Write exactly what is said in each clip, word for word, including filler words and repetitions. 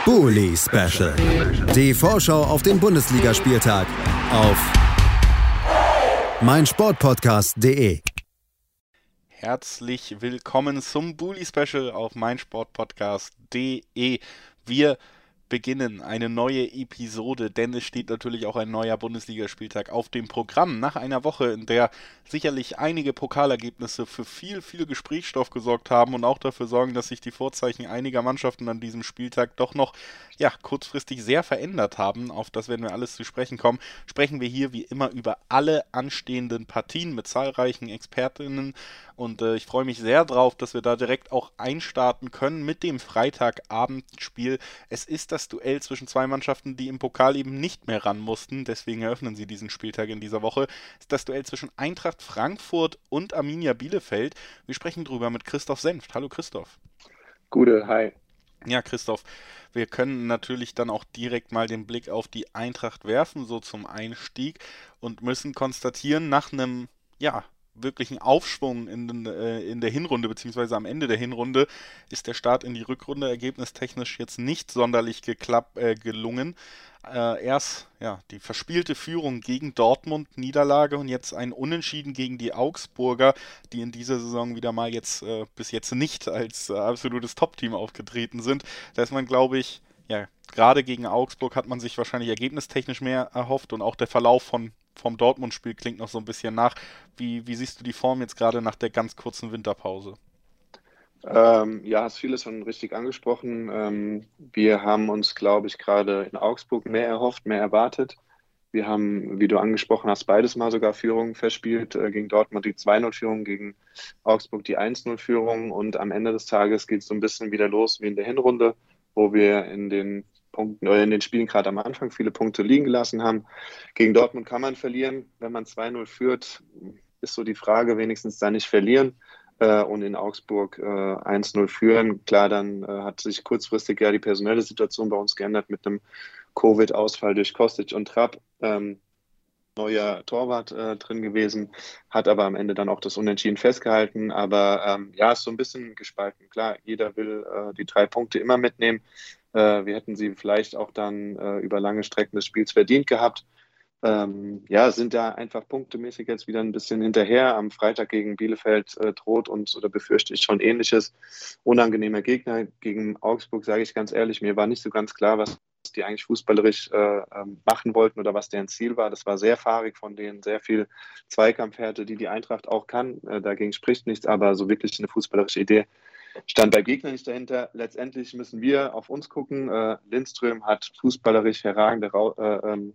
Bully Special. Die Vorschau auf den Bundesligaspieltag auf meinsportpodcast punkt de. Herzlich willkommen zum Bully Special auf meinsportpodcast punkt de. Wir beginnen eine neue Episode, denn es steht natürlich auch ein neuer Bundesligaspieltag auf dem Programm. Nach einer Woche, in der sicherlich einige Pokalergebnisse für viel, viel Gesprächsstoff gesorgt haben und auch dafür sorgen, dass sich die Vorzeichen einiger Mannschaften an diesem Spieltag doch noch ja, kurzfristig sehr verändert haben. Auf das werden wir alles zu sprechen kommen. Sprechen wir hier wie immer über alle anstehenden Partien mit zahlreichen Expertinnen und äh, ich freue mich sehr drauf, dass wir da direkt auch einstarten können mit dem Freitagabendspiel. Es ist das Duell zwischen zwei Mannschaften, die im Pokal eben nicht mehr ran mussten, deswegen eröffnen sie diesen Spieltag in dieser Woche. Es ist das Duell zwischen Eintracht Frankfurt und Arminia Bielefeld. Wir sprechen drüber mit Christoph Senft. Hallo Christoph. Gute, hi. Ja, Christoph, wir können natürlich dann auch direkt mal den Blick auf die Eintracht werfen, so zum Einstieg, und müssen konstatieren, nach einem, ja, wirklichen Aufschwung in, den, äh, in der Hinrunde, beziehungsweise am Ende der Hinrunde, ist der Start in die Rückrunde ergebnistechnisch jetzt nicht sonderlich geklapp, äh, gelungen. Äh, erst ja, die verspielte Führung gegen Dortmund, Niederlage, und jetzt ein Unentschieden gegen die Augsburger, die in dieser Saison wieder mal jetzt äh, bis jetzt nicht als äh, absolutes Top-Team aufgetreten sind. Da ist man, glaube ich, ja, gerade gegen Augsburg hat man sich wahrscheinlich ergebnistechnisch mehr erhofft, und auch der Verlauf von vom Dortmund-Spiel klingt noch so ein bisschen nach. Wie, wie siehst du die Form jetzt gerade nach der ganz kurzen Winterpause? Ähm, ja, hast vieles schon richtig angesprochen. Ähm, wir haben uns, glaube ich, gerade in Augsburg mehr erhofft, mehr erwartet. Wir haben, wie du angesprochen hast, beides mal sogar Führungen verspielt. Äh, gegen Dortmund die zwei null Führung, gegen Augsburg die eins null Führung. Und am Ende des Tages geht es so ein bisschen wieder los wie in der Hinrunde, wo wir in den Punkten oder in den Spielen gerade am Anfang viele Punkte liegen gelassen haben. Gegen Dortmund kann man verlieren. Wenn man zwei null führt, ist so die Frage, wenigstens da nicht verlieren äh, und in Augsburg äh, eins null führen. Klar, dann äh, hat sich kurzfristig ja die personelle Situation bei uns geändert mit einem Covid-Ausfall durch Kostic und Trapp. Ähm, neuer Torwart äh, drin gewesen, hat aber am Ende dann auch das Unentschieden festgehalten. Aber ähm, ja, ist so ein bisschen gespalten. Klar, jeder will äh, die drei Punkte immer mitnehmen. Äh, wir hätten sie vielleicht auch dann äh, über lange Strecken des Spiels verdient gehabt. Ähm, ja, sind da einfach punktemäßig jetzt wieder ein bisschen hinterher. Am Freitag gegen Bielefeld äh, droht uns oder befürchte ich schon Ähnliches. Unangenehmer Gegner gegen Augsburg, sage ich ganz ehrlich. Mir war nicht so ganz klar, was die eigentlich fußballerisch äh, machen wollten oder was deren Ziel war. Das war sehr fahrig von denen, sehr viel Zweikampfhärte, die die Eintracht auch kann. Äh, dagegen spricht nichts, aber so wirklich eine fußballerische Idee stand beim Gegner nicht dahinter. Letztendlich müssen wir auf uns gucken. Äh, Lindström hat fußballerisch herragende äh, ähm,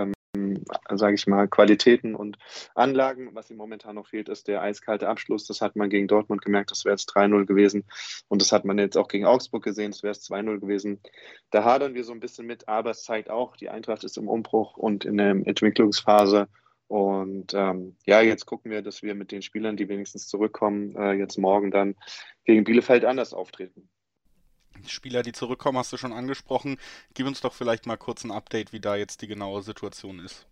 sage ich mal, Qualitäten und Anlagen. Was ihm momentan noch fehlt, ist der eiskalte Abschluss. Das hat man gegen Dortmund gemerkt, das wäre jetzt drei null gewesen. Und das hat man jetzt auch gegen Augsburg gesehen, das wäre es zwei null gewesen. Da hadern wir so ein bisschen mit, aber es zeigt auch, die Eintracht ist im Umbruch und in der Entwicklungsphase. Und ähm, ja, jetzt gucken wir, dass wir mit den Spielern, die wenigstens zurückkommen, äh, jetzt morgen dann gegen Bielefeld anders auftreten. Spieler, die zurückkommen, hast du schon angesprochen. Gib uns doch vielleicht mal kurz ein Update, wie da jetzt die genaue Situation ist.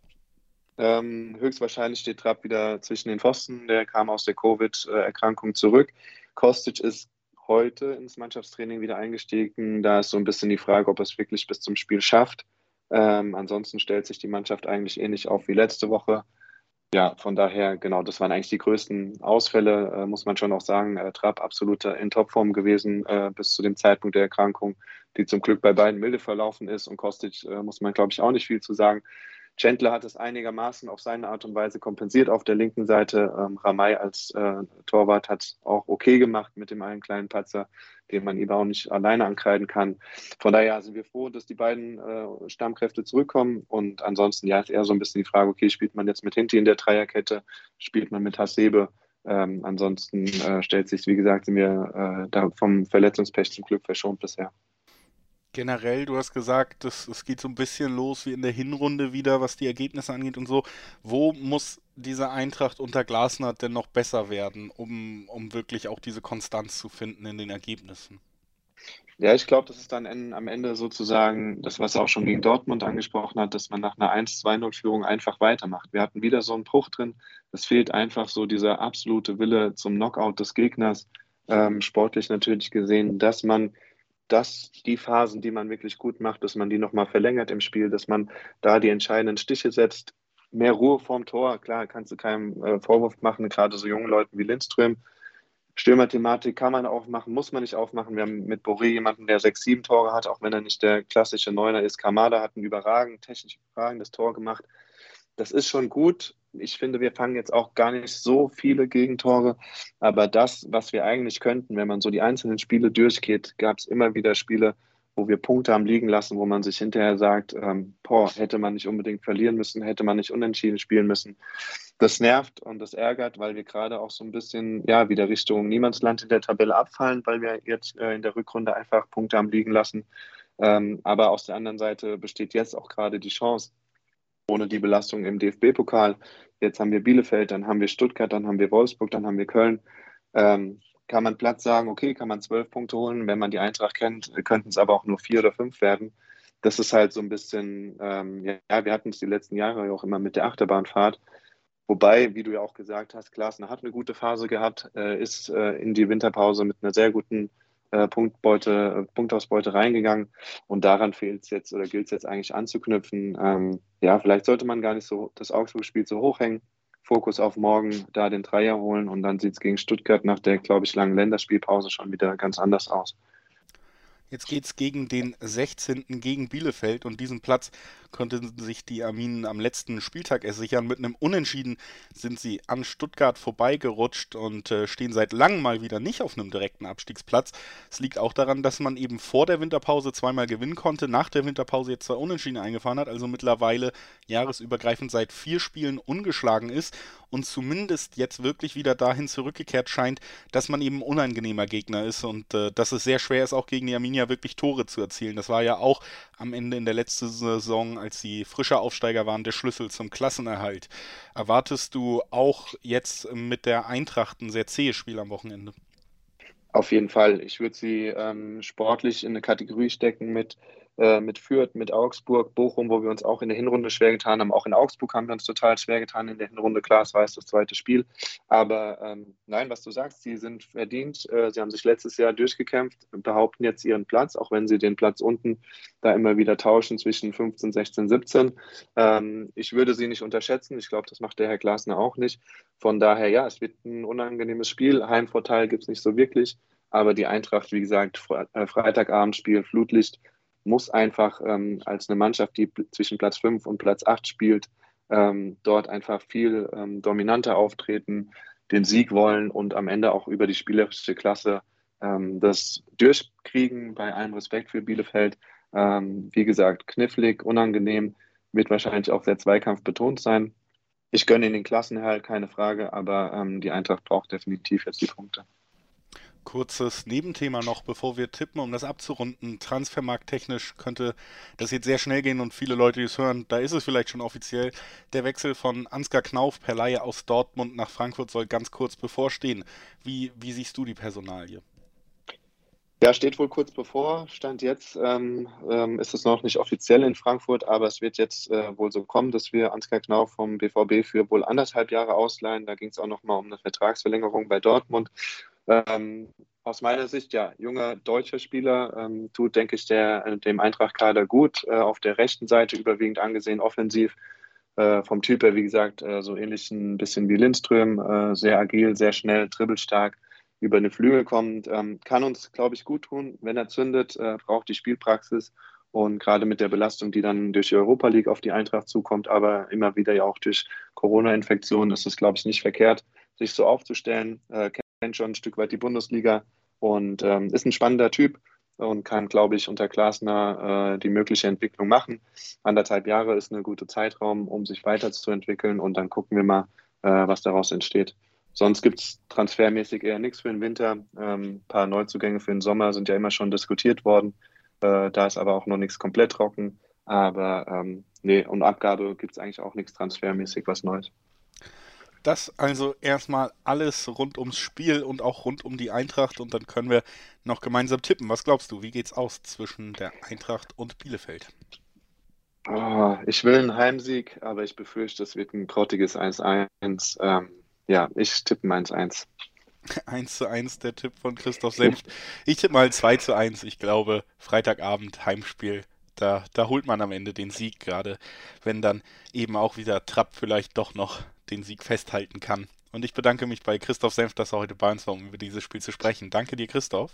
Ähm, höchstwahrscheinlich steht Trapp wieder zwischen den Pfosten. Der kam aus der Covid-Erkrankung zurück. Kostic ist heute ins Mannschaftstraining wieder eingestiegen. Da ist so ein bisschen die Frage, ob er es wirklich bis zum Spiel schafft. Ähm, ansonsten stellt sich die Mannschaft eigentlich ähnlich auf wie letzte Woche. Ja, von daher, genau, das waren eigentlich die größten Ausfälle, äh, muss man schon auch sagen. Äh, Trapp absolut in Topform gewesen äh, bis zu dem Zeitpunkt der Erkrankung, die zum Glück bei beiden milde verlaufen ist. Und Kostic äh, muss man, glaube ich, auch nicht viel zu sagen. Chandler hat es einigermaßen auf seine Art und Weise kompensiert auf der linken Seite. Ähm, Ramay als äh, Torwart hat es auch okay gemacht mit dem einen kleinen Patzer, den man ihm auch nicht alleine ankreiden kann. Von daher sind wir froh, dass die beiden äh, Stammkräfte zurückkommen. Und ansonsten ja, ist eher so ein bisschen die Frage, okay, spielt man jetzt mit Hinti in der Dreierkette, spielt man mit Hasebe? Ähm, ansonsten äh, stellt sich, wie gesagt, sind wir äh, da vom Verletzungspech zum Glück verschont bisher. Generell, du hast gesagt, es, es geht so ein bisschen los wie in der Hinrunde wieder, was die Ergebnisse angeht und so. Wo muss diese Eintracht unter Glasner denn noch besser werden, um, um wirklich auch diese Konstanz zu finden in den Ergebnissen? Ja, ich glaube, das ist dann en- am Ende sozusagen das, was er auch schon gegen Dortmund angesprochen hat, dass man nach einer eins zwei null Führung einfach weitermacht. Wir hatten wieder so einen Bruch drin. Es fehlt einfach so dieser absolute Wille zum Knockout des Gegners, ähm, sportlich natürlich gesehen, dass man dass die Phasen, die man wirklich gut macht, dass man die nochmal verlängert im Spiel, dass man da die entscheidenden Stiche setzt. Mehr Ruhe vorm Tor, klar, kannst du keinem äh, Vorwurf machen, gerade so jungen Leuten wie Lindström. Stürmerthematik kann man aufmachen, muss man nicht aufmachen. Wir haben mit Boré jemanden, der sechs, sieben Tore hat, auch wenn er nicht der klassische Neuner ist. Kamada hat ein überragend, technisch überragendes Tor gemacht. Das ist schon gut. Ich finde, wir fangen jetzt auch gar nicht so viele Gegentore. Aber das, was wir eigentlich könnten, wenn man so die einzelnen Spiele durchgeht, gab es immer wieder Spiele, wo wir Punkte haben liegen lassen, wo man sich hinterher sagt, ähm, boah, hätte man nicht unbedingt verlieren müssen, hätte man nicht unentschieden spielen müssen. Das nervt und das ärgert, weil wir gerade auch so ein bisschen, ja, wieder Richtung Niemandsland in der Tabelle abfallen, weil wir jetzt äh, in der Rückrunde einfach Punkte haben liegen lassen. Ähm, aber aus der anderen Seite besteht jetzt auch gerade die Chance, ohne die Belastung im D F B-Pokal. Jetzt haben wir Bielefeld, dann haben wir Stuttgart, dann haben wir Wolfsburg, dann haben wir Köln. Ähm, kann man platt sagen, okay, kann man zwölf Punkte holen. Wenn man die Eintracht kennt, könnten es aber auch nur vier oder fünf werden. Das ist halt so ein bisschen, ähm, ja, wir hatten es die letzten Jahre ja auch immer mit der Achterbahnfahrt. Wobei, wie du ja auch gesagt hast, Glasner hat eine gute Phase gehabt, äh, ist äh, in die Winterpause mit einer sehr guten äh, Punktbeute, äh, Punktausbeute reingegangen. Und daran fehlt es jetzt oder gilt es jetzt eigentlich anzuknüpfen. Ähm, ja, vielleicht sollte man gar nicht so das Augsburg-Spiel so hochhängen. Fokus auf morgen, da den Dreier holen und dann sieht es gegen Stuttgart nach der, glaube ich, langen Länderspielpause schon wieder ganz anders aus. Jetzt geht's gegen den sechzehnten gegen Bielefeld und diesen Platz konnten sich die Arminen am letzten Spieltag ersichern. Mit einem Unentschieden sind sie an Stuttgart vorbeigerutscht und äh, stehen seit langem mal wieder nicht auf einem direkten Abstiegsplatz. Es liegt auch daran, dass man eben vor der Winterpause zweimal gewinnen konnte, nach der Winterpause jetzt zwei Unentschieden eingefahren hat, also mittlerweile jahresübergreifend seit vier Spielen ungeschlagen ist und zumindest jetzt wirklich wieder dahin zurückgekehrt scheint, dass man eben ein unangenehmer Gegner ist und äh, dass es sehr schwer ist, auch gegen die Arminia wirklich Tore zu erzielen. Das war ja auch am Ende in der letzten Saison, als sie frischer Aufsteiger waren, der Schlüssel zum Klassenerhalt. Erwartest du auch jetzt mit der Eintracht ein sehr zähes Spiel am Wochenende? Auf jeden Fall. Ich würde sie ähm, sportlich in eine Kategorie stecken mit, äh, mit Fürth, mit Augsburg, Bochum, wo wir uns auch in der Hinrunde schwer getan haben. Auch in Augsburg haben wir uns total schwer getan in der Hinrunde. Klar, es war jetzt das zweite Spiel. Aber ähm, nein, was du sagst, sie sind verdient. Äh, sie haben sich letztes Jahr durchgekämpft, behaupten jetzt ihren Platz, auch wenn sie den Platz unten da immer wieder tauschen zwischen fünfzehn, sechzehn, siebzehn. Ähm, ich würde sie nicht unterschätzen. Ich glaube, das macht der Herr Glasner auch nicht. Von daher, ja, es wird ein unangenehmes Spiel. Heimvorteil gibt es nicht so wirklich. Aber die Eintracht, wie gesagt, Fre äh, Freitagabendspiel, Flutlicht, muss einfach ähm, als eine Mannschaft, die zwischen Platz fünf und Platz acht spielt, ähm, dort einfach viel ähm, dominanter auftreten, den Sieg wollen und am Ende auch über die spielerische Klasse ähm, das durchkriegen, bei allem Respekt für Bielefeld. Ähm, wie gesagt, knifflig, unangenehm, wird wahrscheinlich auch sehr zweikampfbetont sein. Ich gönne ihnen den Klassenerhalt, keine Frage, aber ähm, die Eintracht braucht definitiv jetzt die Punkte. Kurzes Nebenthema noch, bevor wir tippen, um das abzurunden. Transfermarkttechnisch könnte das jetzt sehr schnell gehen und viele Leute, die es hören, da ist es vielleicht schon offiziell. Der Wechsel von Ansgar Knauf per Leihe aus Dortmund nach Frankfurt soll ganz kurz bevorstehen. Wie, wie siehst du die Personalie? Ja, steht wohl kurz bevor. Stand jetzt ähm, ähm, ist es noch nicht offiziell in Frankfurt, aber es wird jetzt äh, wohl so kommen, dass wir Ansgar Knauf vom B V B für wohl anderthalb Jahre ausleihen. Da ging es auch nochmal um eine Vertragsverlängerung bei Dortmund. Ähm, aus meiner Sicht, ja, junger deutscher Spieler, ähm, tut, denke ich, der, dem Eintracht-Kader gut. Äh, auf der rechten Seite überwiegend angesehen, offensiv. Äh, vom Typ her, wie gesagt, äh, so ähnlich ein bisschen wie Lindström. Äh, sehr agil, sehr schnell, dribbelstark, über eine Flügel kommt. Ähm, kann uns, glaube ich, gut tun, wenn er zündet, äh, braucht die Spielpraxis. Und gerade mit der Belastung, die dann durch die Europa League auf die Eintracht zukommt, aber immer wieder ja auch durch Corona-Infektionen, ist es, glaube ich, nicht verkehrt, sich so aufzustellen. Äh, kennt schon ein Stück weit die Bundesliga und ähm, ist ein spannender Typ und kann, glaube ich, unter Glasner äh, die mögliche Entwicklung machen. Anderthalb Jahre ist eine gute Zeitraum, um sich weiterzuentwickeln und dann gucken wir mal, äh, was daraus entsteht. Sonst gibt es transfermäßig eher nichts für den Winter. Ein ähm, paar Neuzugänge für den Sommer sind ja immer schon diskutiert worden. Äh, da ist aber auch noch nichts komplett trocken. Aber ähm, nee, und Abgabe gibt es eigentlich auch nichts transfermäßig was Neues. Das also erstmal alles rund ums Spiel und auch rund um die Eintracht und dann können wir noch gemeinsam tippen. Was glaubst du, wie geht's aus zwischen der Eintracht und Bielefeld? Oh, ich will einen Heimsieg, aber ich befürchte, es wird ein grottiges eins eins. Ähm, ja, ich tippe eins eins. eins zu eins der Tipp von Christoph Senft. Ich tippe mal zwei zu eins. Ich glaube, Freitagabend Heimspiel. Da, da holt man am Ende den Sieg, gerade wenn dann eben auch wieder Trapp vielleicht doch noch den Sieg festhalten kann. Und ich bedanke mich bei Christoph Senft, dass er heute bei uns war, um über dieses Spiel zu sprechen. Danke dir, Christoph.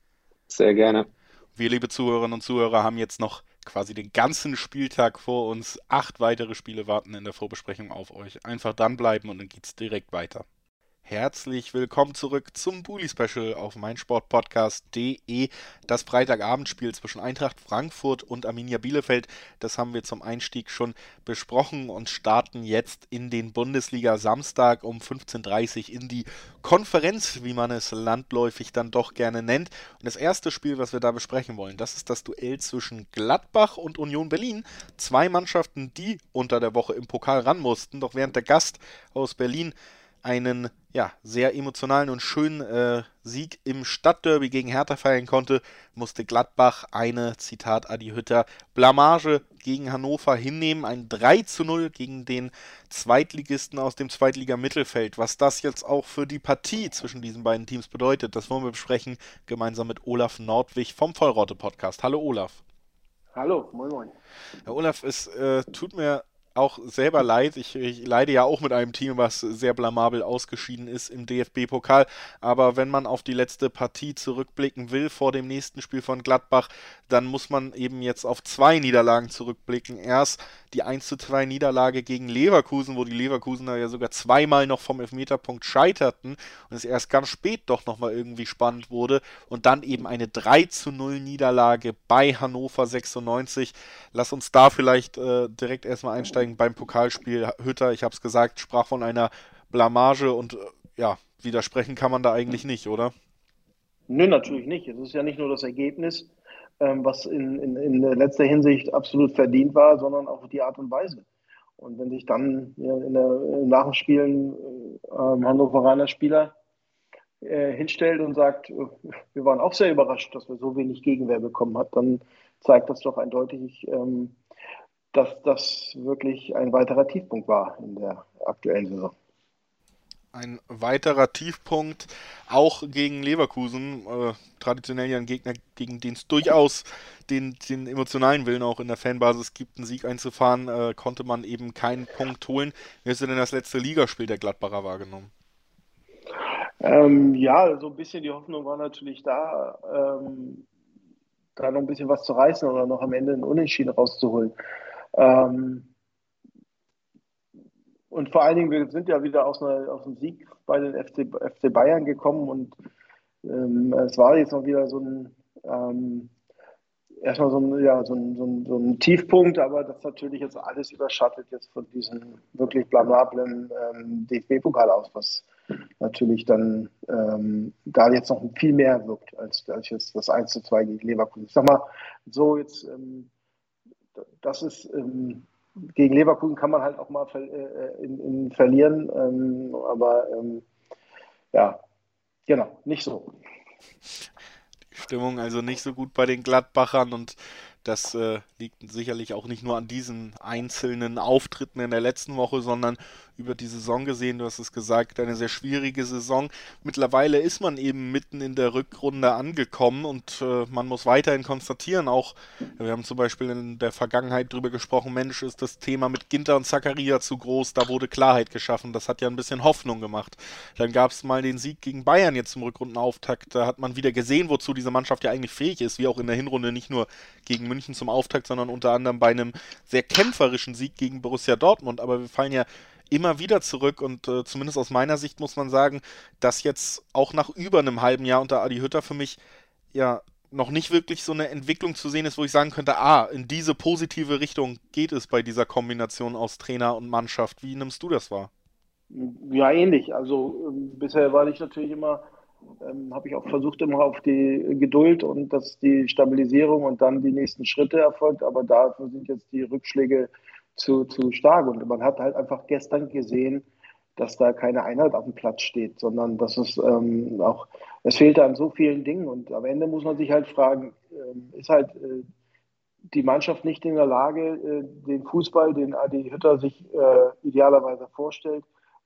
Sehr gerne. Wir, liebe Zuhörerinnen und Zuhörer, haben jetzt noch quasi den ganzen Spieltag vor uns. Acht weitere Spiele warten in der Vorbesprechung auf euch. Einfach dranbleiben und dann geht's direkt weiter. Herzlich willkommen zurück zum Bully Special auf meinsportpodcast punkt de. Das Freitagabendspiel zwischen Eintracht Frankfurt und Arminia Bielefeld, das haben wir zum Einstieg schon besprochen und starten jetzt in den Bundesliga-Samstag um fünfzehn Uhr dreißig in die Konferenz, wie man es landläufig dann doch gerne nennt. Und das erste Spiel, was wir da besprechen wollen, das ist das Duell zwischen Gladbach und Union Berlin. Zwei Mannschaften, die unter der Woche im Pokal ran mussten, doch während der Gast aus Berlin einen ja, sehr emotionalen und schönen äh, Sieg im Stadtderby gegen Hertha feiern konnte, musste Gladbach eine, Zitat Adi Hütter, Blamage gegen Hannover hinnehmen. Ein drei zu null gegen den Zweitligisten aus dem Zweitliga-Mittelfeld. Was das jetzt auch für die Partie zwischen diesen beiden Teams bedeutet, das wollen wir besprechen, gemeinsam mit Olaf Nordwig vom Vollraute-Podcast. Hallo Olaf. Hallo, moin moin. Herr Olaf, es äh, tut mir auch selber leid. Ich, ich leide ja auch mit einem Team, was sehr blamabel ausgeschieden ist im D F B-Pokal. Aber wenn man auf die letzte Partie zurückblicken will vor dem nächsten Spiel von Gladbach, dann muss man eben jetzt auf zwei Niederlagen zurückblicken. Erst die eins zu zwei Niederlage gegen Leverkusen, wo die Leverkusener ja sogar zweimal noch vom Elfmeterpunkt scheiterten und es erst ganz spät doch nochmal irgendwie spannend wurde. Und dann eben eine drei zu null Niederlage bei Hannover sechsundneunzig. Lass uns da vielleicht äh, direkt erstmal einsteigen beim Pokalspiel. Hütter, ich habe es gesagt, sprach von einer Blamage und äh, ja, widersprechen kann man da eigentlich nicht, oder? Nö, natürlich nicht. Es ist ja nicht nur das Ergebnis, ähm, was in, in, in letzter Hinsicht absolut verdient war, sondern auch die Art und Weise. Und wenn sich dann ja, in der, nach dem Spielen äh, Hannoveraner Spieler äh, hinstellt und sagt, äh, wir waren auch sehr überrascht, dass wir so wenig Gegenwehr bekommen haben, dann zeigt das doch eindeutig, ähm, dass das wirklich ein weiterer Tiefpunkt war in der aktuellen Saison. Ein weiterer Tiefpunkt, auch gegen Leverkusen, äh, traditionell ja ein Gegner, gegen den es durchaus den, den emotionalen Willen auch in der Fanbasis gibt, einen Sieg einzufahren, äh, konnte man eben keinen Punkt holen. Wie hast du denn das letzte Ligaspiel der Gladbacher wahrgenommen? Ähm, ja, so ein bisschen die Hoffnung war natürlich da, ähm, da noch ein bisschen was zu reißen oder noch am Ende einen Unentschieden rauszuholen. Ähm, Und vor allen Dingen, wir sind ja wieder aus, einer, aus einem Sieg bei den F C, F C Bayern gekommen und ähm, es war jetzt noch wieder so ein, ähm, erstmal so ein, ja, so, ein, so, ein, so ein Tiefpunkt, aber das natürlich jetzt alles überschattet jetzt von diesem wirklich blamablen ähm, D F B-Pokal aus, was natürlich dann ähm, da jetzt noch viel mehr wirkt, als, als jetzt das eins zu zwei gegen Leverkusen. Ich sag mal, so jetzt, ähm, das ist, ähm, gegen Leverkusen kann man halt auch mal ver äh, in, in verlieren, ähm, aber ähm, ja, genau, nicht so. Die Stimmung also nicht so gut bei den Gladbachern und das äh, liegt sicherlich auch nicht nur an diesen einzelnen Auftritten in der letzten Woche, sondern über die Saison gesehen, du hast es gesagt, eine sehr schwierige Saison. Mittlerweile ist man eben mitten in der Rückrunde angekommen und äh, man muss weiterhin konstatieren, auch, wir haben zum Beispiel in der Vergangenheit drüber gesprochen, Mensch, ist das Thema mit Ginter und Zakaria zu groß, da wurde Klarheit geschaffen, das hat ja ein bisschen Hoffnung gemacht. Dann gab es mal den Sieg gegen Bayern jetzt zum Rückrundenauftakt, da hat man wieder gesehen, wozu diese Mannschaft ja eigentlich fähig ist, wie auch in der Hinrunde, nicht nur gegen München zum Auftakt, sondern unter anderem bei einem sehr kämpferischen Sieg gegen Borussia Dortmund, aber wir fallen ja immer wieder zurück und äh, zumindest aus meiner Sicht muss man sagen, dass jetzt auch nach über einem halben Jahr unter Adi Hütter für mich ja noch nicht wirklich so eine Entwicklung zu sehen ist, wo ich sagen könnte, ah, in diese positive Richtung geht es bei dieser Kombination aus Trainer und Mannschaft. Wie nimmst du das wahr? Ja, ähnlich. Also ähm, bisher war ich natürlich immer, ähm, habe ich auch versucht, immer auf die Geduld und dass die Stabilisierung und dann die nächsten Schritte erfolgt, aber dafür sind jetzt die Rückschläge zu, zu stark. Und man hat halt einfach gestern gesehen, dass da keine Einheit auf dem Platz steht, sondern dass es ähm, auch, es fehlt an so vielen Dingen. Und am Ende muss man sich halt fragen, ähm, ist halt äh, die Mannschaft nicht in der Lage, äh, den Fußball, den Adi Hütter sich äh, idealerweise vorstellt,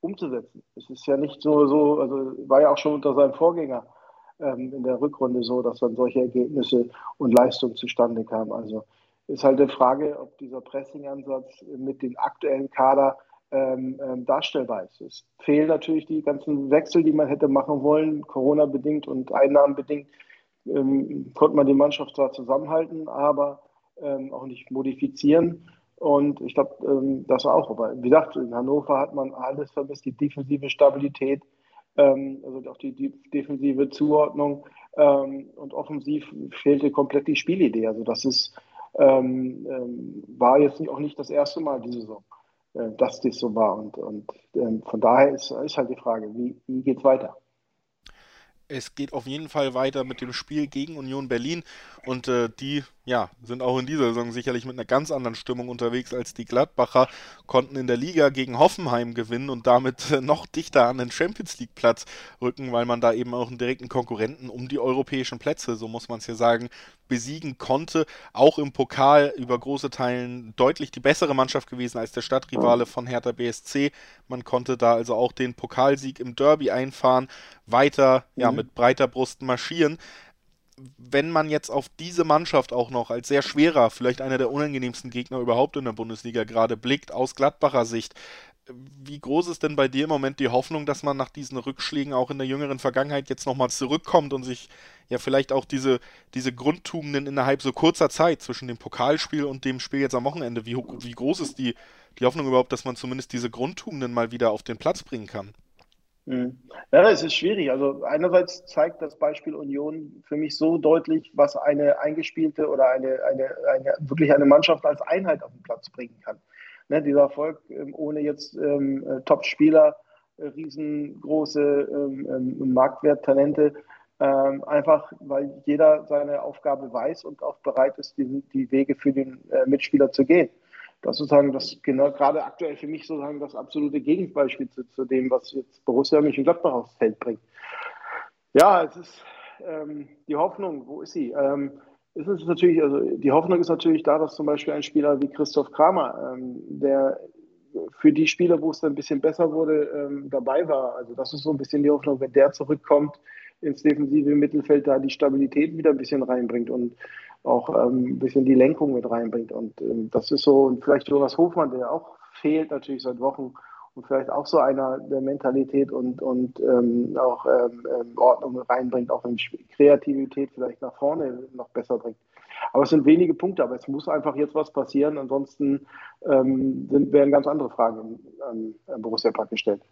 umzusetzen. Es ist ja nicht so, so, also war ja auch schon unter seinem Vorgänger ähm, in der Rückrunde so, dass dann solche Ergebnisse und Leistungen zustande kamen. Also ist halt eine Frage, ob dieser Pressing-Ansatz mit dem aktuellen Kader ähm, ähm, darstellbar ist. Es fehlen natürlich die ganzen Wechsel, die man hätte machen wollen, Corona-bedingt und einnahmenbedingt. Ähm, konnte man die Mannschaft zwar zusammenhalten, aber ähm, auch nicht modifizieren. Und ich glaube, ähm, das auch. Aber wie gesagt, in Hannover hat man alles vermisst, die defensive Stabilität, ähm, also auch die, die defensive Zuordnung. Ähm, und offensiv fehlte komplett die Spielidee. Also das ist, ähm, ähm, war jetzt auch nicht das erste Mal diese Saison, äh, dass das so war. Und, und ähm, von daher ist, ist halt die Frage, wie, wie geht es weiter? Es geht auf jeden Fall weiter mit dem Spiel gegen Union Berlin und äh, die ja, sind auch in dieser Saison sicherlich mit einer ganz anderen Stimmung unterwegs als die Gladbacher, konnten in der Liga gegen Hoffenheim gewinnen und damit äh, noch dichter an den Champions League Platz rücken, weil man da eben auch einen direkten Konkurrenten um die europäischen Plätze, so muss man es hier sagen, besiegen konnte. Auch im Pokal über große Teilen deutlich die bessere Mannschaft gewesen als der Stadtrivale von Hertha B S C. Man konnte da also auch den Pokalsieg im Derby einfahren, weiter ja, Mhm. mit breiter Brust marschieren. Wenn man jetzt auf diese Mannschaft auch noch als sehr schwerer, vielleicht einer der unangenehmsten Gegner überhaupt in der Bundesliga gerade blickt, aus Gladbacher Sicht, wie groß ist denn bei dir im Moment die Hoffnung, dass man nach diesen Rückschlägen auch in der jüngeren Vergangenheit jetzt nochmal zurückkommt und sich ja vielleicht auch diese, diese Grundtugenden innerhalb so kurzer Zeit zwischen dem Pokalspiel und dem Spiel jetzt am Wochenende, wie, wie groß ist die, die Hoffnung überhaupt, dass man zumindest diese Grundtugenden mal wieder auf den Platz bringen kann? Mhm. Ja, es ist schwierig. Also einerseits zeigt das Beispiel Union für mich so deutlich, was eine eingespielte oder eine, eine, eine wirklich eine Mannschaft als Einheit auf den Platz bringen kann. Ne, dieser Erfolg ähm, ohne jetzt ähm, äh, Top-Spieler, äh, riesengroße ähm, ähm, Marktwerttalente, ähm, einfach weil jeder seine Aufgabe weiß und auch bereit ist, die, die Wege für den äh, Mitspieler zu gehen. Das ist sozusagen das genau gerade aktuell für mich sozusagen das absolute Gegenbeispiel zu, zu dem, was jetzt Borussia Mönchengladbach aufs Feld bringt. Ja, es ist ähm, die Hoffnung, wo ist sie? Ähm, es ist natürlich, also die Hoffnung ist natürlich da, dass zum Beispiel ein Spieler wie Christoph Kramer, ähm, der für die Spieler, wo es dann ein bisschen besser wurde, ähm, dabei war. Also das ist so ein bisschen die Hoffnung, wenn der zurückkommt ins defensive Mittelfeld, da die Stabilität wieder ein bisschen reinbringt und auch ähm, ein bisschen die Lenkung mit reinbringt. Und ähm, das ist so, und vielleicht Jonas Hofmann, der auch fehlt natürlich seit Wochen und vielleicht auch so einer der Mentalität und, und ähm, auch ähm, ähm, Ordnung reinbringt, auch wenn Kreativität vielleicht nach vorne noch besser bringt. Aber es sind wenige Punkte, aber es muss einfach jetzt was passieren, ansonsten ähm, sind, werden ganz andere Fragen an, an Borussia Park gestellt.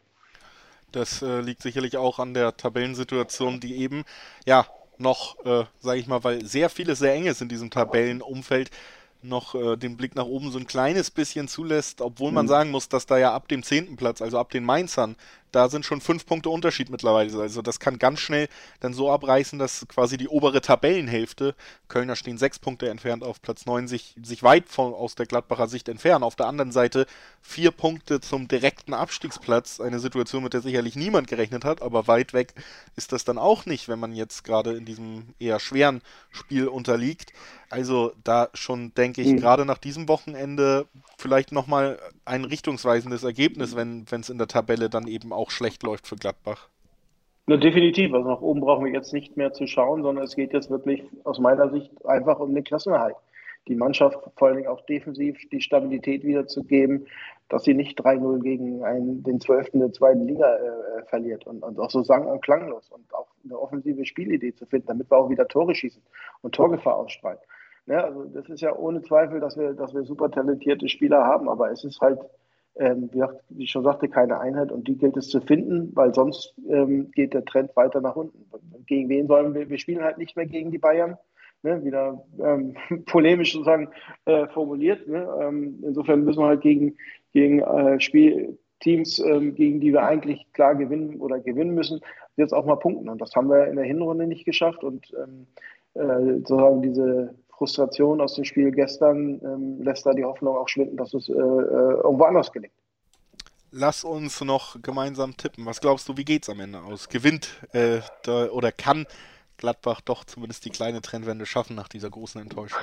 Das äh, liegt sicherlich auch an der Tabellensituation, die eben, ja, noch, äh, sage ich mal, weil sehr vieles sehr eng ist in diesem Tabellenumfeld, noch äh, den Blick nach oben so ein kleines bisschen zulässt, obwohl man Mhm. sagen muss, dass da ja ab dem zehnten Platz, also ab den Mainzern, da sind schon fünf Punkte Unterschied mittlerweile. Also das kann ganz schnell dann so abreißen, dass quasi die obere Tabellenhälfte, Kölner stehen sechs Punkte entfernt auf Platz neun, sich, sich weit von, aus der Gladbacher Sicht entfernen. Auf der anderen Seite vier Punkte zum direkten Abstiegsplatz, eine Situation, mit der sicherlich niemand gerechnet hat, aber weit weg ist das dann auch nicht, wenn man jetzt gerade in diesem eher schweren Spiel unterliegt. Also da schon, denke ich, Mhm. gerade nach diesem Wochenende vielleicht nochmal ein richtungsweisendes Ergebnis, wenn es in der Tabelle dann eben auch schlecht läuft für Gladbach. Ja, definitiv. Also nach oben brauchen wir jetzt nicht mehr zu schauen, sondern es geht jetzt wirklich aus meiner Sicht einfach um den Klassenerhalt. Die Mannschaft vor allen Dingen auch defensiv die Stabilität wiederzugeben, dass sie nicht drei null gegen einen, den Zwölften der zweiten Liga äh, verliert und, und auch so sang- und klanglos und auch eine offensive Spielidee zu finden, damit wir auch wieder Tore schießen und Torgefahr ausstrahlen. Ja, also das ist ja ohne Zweifel, dass wir, dass wir super talentierte Spieler haben, aber es ist halt, ähm, wie ich schon sagte, keine Einheit und die gilt es zu finden, weil sonst ähm, geht der Trend weiter nach unten. Gegen wen sollen wir? Wir spielen halt nicht mehr gegen die Bayern, ne, wieder ähm, polemisch sozusagen äh, formuliert. Ne? Ähm, insofern müssen wir halt gegen, gegen äh, Spielteams, ähm, gegen die wir eigentlich klar gewinnen oder gewinnen müssen, jetzt auch mal punkten. Und das haben wir in der Hinrunde nicht geschafft und ähm, äh, sozusagen diese Frustration aus dem Spiel gestern ähm, lässt da die Hoffnung auch schwinden, dass es äh, äh, irgendwo anders gelingt. Lass uns noch gemeinsam tippen. Was glaubst du, wie geht's am Ende aus? Gewinnt äh, da, oder kann Gladbach doch zumindest die kleine Trendwende schaffen nach dieser großen Enttäuschung?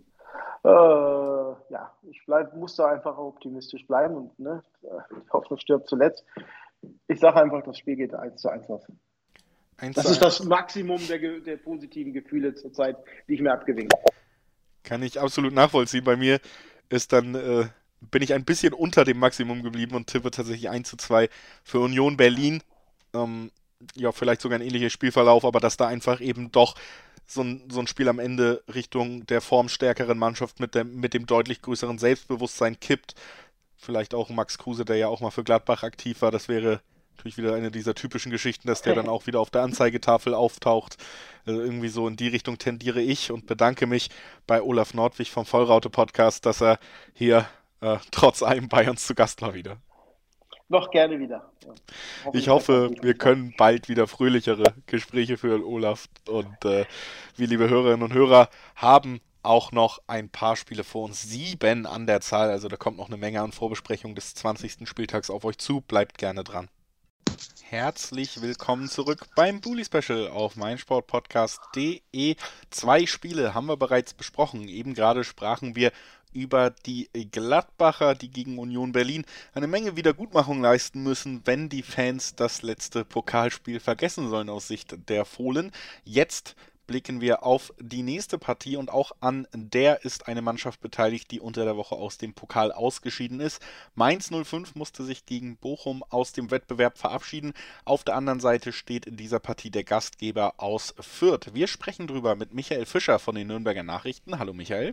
Äh, ja, ich bleib, muss da einfach optimistisch bleiben und ne, die Hoffnung stirbt zuletzt. Ich sage einfach, das Spiel geht eins zu eins aus. eins Das zu ist eins. das Maximum der, der positiven Gefühle zurzeit, die ich mir abgewinkt habe. Kann ich absolut nachvollziehen. Bei mir ist dann, äh, bin ich ein bisschen unter dem Maximum geblieben und tippe tatsächlich eins zu zwei für Union Berlin. Ähm, ja, vielleicht sogar ein ähnlicher Spielverlauf, aber dass da einfach eben doch so ein, so ein Spiel am Ende Richtung der formstärkeren Mannschaft mit dem, mit dem deutlich größeren Selbstbewusstsein kippt. Vielleicht auch Max Kruse, der ja auch mal für Gladbach aktiv war. Das wäre natürlich wieder eine dieser typischen Geschichten, dass der dann auch wieder auf der Anzeigetafel auftaucht. Also irgendwie so in die Richtung tendiere ich und bedanke mich bei Olaf Nordwig vom Vollraute-Podcast, dass er hier äh, trotz allem bei uns zu Gast war wieder. Noch gerne wieder. Ja. Ich hoffe, wir können bald wieder fröhlichere Gespräche führen, Olaf. Und äh, wir, liebe Hörerinnen und Hörer, haben auch noch ein paar Spiele vor uns. Sieben an der Zahl. Also da kommt noch eine Menge an Vorbesprechungen des zwanzigsten Spieltags auf euch zu. Bleibt gerne dran. Herzlich willkommen zurück beim Bully Special auf meinsportpodcast punkt de. Zwei Spiele haben wir bereits besprochen. Eben gerade sprachen wir über die Gladbacher, die gegen Union Berlin eine Menge Wiedergutmachung leisten müssen, wenn die Fans das letzte Pokalspiel vergessen sollen aus Sicht der Fohlen. Jetzt blicken wir auf die nächste Partie und auch an der ist eine Mannschaft beteiligt, die unter der Woche aus dem Pokal ausgeschieden ist. Mainz null fünf musste sich gegen Bochum aus dem Wettbewerb verabschieden. Auf der anderen Seite steht in dieser Partie der Gastgeber aus Fürth. Wir sprechen drüber mit Michael Fischer von den Nürnberger Nachrichten. Hallo Michael.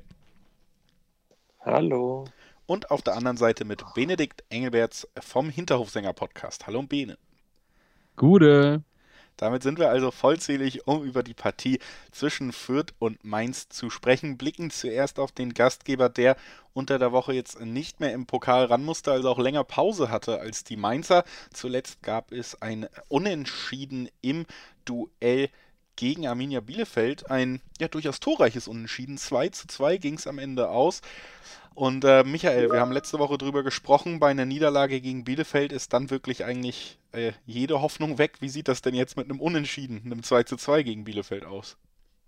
Hallo. Und auf der anderen Seite mit Benedikt Engelberts vom Hinterhofsänger-Podcast. Hallo Bene. Gute. Damit sind wir also vollzählig, um über die Partie zwischen Fürth und Mainz zu sprechen. Blicken zuerst auf den Gastgeber, der unter der Woche jetzt nicht mehr im Pokal ran musste, also auch länger Pause hatte als die Mainzer. Zuletzt gab es ein Unentschieden im Duell gegen Arminia Bielefeld. Ein ja durchaus torreiches Unentschieden. zwei zu zwei ging es am Ende aus. Und äh, Michael, wir haben letzte Woche drüber gesprochen, bei einer Niederlage gegen Bielefeld ist dann wirklich eigentlich äh, jede Hoffnung weg. Wie sieht das denn jetzt mit einem Unentschieden, einem zwei zu zwei gegen Bielefeld aus?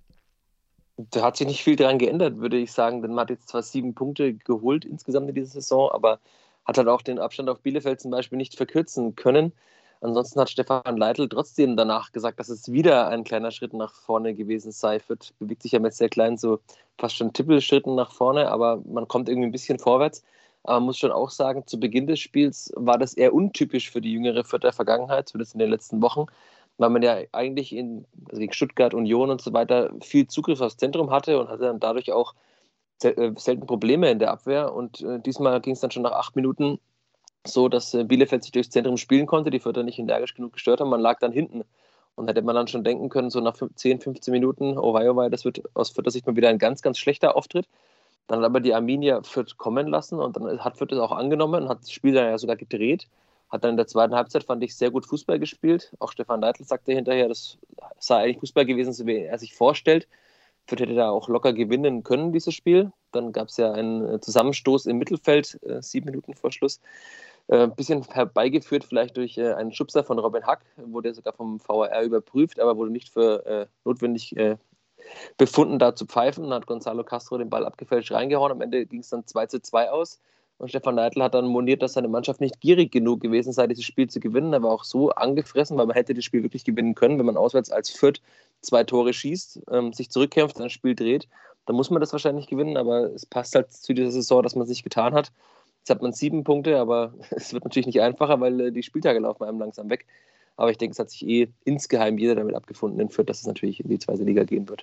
Da hat sich nicht viel dran geändert, würde ich sagen, denn man hat jetzt zwar sieben Punkte geholt insgesamt in dieser Saison, aber hat halt auch den Abstand auf Bielefeld zum Beispiel nicht verkürzen können. Ansonsten hat Stefan Leitl trotzdem danach gesagt, dass es wieder ein kleiner Schritt nach vorne gewesen sei. Fürth bewegt sich ja mit sehr kleinen, so fast schon Tippelschritten nach vorne, aber man kommt irgendwie ein bisschen vorwärts. Aber man muss schon auch sagen, zu Beginn des Spiels war das eher untypisch für die jüngere Fürther Vergangenheit, zumindest in den letzten Wochen, weil man ja eigentlich in, also gegen Stuttgart, Union und so weiter viel Zugriff aufs Zentrum hatte und hatte dann dadurch auch selten Probleme in der Abwehr. Und äh, diesmal ging es dann schon nach acht Minuten so, dass äh, Bielefeld sich durchs Zentrum spielen konnte, die Fürther nicht energisch genug gestört haben, man lag dann hinten. Und hätte man dann schon denken können, so nach zehn, fünfzehn Minuten, oh wei, oh wei, das wird aus Fürther Sicht mal wieder ein ganz, ganz schlechter Auftritt. Dann hat aber die Arminia Fürth kommen lassen und dann hat Fürth das auch angenommen und hat das Spiel dann ja sogar gedreht. Hat dann in der zweiten Halbzeit, fand ich, sehr gut Fußball gespielt. Auch Stefan Leitl sagte hinterher, das sei eigentlich Fußball gewesen, so wie er sich vorstellt. Fürth hätte da auch locker gewinnen können, dieses Spiel. Dann gab es ja einen Zusammenstoß im Mittelfeld, äh, sieben Minuten vor Schluss. Ein äh, bisschen herbeigeführt vielleicht durch äh, einen Schubser von Robin Hack, wurde sogar vom V A R überprüft, aber wurde nicht für äh, notwendig äh, befunden, da zu pfeifen. Dann hat Gonzalo Castro den Ball abgefälscht reingehauen. Am Ende ging es dann zwei zu zwei aus. Und Stefan Leitl hat dann moniert, dass seine Mannschaft nicht gierig genug gewesen sei, dieses Spiel zu gewinnen. Er war auch so angefressen, weil man hätte das Spiel wirklich gewinnen können, wenn man auswärts als Fürth zwei Tore schießt, ähm, sich zurückkämpft, dann das Spiel dreht. Dann muss man das wahrscheinlich gewinnen, aber es passt halt zu dieser Saison, dass man sich getan hat. Jetzt hat man sieben Punkte, aber es wird natürlich nicht einfacher, weil äh, die Spieltage laufen einem langsam weg. Aber ich denke, es hat sich eh insgeheim jeder damit abgefunden in Fürth, dass es natürlich in die zweite Liga gehen wird.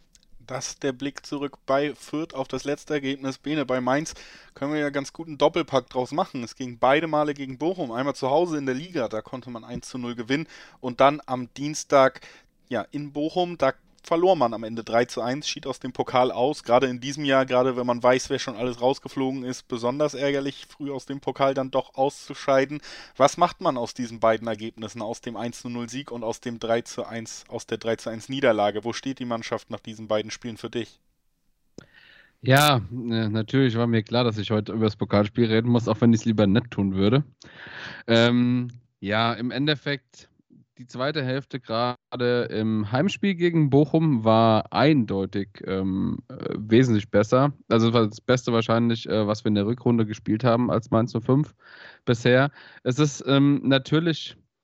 Das der Blick zurück bei Fürth auf das letzte Ergebnis. Bene, bei Mainz können wir ja ganz gut einen Doppelpack draus machen. Es ging beide Male gegen Bochum. Einmal zu Hause in der Liga, da konnte man eins zu null gewinnen. Und dann am Dienstag ja, in Bochum, da verlor man am Ende drei zu eins, schied aus dem Pokal aus. Gerade in diesem Jahr, gerade wenn man weiß, wer schon alles rausgeflogen ist, besonders ärgerlich, früh aus dem Pokal dann doch auszuscheiden. Was macht man aus diesen beiden Ergebnissen, aus dem eins zu null Sieg und aus dem drei zu eins, aus der drei zu eins Niederlage? Wo steht die Mannschaft nach diesen beiden Spielen für dich? Ja, natürlich war mir klar, dass ich heute über das Pokalspiel reden muss, auch wenn ich es lieber nicht tun würde. Ähm, ja, im Endeffekt die zweite Hälfte gerade im Heimspiel gegen Bochum war eindeutig ähm, äh, wesentlich besser. Also war das Beste wahrscheinlich, äh, was wir in der Rückrunde gespielt haben als Mainz null fünf bisher. Es ist ähm, natürlich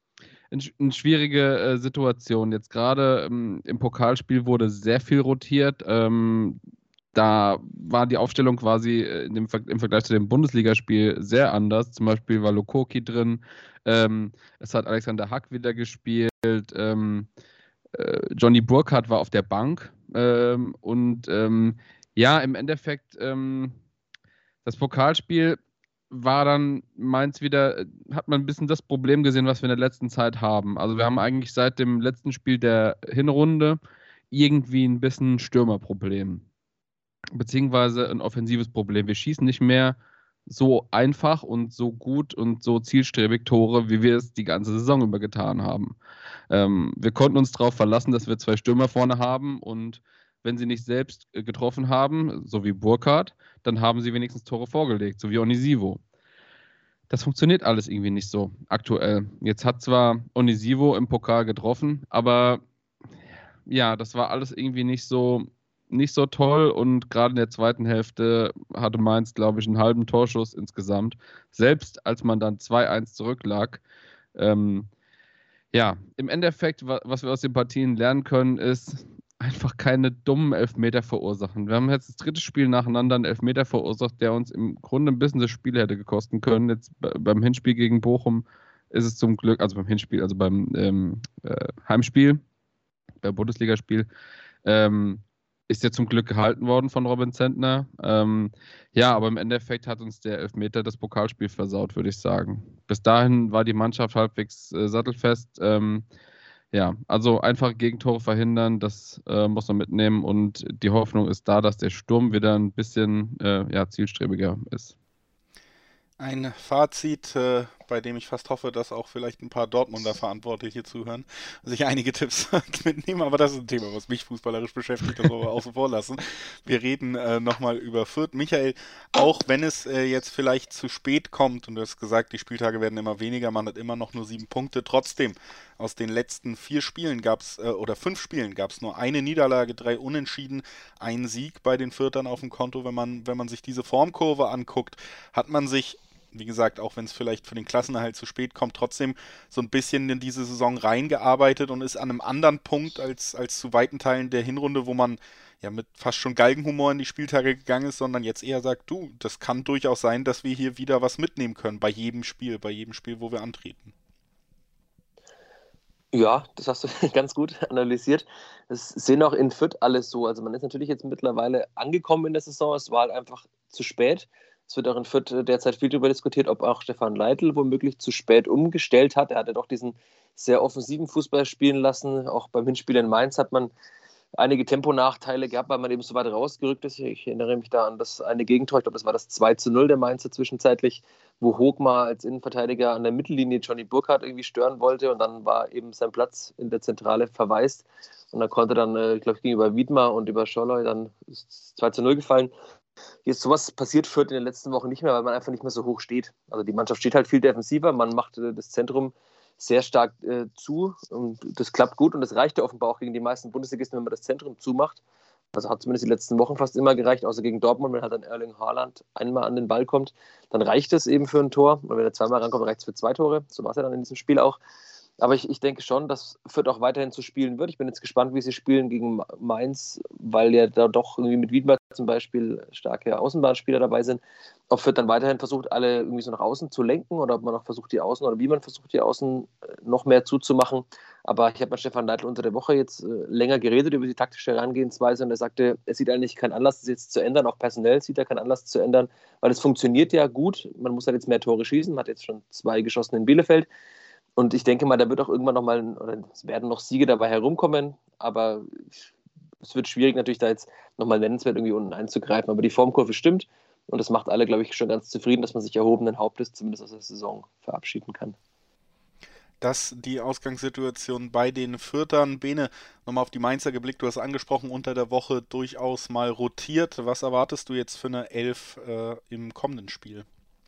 eine schwierige äh, Situation. Jetzt gerade ähm, im Pokalspiel wurde sehr viel rotiert. Ähm, da war die Aufstellung quasi in dem, im Vergleich zu dem Bundesligaspiel sehr anders. Zum Beispiel war Lokoki drin. Ähm, es hat Alexander Hack wieder gespielt. Ähm, äh, Johnny Burkhardt war auf der Bank. Ähm, und ähm, ja, im Endeffekt ähm, das Pokalspiel war dann Mainz wieder, hat man ein bisschen das Problem gesehen, was wir in der letzten Zeit haben. Also wir haben eigentlich seit dem letzten Spiel der Hinrunde irgendwie ein bisschen ein Stürmerproblem. Beziehungsweise ein offensives Problem. Wir schießen nicht mehr so einfach und so gut und so zielstrebig Tore, wie wir es die ganze Saison über getan haben. Ähm, wir konnten uns darauf verlassen, dass wir zwei Stürmer vorne haben und wenn sie nicht selbst äh, getroffen haben, so wie Burkhardt, dann haben sie wenigstens Tore vorgelegt, so wie Onisivo. Das funktioniert alles irgendwie nicht so aktuell. Jetzt hat zwar Onisivo im Pokal getroffen, aber ja, das war alles irgendwie nicht so, nicht so toll und gerade in der zweiten Hälfte hatte Mainz, glaube ich, einen halben Torschuss insgesamt. Selbst als man dann zwei eins zurücklag. Ähm, ja, im Endeffekt, was wir aus den Partien lernen können, ist einfach keine dummen Elfmeter verursachen. Wir haben jetzt das dritte Spiel nacheinander einen Elfmeter verursacht, der uns im Grunde ein bisschen das Spiel hätte gekosten können. Jetzt beim Hinspiel gegen Bochum ist es zum Glück, also beim Hinspiel, also beim ähm, äh, Heimspiel, beim Bundesligaspiel, ähm, ist ja zum Glück gehalten worden von Robin Zentner. Ähm, ja, aber im Endeffekt hat uns der Elfmeter das Pokalspiel versaut, würde ich sagen. Bis dahin war die Mannschaft halbwegs äh, sattelfest. Ähm, ja, also einfach Gegentore verhindern, das äh, muss man mitnehmen und die Hoffnung ist da, dass der Sturm wieder ein bisschen äh, ja, zielstrebiger ist. Ein Fazit, äh, bei dem ich fast hoffe, dass auch vielleicht ein paar Dortmunder Verantwortliche zuhören, sich einige Tipps mitnehmen, aber das ist ein Thema, was mich fußballerisch beschäftigt, das wollen wir außen vor lassen. Wir reden äh, nochmal über Fürth. Michael, auch wenn es äh, jetzt vielleicht zu spät kommt, und du hast gesagt, die Spieltage werden immer weniger, man hat immer noch nur sieben Punkte, trotzdem, aus den letzten vier Spielen gab es, äh, oder fünf Spielen gab es nur eine Niederlage, drei Unentschieden, ein Sieg bei den Fürthern auf dem Konto. Wenn man, wenn man sich diese Formkurve anguckt, hat man sich, wie gesagt, auch wenn es vielleicht für den Klassenerhalt zu spät kommt, trotzdem so ein bisschen in diese Saison reingearbeitet und ist an einem anderen Punkt als, als zu weiten Teilen der Hinrunde, wo man ja mit fast schon Galgenhumor in die Spieltage gegangen ist, sondern jetzt eher sagt, du, das kann durchaus sein, dass wir hier wieder was mitnehmen können bei jedem Spiel, bei jedem Spiel, wo wir antreten. Ja, das hast du ganz gut analysiert. Das sehen auch in Fürth alles so. Also man ist natürlich jetzt mittlerweile angekommen in der Saison. Es war halt einfach zu spät. Es wird auch in Fürth derzeit viel darüber diskutiert, ob auch Stefan Leitl womöglich zu spät umgestellt hat. Er hatte doch diesen sehr offensiven Fußball spielen lassen. Auch beim Hinspiel in Mainz hat man einige Temponachteile gehabt, weil man eben so weit rausgerückt ist. Ich erinnere mich da an das eine Gegentor, ich glaube, das war das zwei zu null der Mainzer zwischenzeitlich, wo Hogmar als Innenverteidiger an der Mittellinie Johnny Burkhardt irgendwie stören wollte und dann war eben sein Platz in der Zentrale verwaist und dann konnte dann, ich glaube, gegenüber Wiedmer und über Scholloy dann ist zwei zu null gefallen. Jetzt sowas passiert Fürth in den letzten Wochen nicht mehr, weil man einfach nicht mehr so hoch steht. Also die Mannschaft steht halt viel defensiver, man macht das Zentrum sehr stark äh, zu und das klappt gut und das reicht ja offenbar auch gegen die meisten Bundesligisten, wenn man das Zentrum zumacht. Also hat zumindest die letzten Wochen fast immer gereicht, außer gegen Dortmund, wenn halt dann Erling Haaland einmal an den Ball kommt, dann reicht es eben für ein Tor und wenn er zweimal rankommt, reicht es für zwei Tore. So war es ja dann in diesem Spiel auch. Aber ich, ich denke schon, dass Fürth auch weiterhin zu spielen wird. Ich bin jetzt gespannt, wie sie spielen gegen Mainz, weil ja da doch irgendwie mit Wiedmer zum Beispiel starke Außenbahnspieler dabei sind. Ob Fürth dann weiterhin versucht, alle irgendwie so nach außen zu lenken oder ob man auch versucht, die Außen oder wie man versucht, die Außen noch mehr zuzumachen. Aber ich habe mit Stefan Leitl unter der Woche jetzt länger geredet über die taktische Herangehensweise und er sagte, er sieht eigentlich keinen Anlass, das jetzt zu ändern. Auch personell sieht er keinen Anlass zu ändern, weil es funktioniert ja gut. Man muss halt jetzt mehr Tore schießen, man hat jetzt schon zwei geschossen in Bielefeld. Und ich denke mal, da wird auch irgendwann nochmal, oder es werden noch Siege dabei herumkommen, aber es wird schwierig natürlich da jetzt nochmal nennenswert irgendwie unten einzugreifen, aber die Formkurve stimmt und das macht alle, glaube ich, schon ganz zufrieden, dass man sich erhobenen Hauptes zumindest aus der Saison verabschieden kann. Das die Ausgangssituation bei den Fürthern. Bene, nochmal auf die Mainzer geblickt, du hast angesprochen, unter der Woche durchaus mal rotiert. Was erwartest du jetzt für eine Elf äh, im kommenden Spiel?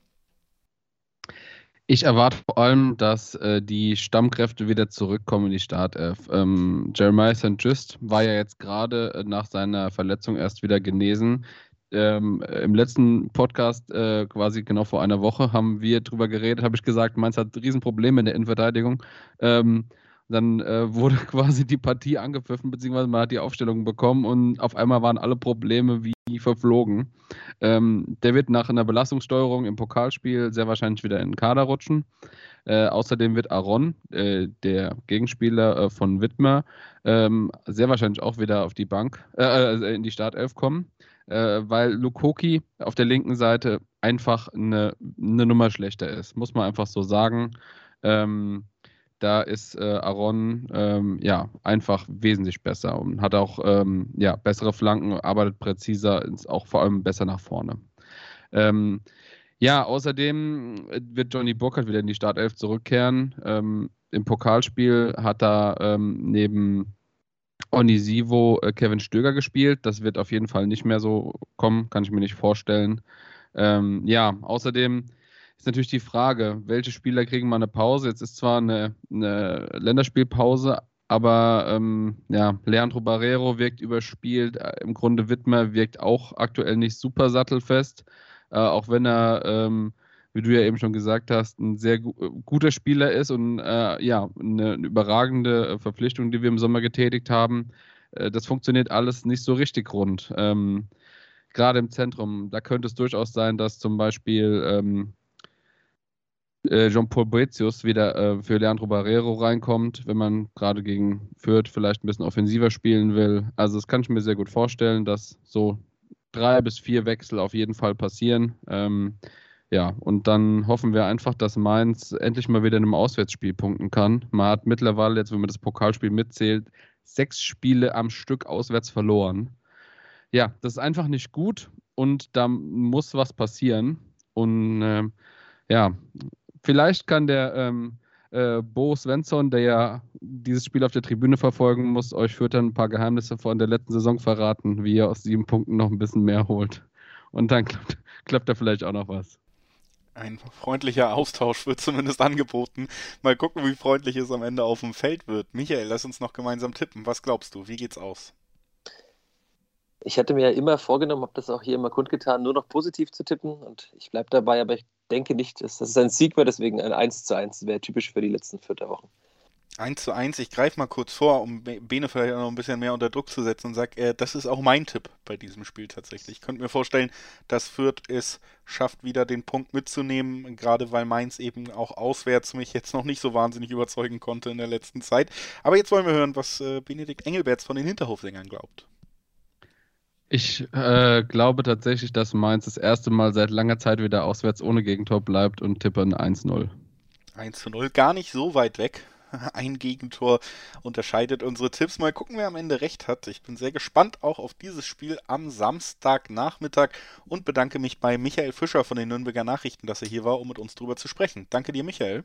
Ich erwarte vor allem, dass äh, die Stammkräfte wieder zurückkommen in die Startelf. Ähm, Jeremiah Saint Just war ja jetzt gerade äh, nach seiner Verletzung erst wieder genesen. ähm, im letzten Podcast, äh, quasi genau vor einer Woche, haben wir drüber geredet, habe ich gesagt, Mainz hat Riesenprobleme in der Innenverteidigung. Ähm, dann äh, wurde quasi die Partie angepfiffen, beziehungsweise man hat die Aufstellung bekommen und auf einmal waren alle Probleme wie verflogen. Ähm, der wird nach einer Belastungssteuerung im Pokalspiel sehr wahrscheinlich wieder in den Kader rutschen. Äh, außerdem wird Aron, äh, der Gegenspieler äh, von Widmer, ähm, sehr wahrscheinlich auch wieder auf die Bank, äh, in die Startelf kommen, äh, weil Lukoki auf der linken Seite einfach eine, eine Nummer schlechter ist, muss man einfach so sagen. Ähm, da ist äh, Aron ähm, ja, einfach wesentlich besser und hat auch ähm, ja, bessere Flanken, arbeitet präziser, ist auch vor allem besser nach vorne. Ähm, ja, außerdem wird Johnny Burkhardt wieder in die Startelf zurückkehren. Ähm, Im Pokalspiel hat er ähm, neben Onisivo äh, Kevin Stöger gespielt. Das wird auf jeden Fall nicht mehr so kommen, kann ich mir nicht vorstellen. Ähm, ja, außerdem ist natürlich die Frage, welche Spieler kriegen mal eine Pause? Jetzt ist zwar eine, eine Länderspielpause, aber ähm, ja, Leandro Barreiro wirkt überspielt. Im Grunde Widmer wirkt auch aktuell nicht super sattelfest. Äh, auch wenn er, ähm, wie du ja eben schon gesagt hast, ein sehr gu guter Spieler ist und äh, ja, eine, eine überragende Verpflichtung, die wir im Sommer getätigt haben. Äh, das funktioniert alles nicht so richtig rund. Ähm, gerade im Zentrum, da könnte es durchaus sein, dass zum Beispiel ähm, äh, Jean-Paul Boetius wieder äh, für Leandro Barreiro reinkommt, wenn man gerade gegen Fürth vielleicht ein bisschen offensiver spielen will. Also das kann ich mir sehr gut vorstellen, dass so drei bis vier Wechsel auf jeden Fall passieren. Ähm, ja, und dann hoffen wir einfach, dass Mainz endlich mal wieder in einem Auswärtsspiel punkten kann. Man hat mittlerweile, jetzt wenn man das Pokalspiel mitzählt, sechs Spiele am Stück auswärts verloren. Ja, das ist einfach nicht gut und da muss was passieren. Und äh, ja, vielleicht kann der ähm, äh, Bo Svensson, der ja dieses Spiel auf der Tribüne verfolgen muss, euch führt dann ein paar Geheimnisse von der letzten Saison verraten, wie ihr aus sieben Punkten noch ein bisschen mehr holt. Und dann klappt, klappt da vielleicht auch noch was. Ein freundlicher Austausch wird zumindest angeboten. Mal gucken, wie freundlich es am Ende auf dem Feld wird. Michael, lass uns noch gemeinsam tippen. Was glaubst du? Wie geht's aus? Ich hatte mir ja immer vorgenommen, habe das auch hier immer kundgetan, nur noch positiv zu tippen. Und ich bleibe dabei, aber ich denke nicht, dass das ein Sieg wäre, deswegen ein eins zu eins wäre typisch für die letzten vierter Wochen. eins zu eins, ich greife mal kurz vor, um Bene vielleicht auch noch ein bisschen mehr unter Druck zu setzen und sage, äh, das ist auch mein Tipp bei diesem Spiel tatsächlich. Ich könnte mir vorstellen, dass Fürth es schafft, wieder den Punkt mitzunehmen, gerade weil Mainz eben auch auswärts mich jetzt noch nicht so wahnsinnig überzeugen konnte in der letzten Zeit. Aber jetzt wollen wir hören, was äh, Benedikt Engelberts von den Hinterhofsängern glaubt. Ich äh, glaube tatsächlich, dass Mainz das erste Mal seit langer Zeit wieder auswärts ohne Gegentor bleibt und tippe ein eins null. eins zu null, gar nicht so weit weg. Ein Gegentor unterscheidet unsere Tipps. Mal gucken, wer am Ende recht hat. Ich bin sehr gespannt auch auf dieses Spiel am Samstagnachmittag und bedanke mich bei Michael Fischer von den Nürnberger Nachrichten, dass er hier war, um mit uns drüber zu sprechen. Danke dir, Michael.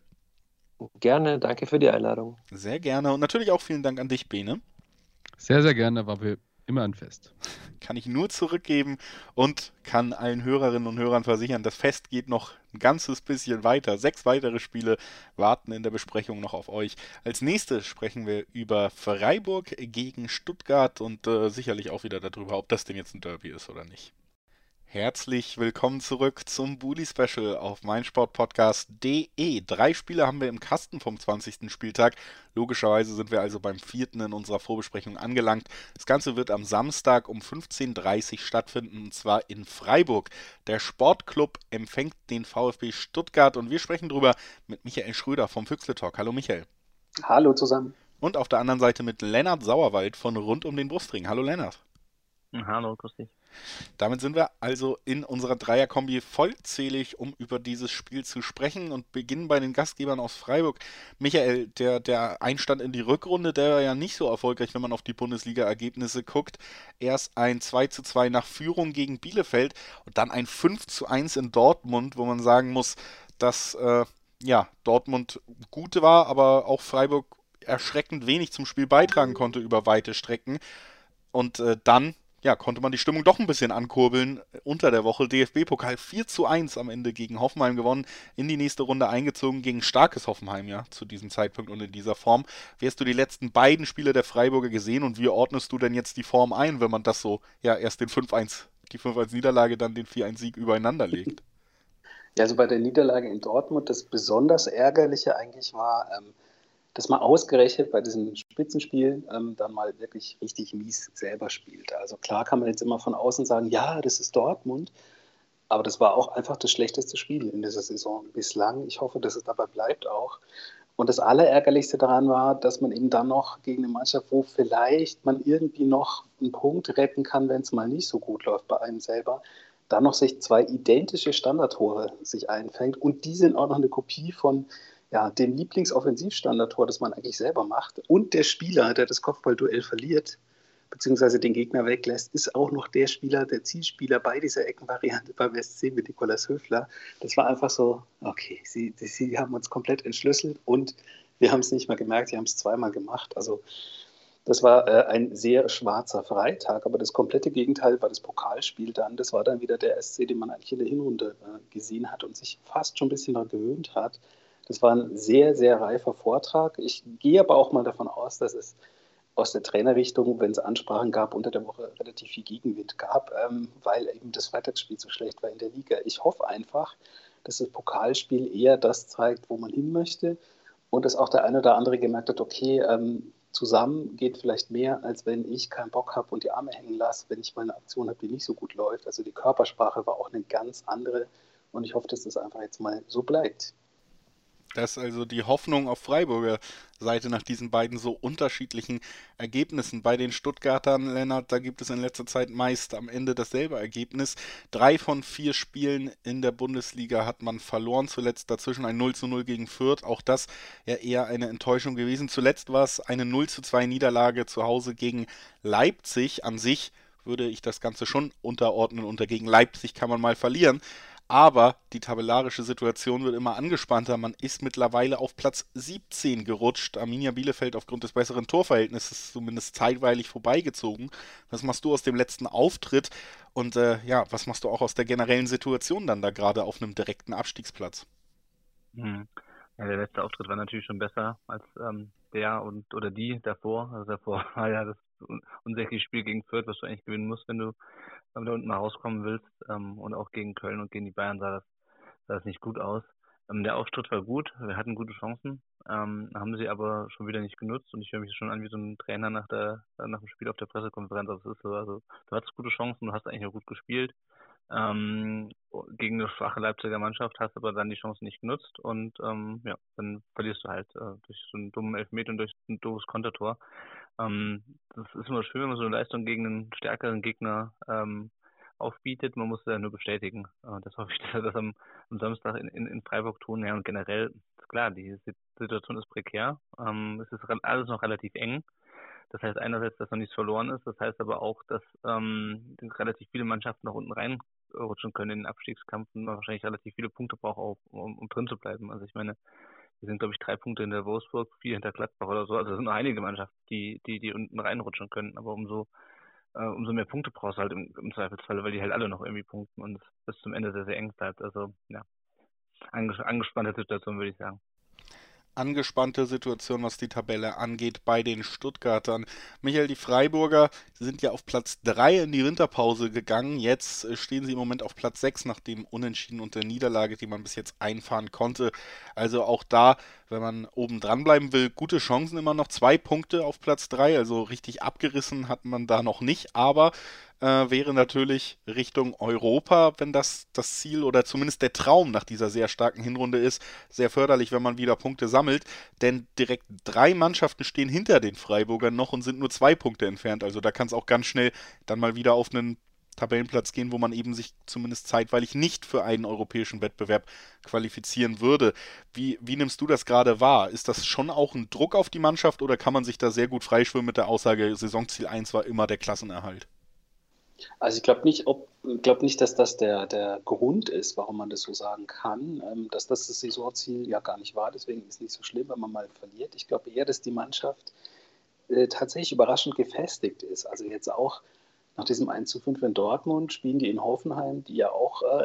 Gerne, danke für die Einladung. Sehr gerne und natürlich auch vielen Dank an dich, Bene. Sehr, sehr gerne, war wir immer ein Fest. Kann ich nur zurückgeben und kann allen Hörerinnen und Hörern versichern, das Fest geht noch ein ganzes bisschen weiter. Sechs weitere Spiele warten in der Besprechung noch auf euch. Als nächstes sprechen wir über Freiburg gegen Stuttgart und äh, sicherlich auch wieder darüber, ob das denn jetzt ein Derby ist oder nicht. Herzlich willkommen zurück zum Bully-Special auf meinsportpodcast punkt de. Drei Spiele haben wir im Kasten vom zwanzigsten Spieltag. Logischerweise sind wir also beim vierten in unserer Vorbesprechung angelangt. Das Ganze wird am Samstag um fünfzehn Uhr dreißig stattfinden, und zwar in Freiburg. Der Sportclub empfängt den VfB Stuttgart und wir sprechen drüber mit Michael Schröder vom Füchsle Talk. Hallo Michael. Hallo zusammen. Und auf der anderen Seite mit Lennart Sauerwald von Rund um den Brustring. Hallo Lennart. Hallo, grüß dich. Damit sind wir also in unserer Dreierkombi vollzählig, um über dieses Spiel zu sprechen und beginnen bei den Gastgebern aus Freiburg. Michael, der, der Einstand in die Rückrunde, der war ja nicht so erfolgreich, wenn man auf die Bundesliga-Ergebnisse guckt. Erst ein zwei zu zwei nach Führung gegen Bielefeld und dann ein fünf zu eins in Dortmund, wo man sagen muss, dass äh, ja, Dortmund gut war, aber auch Freiburg erschreckend wenig zum Spiel beitragen konnte über weite Strecken. Und äh, dann ja, konnte man die Stimmung doch ein bisschen ankurbeln. Unter der Woche D F B-Pokal vier zu eins am Ende gegen Hoffenheim gewonnen, in die nächste Runde eingezogen gegen starkes Hoffenheim, ja, zu diesem Zeitpunkt und in dieser Form. Wie hast du die letzten beiden Spiele der Freiburger gesehen und wie ordnest du denn jetzt die Form ein, wenn man das so, ja, erst den fünf eins die fünf eins Niederlage dann den vier eins Sieg übereinander legt. Ja, also bei der Niederlage in Dortmund, das besonders Ärgerliche eigentlich war, ähm, dass man ausgerechnet bei diesem Spitzenspiel ähm, dann mal wirklich richtig mies selber spielt. Also klar kann man jetzt immer von außen sagen, ja, das ist Dortmund, aber das war auch einfach das schlechteste Spiel in dieser Saison bislang. Ich hoffe, dass es dabei bleibt auch. Und das Allerärgerlichste daran war, dass man eben dann noch gegen eine Mannschaft, wo vielleicht man irgendwie noch einen Punkt retten kann, wenn es mal nicht so gut läuft bei einem selber, dann noch sich zwei identische Standardtore sich einfängt. Und die sind auch noch eine Kopie von ja, dem Lieblingsoffensivstandardtor, das man eigentlich selber macht. Und der Spieler, der das Kopfballduell verliert, beziehungsweise den Gegner weglässt, ist auch noch der Spieler, der Zielspieler bei dieser Eckenvariante beim S C mit Nikolaus Höfler. Das war einfach so, okay, sie, sie haben uns komplett entschlüsselt und wir haben es nicht mal gemerkt, sie haben es zweimal gemacht. Also das war äh, ein sehr schwarzer Freitag, aber das komplette Gegenteil war das Pokalspiel dann. Das war dann wieder der S C, den man eigentlich in der Hinrunde äh, gesehen hat und sich fast schon ein bisschen daran gewöhnt hat. Das war ein sehr, sehr reifer Vortrag. Ich gehe aber auch mal davon aus, dass es aus der Trainerrichtung, wenn es Ansprachen gab, unter der Woche relativ viel Gegenwind gab, ähm, weil eben das Freitagsspiel so schlecht war in der Liga. Ich hoffe einfach, dass das Pokalspiel eher das zeigt, wo man hin möchte und dass auch der eine oder andere gemerkt hat, okay, ähm, zusammen geht vielleicht mehr, als wenn ich keinen Bock habe und die Arme hängen lasse, wenn ich mal eine Aktion habe, die nicht so gut läuft. Also die Körpersprache war auch eine ganz andere und ich hoffe, dass das einfach jetzt mal so bleibt. Das ist also die Hoffnung auf Freiburger Seite nach diesen beiden so unterschiedlichen Ergebnissen. Bei den Stuttgartern, Lennart, da gibt es in letzter Zeit meist am Ende dasselbe Ergebnis. Drei von vier Spielen in der Bundesliga hat man verloren, zuletzt dazwischen ein null zu null gegen Fürth. Auch das ja eher eine Enttäuschung gewesen. Zuletzt war es eine null zu zwei Niederlage zu Hause gegen Leipzig. An sich würde ich das Ganze schon unterordnen unter gegen Leipzig kann man mal verlieren. Aber die tabellarische Situation wird immer angespannter. Man ist mittlerweile auf Platz siebzehn gerutscht. Arminia Bielefeld aufgrund des besseren Torverhältnisses zumindest zeitweilig vorbeigezogen. Was machst du aus dem letzten Auftritt? Und äh, ja, was machst du auch aus der generellen Situation dann da gerade auf einem direkten Abstiegsplatz? Hm. Ja, der letzte Auftritt war natürlich schon besser als ähm, der und oder die davor. Also davor war ja das un unsägliche Spiel gegen Fürth, was du eigentlich gewinnen musst, wenn du ähm, da unten mal rauskommen willst. Ähm, und auch gegen Köln und gegen die Bayern sah das, sah das nicht gut aus. Ähm, der Auftritt war gut, wir hatten gute Chancen, ähm, haben sie aber schon wieder nicht genutzt und ich höre mich schon an wie so ein Trainer nach der nach dem Spiel auf der Pressekonferenz. Also, es ist so, also du hattest gute Chancen, du hast eigentlich auch gut gespielt. Ähm, gegen eine schwache Leipziger Mannschaft, hast aber dann die Chance nicht genutzt und ähm, ja, dann verlierst du halt äh, durch so einen dummen Elfmeter und durch ein doofes Kontertor. Ähm, das ist immer schön, wenn man so eine Leistung gegen einen stärkeren Gegner ähm, aufbietet. Man muss es ja nur bestätigen. Äh, das hoffe ich, dass wir das am, am Samstag in, in, in Freiburg tun. Ja, und generell, ist klar, die Situation ist prekär. Ähm, es ist alles noch relativ eng. Das heißt einerseits, dass noch nichts verloren ist, das heißt aber auch, dass ähm, relativ viele Mannschaften nach unten reinrutschen können in den Abstiegskampf und man wahrscheinlich relativ viele Punkte braucht, auch, um, um drin zu bleiben. Also ich meine, wir sind, glaube ich, drei Punkte hinter Wolfsburg, vier hinter Gladbach oder so. Also es sind noch einige Mannschaften, die, die, die unten reinrutschen können, aber umso, äh, umso mehr Punkte brauchst du halt im, im Zweifelsfall, weil die halt alle noch irgendwie punkten und es bis zum Ende sehr, sehr eng bleibt. Also ja, anges angespannte Situation, würde ich sagen. Angespannte Situation, was die Tabelle angeht bei den Stuttgartern. Michael, die Freiburger sind ja auf Platz drei in die Winterpause gegangen. Jetzt stehen sie im Moment auf Platz sechs nach dem Unentschieden und der Niederlage, die man bis jetzt einfahren konnte. Also auch da, wenn man oben dran bleiben will, gute Chancen immer noch. Zwei Punkte auf Platz drei, also richtig abgerissen hat man da noch nicht, aber Äh, wäre natürlich Richtung Europa, wenn das das Ziel oder zumindest der Traum nach dieser sehr starken Hinrunde ist, sehr förderlich, wenn man wieder Punkte sammelt, denn direkt drei Mannschaften stehen hinter den Freiburgern noch und sind nur zwei Punkte entfernt, also da kann es auch ganz schnell dann mal wieder auf einen Tabellenplatz gehen, wo man eben sich zumindest zeitweilig nicht für einen europäischen Wettbewerb qualifizieren würde. Wie, wie nimmst du das gerade wahr? Ist das schon auch ein Druck auf die Mannschaft oder kann man sich da sehr gut freischwimmen mit der Aussage, Saisonziel eins war immer der Klassenerhalt? Also ich glaube nicht, ob, glaub nicht, dass das der, der Grund ist, warum man das so sagen kann, ähm, dass das das Saisonziel ja gar nicht war. Deswegen ist es nicht so schlimm, wenn man mal verliert. Ich glaube eher, dass die Mannschaft äh, tatsächlich überraschend gefestigt ist. Also jetzt auch nach diesem eins zu fünf in Dortmund spielen die in Hoffenheim, die ja auch äh,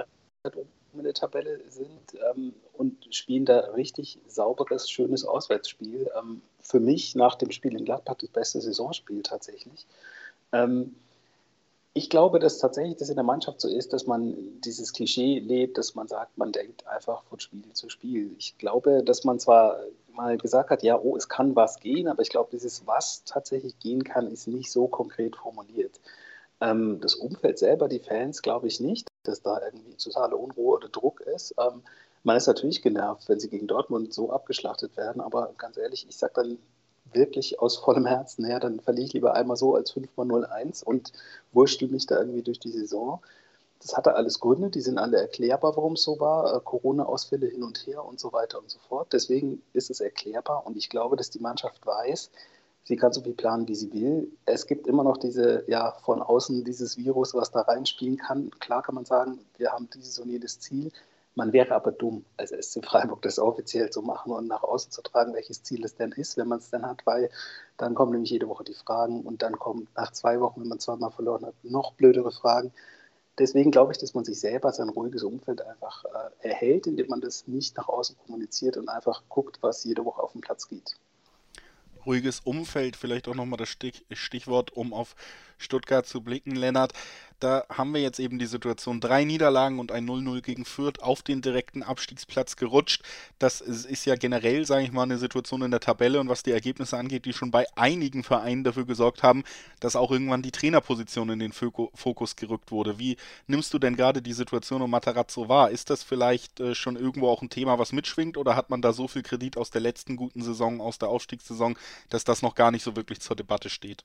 in der Tabelle sind ähm, und spielen da richtig sauberes, schönes Auswärtsspiel. Ähm, für mich nach dem Spiel in Gladbach das beste Saisonspiel tatsächlich. Ähm, Ich glaube, dass tatsächlich das in der Mannschaft so ist, dass man dieses Klischee lebt, dass man sagt, man denkt einfach von Spiel zu Spiel. Ich glaube, dass man zwar mal gesagt hat, ja, oh, es kann was gehen, aber ich glaube, dieses was tatsächlich gehen kann, ist nicht so konkret formuliert. Ähm, das Umfeld selber, die Fans, glaube ich nicht, dass da irgendwie totale Unruhe oder Druck ist. Ähm, man ist natürlich genervt, wenn sie gegen Dortmund so abgeschlachtet werden, aber ganz ehrlich, ich sage dann wirklich aus vollem Herzen, ja, dann verliere ich lieber einmal so als fünfmal null eins und wurschtel mich da irgendwie durch die Saison. Das hatte alles Gründe, die sind alle erklärbar, warum es so war. Äh, Corona-Ausfälle hin und her und so weiter und so fort. Deswegen ist es erklärbar und ich glaube, dass die Mannschaft weiß, sie kann so viel planen, wie sie will. Es gibt immer noch diese, ja, von außen dieses Virus, was da reinspielen kann. Klar kann man sagen, wir haben dieses und jedes Ziel. Man wäre aber dumm, als S C Freiburg das offiziell zu machen und nach außen zu tragen, welches Ziel es denn ist, wenn man es denn hat, weil dann kommen nämlich jede Woche die Fragen und dann kommen nach zwei Wochen, wenn man zweimal verloren hat, noch blödere Fragen. Deswegen glaube ich, dass man sich selber sein ruhiges Umfeld einfach äh, erhält, indem man das nicht nach außen kommuniziert und einfach guckt, was jede Woche auf dem Platz geht. Ruhiges Umfeld, vielleicht auch nochmal das Stich, Stichwort, um auf Stuttgart zu blicken, Lennart. Da haben wir jetzt eben die Situation, drei Niederlagen und ein null null gegen Fürth auf den direkten Abstiegsplatz gerutscht. Das ist, ist ja generell, sage ich mal, eine Situation in der Tabelle und was die Ergebnisse angeht, die schon bei einigen Vereinen dafür gesorgt haben, dass auch irgendwann die Trainerposition in den Fokus gerückt wurde. Wie nimmst du denn gerade die Situation um Matarazzo wahr? Ist das vielleicht äh, schon irgendwo auch ein Thema, was mitschwingt, oder hat man da so viel Kredit aus der letzten guten Saison, aus der Aufstiegssaison, dass das noch gar nicht so wirklich zur Debatte steht?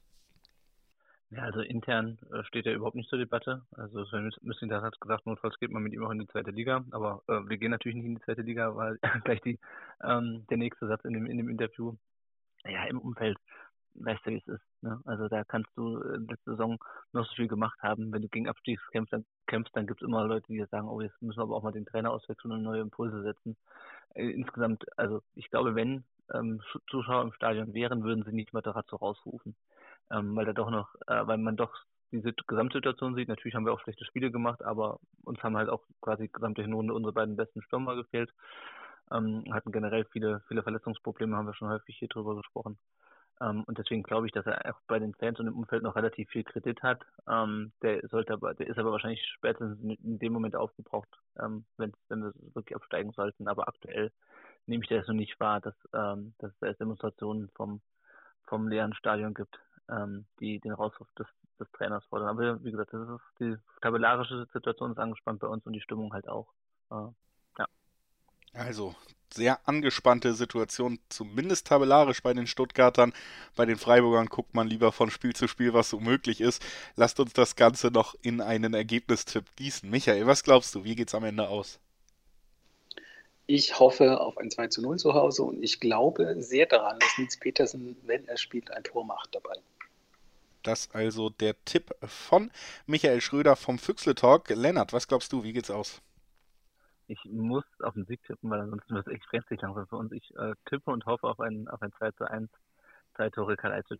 Ja, also intern äh, steht er überhaupt nicht zur Debatte. Also Sven Mislintat hat gesagt, notfalls geht man mit ihm auch in die zweite Liga. Aber äh, wir gehen natürlich nicht in die zweite Liga, weil gleich die, ähm, der nächste Satz in dem, in dem Interview. Ja, im Umfeld, weißt du, wie es ist. Ne? Also da kannst du äh, letzte Saison noch so viel gemacht haben. Wenn du gegen Abstiegskämpfst, dann, kämpfst, dann gibt es immer Leute, die dir sagen, oh, jetzt müssen wir aber auch mal den Trainer auswechseln und neue Impulse setzen. Äh, insgesamt, also ich glaube, wenn ähm, Zuschauer im Stadion wären, würden sie nicht Matarazzo rausrufen. Ähm, weil da doch noch, äh, weil man doch diese Gesamtsituation sieht. Natürlich haben wir auch schlechte Spiele gemacht, aber uns haben halt auch quasi gesamte Hinrunde unsere beiden besten Stürmer gefehlt. Ähm, hatten generell viele, viele Verletzungsprobleme, haben wir schon häufig hier drüber gesprochen. Ähm, und deswegen glaube ich, dass er auch bei den Fans und im Umfeld noch relativ viel Kredit hat. Ähm, der sollte aber, der ist aber wahrscheinlich spätestens in dem Moment aufgebraucht, ähm, wenn, wenn wir wirklich absteigen sollten. Aber aktuell nehme ich das noch nicht wahr, dass, ähm, dass es Demonstrationen vom, vom leeren Stadion gibt, ähm, die den Rauswurf des, des Trainers fordern. Aber wie gesagt, das ist, die tabellarische Situation ist angespannt bei uns und die Stimmung halt auch. Äh, ja. Also, sehr angespannte Situation, zumindest tabellarisch bei den Stuttgartern. Bei den Freiburgern guckt man lieber von Spiel zu Spiel, was so möglich ist. Lasst uns das Ganze noch in einen Ergebnistipp gießen. Michael, was glaubst du, wie geht's am Ende aus? Ich hoffe auf ein zwei zu null zu Hause und ich glaube sehr daran, dass Nils Petersen, wenn er spielt, ein Tor macht dabei. Das also der Tipp von Michael Schröder vom Füchsle Talk. Lennart, was glaubst du, wie geht's aus? Ich muss auf den Sieg tippen, weil ansonsten wird es echt brenzlig langsam für uns. Ich äh, tippe und hoffe auf ein, auf ein zwei zu eins, zwei Tore Kalajdzic.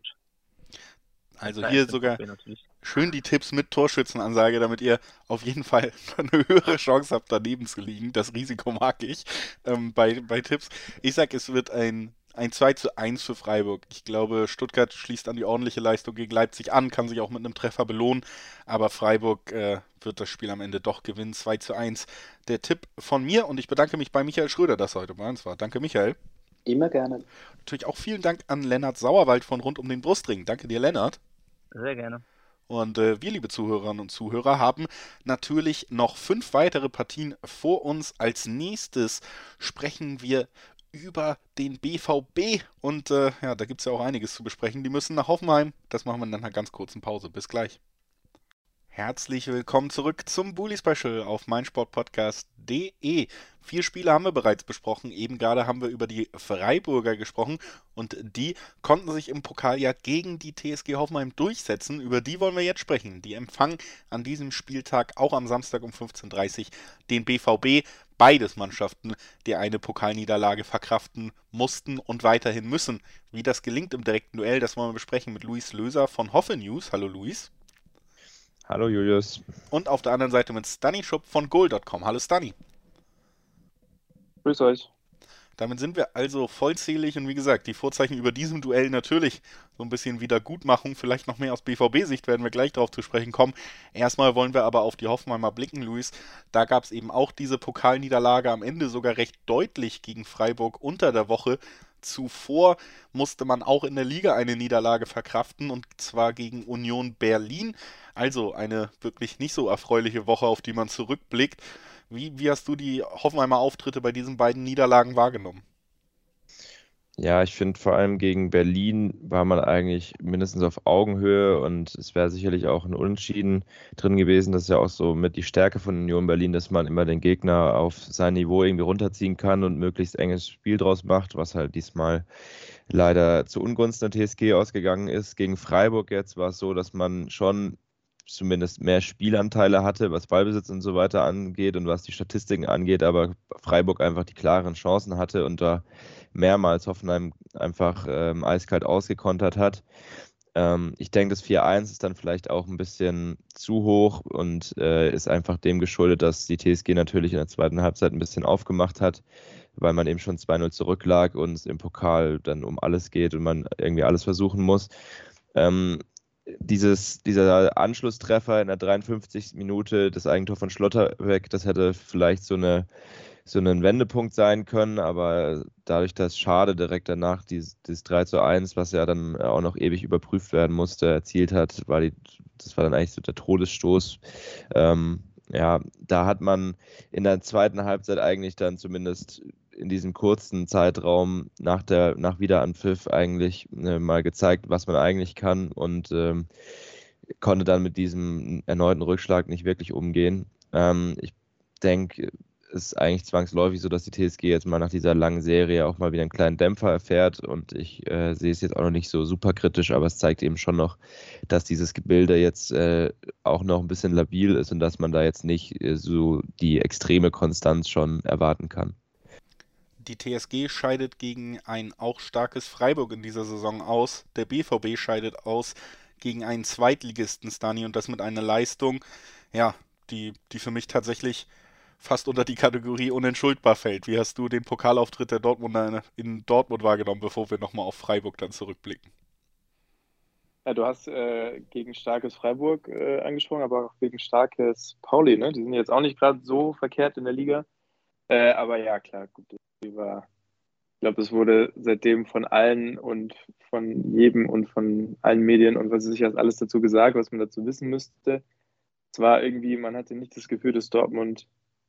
Also hier sogar schön die Tipps mit Torschützenansage, damit ihr auf jeden Fall eine höhere Chance habt, daneben zu liegen. Das Risiko mag ich ähm, bei, bei Tipps. Ich sag, es wird ein, ein zwei zu eins für Freiburg. Ich glaube, Stuttgart schließt an die ordentliche Leistung gegen Leipzig an, kann sich auch mit einem Treffer belohnen. Aber Freiburg äh, wird das Spiel am Ende doch gewinnen. zwei zu eins. Der Tipp von mir, und ich bedanke mich bei Michael Schröder, dass er heute bei uns war. Danke, Michael. Immer gerne. Natürlich auch vielen Dank an Lennart Sauerwald von Rund um den Brustring. Danke dir, Lennart. Sehr gerne. Und äh, wir, liebe Zuhörerinnen und Zuhörer, haben natürlich noch fünf weitere Partien vor uns. Als nächstes sprechen wir über den B V B. Und äh, ja, da gibt es ja auch einiges zu besprechen. Die müssen nach Hoffenheim. Das machen wir in einer ganz kurzen Pause. Bis gleich. Herzlich willkommen zurück zum Bully Special auf meinsportpodcast punkt de. Vier Spiele haben wir bereits besprochen. Eben gerade haben wir über die Freiburger gesprochen und die konnten sich im Pokal ja gegen die T S G Hoffenheim durchsetzen. Über die wollen wir jetzt sprechen. Die empfangen an diesem Spieltag auch am Samstag um fünfzehn Uhr dreißig den B V B. Beides Mannschaften, die eine Pokalniederlage verkraften mussten und weiterhin müssen. Wie das gelingt im direkten Duell, das wollen wir besprechen mit Luis Löser von Hoffe News. Hallo Luis. Hallo Julius. Und auf der anderen Seite mit Stani Schupp von goal punkt com. Hallo Stani. Grüß euch. Damit sind wir also vollzählig und wie gesagt, die Vorzeichen über diesem Duell natürlich so ein bisschen Wiedergutmachung, vielleicht noch mehr aus B V B-Sicht, werden wir gleich darauf zu sprechen kommen. Erstmal wollen wir aber auf die Hoffenheimer blicken, Luis. Da gab es eben auch diese Pokalniederlage am Ende sogar recht deutlich gegen Freiburg unter der Woche. Zuvor musste man auch in der Liga eine Niederlage verkraften und zwar gegen Union Berlin. Also eine wirklich nicht so erfreuliche Woche, auf die man zurückblickt. Wie, wie hast du die Hoffenheimer Auftritte bei diesen beiden Niederlagen wahrgenommen? Ja, ich finde vor allem gegen Berlin war man eigentlich mindestens auf Augenhöhe und es wäre sicherlich auch ein Unentschieden drin gewesen. Das ist ja auch so mit die Stärke von Union Berlin, dass man immer den Gegner auf sein Niveau irgendwie runterziehen kann und möglichst enges Spiel draus macht, was halt diesmal leider zu Ungunsten der T S G ausgegangen ist. Gegen Freiburg jetzt war es so, dass man schon zumindest mehr Spielanteile hatte, was Ballbesitz und so weiter angeht und was die Statistiken angeht, aber Freiburg einfach die klaren Chancen hatte und da mehrmals Hoffenheim einfach ähm, eiskalt ausgekontert hat. Ähm, ich denke, das vier eins ist dann vielleicht auch ein bisschen zu hoch und äh, ist einfach dem geschuldet, dass die T S G natürlich in der zweiten Halbzeit ein bisschen aufgemacht hat, weil man eben schon zwei null zurücklag und es im Pokal dann um alles geht und man irgendwie alles versuchen muss. Ähm, Dieses, dieser Anschlusstreffer in der dreiundfünfzigsten Minute, das Eigentor von Schlotterbeck, das hätte vielleicht so, eine, so ein Wendepunkt sein können, aber dadurch, dass Schade direkt danach dieses, dieses drei zu eins, was ja dann auch noch ewig überprüft werden musste, erzielt hat, war die, das war dann eigentlich so der Todesstoß. Ähm, ja, da hat man in der zweiten Halbzeit eigentlich dann zumindest in diesem kurzen Zeitraum nach der nach Wiederanpfiff eigentlich äh, mal gezeigt, was man eigentlich kann und ähm, konnte dann mit diesem erneuten Rückschlag nicht wirklich umgehen. Ähm, ich denke, es ist eigentlich zwangsläufig so, dass die T S G jetzt mal nach dieser langen Serie auch mal wieder einen kleinen Dämpfer erfährt und ich äh, sehe es jetzt auch noch nicht so super kritisch, aber es zeigt eben schon noch, dass dieses Gebilde jetzt äh, auch noch ein bisschen labil ist und dass man da jetzt nicht äh, so die extreme Konstanz schon erwarten kann. Die T S G scheidet gegen ein auch starkes Freiburg in dieser Saison aus. Der B V B scheidet aus gegen einen Zweitligisten, Stani, und das mit einer Leistung, ja, die, die für mich tatsächlich fast unter die Kategorie unentschuldbar fällt. Wie hast du den Pokalauftritt der Dortmunder in Dortmund wahrgenommen, bevor wir nochmal auf Freiburg dann zurückblicken? Ja, du hast äh, gegen starkes Freiburg äh, angesprochen, aber auch gegen starkes Pauli, ne? Die sind jetzt auch nicht gerade so verkehrt in der Liga. Äh, aber ja, klar, gut, die war, ich glaube, es wurde seitdem von allen und von jedem und von allen Medien und was weiß ich, alles dazu gesagt, was man dazu wissen müsste. Es war irgendwie, man hatte nicht das Gefühl, dass Dortmund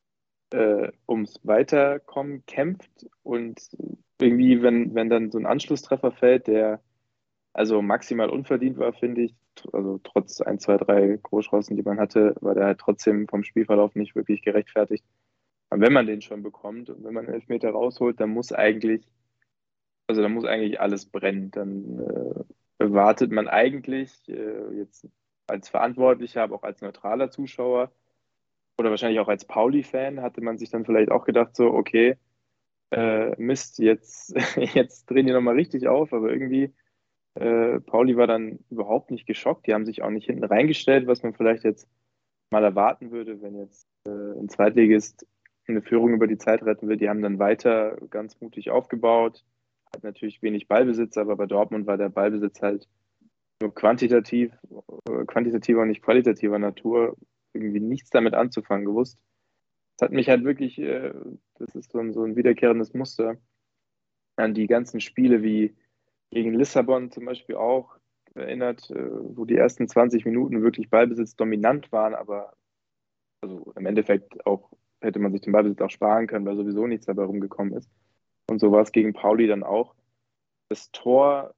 äh, ums Weiterkommen kämpft und irgendwie, wenn, wenn dann so ein Anschlusstreffer fällt, der also maximal unverdient war, finde ich, also trotz ein, zwei, drei Großchancen, die man hatte, war der halt trotzdem vom Spielverlauf nicht wirklich gerechtfertigt. Und wenn man den schon bekommt und wenn man einen Elfmeter rausholt, dann muss eigentlich, also dann muss eigentlich alles brennen. Dann äh, erwartet man eigentlich äh, jetzt als Verantwortlicher, aber auch als neutraler Zuschauer oder wahrscheinlich auch als Pauli-Fan, hatte man sich dann vielleicht auch gedacht, so, okay, äh, Mist, jetzt, jetzt drehen die nochmal richtig auf, aber irgendwie, äh, Pauli war dann überhaupt nicht geschockt. Die haben sich auch nicht hinten reingestellt, was man vielleicht jetzt mal erwarten würde, wenn jetzt äh, ein Zweitligist eine Führung über die Zeit retten will. Die haben dann weiter ganz mutig aufgebaut, hat natürlich wenig Ballbesitz, aber bei Dortmund war der Ballbesitz halt nur quantitativ, äh, quantitativer und nicht qualitativer Natur, irgendwie nichts damit anzufangen gewusst. Das hat mich halt wirklich, äh, das ist so ein, so ein wiederkehrendes Muster, an die ganzen Spiele wie gegen Lissabon zum Beispiel auch erinnert, äh, wo die ersten zwanzig Minuten wirklich Ballbesitz dominant waren, aber also im Endeffekt auch hätte man sich den Ballbesitz auch sparen können, weil sowieso nichts dabei rumgekommen ist. Und so war es gegen Pauli dann auch. Das Tor,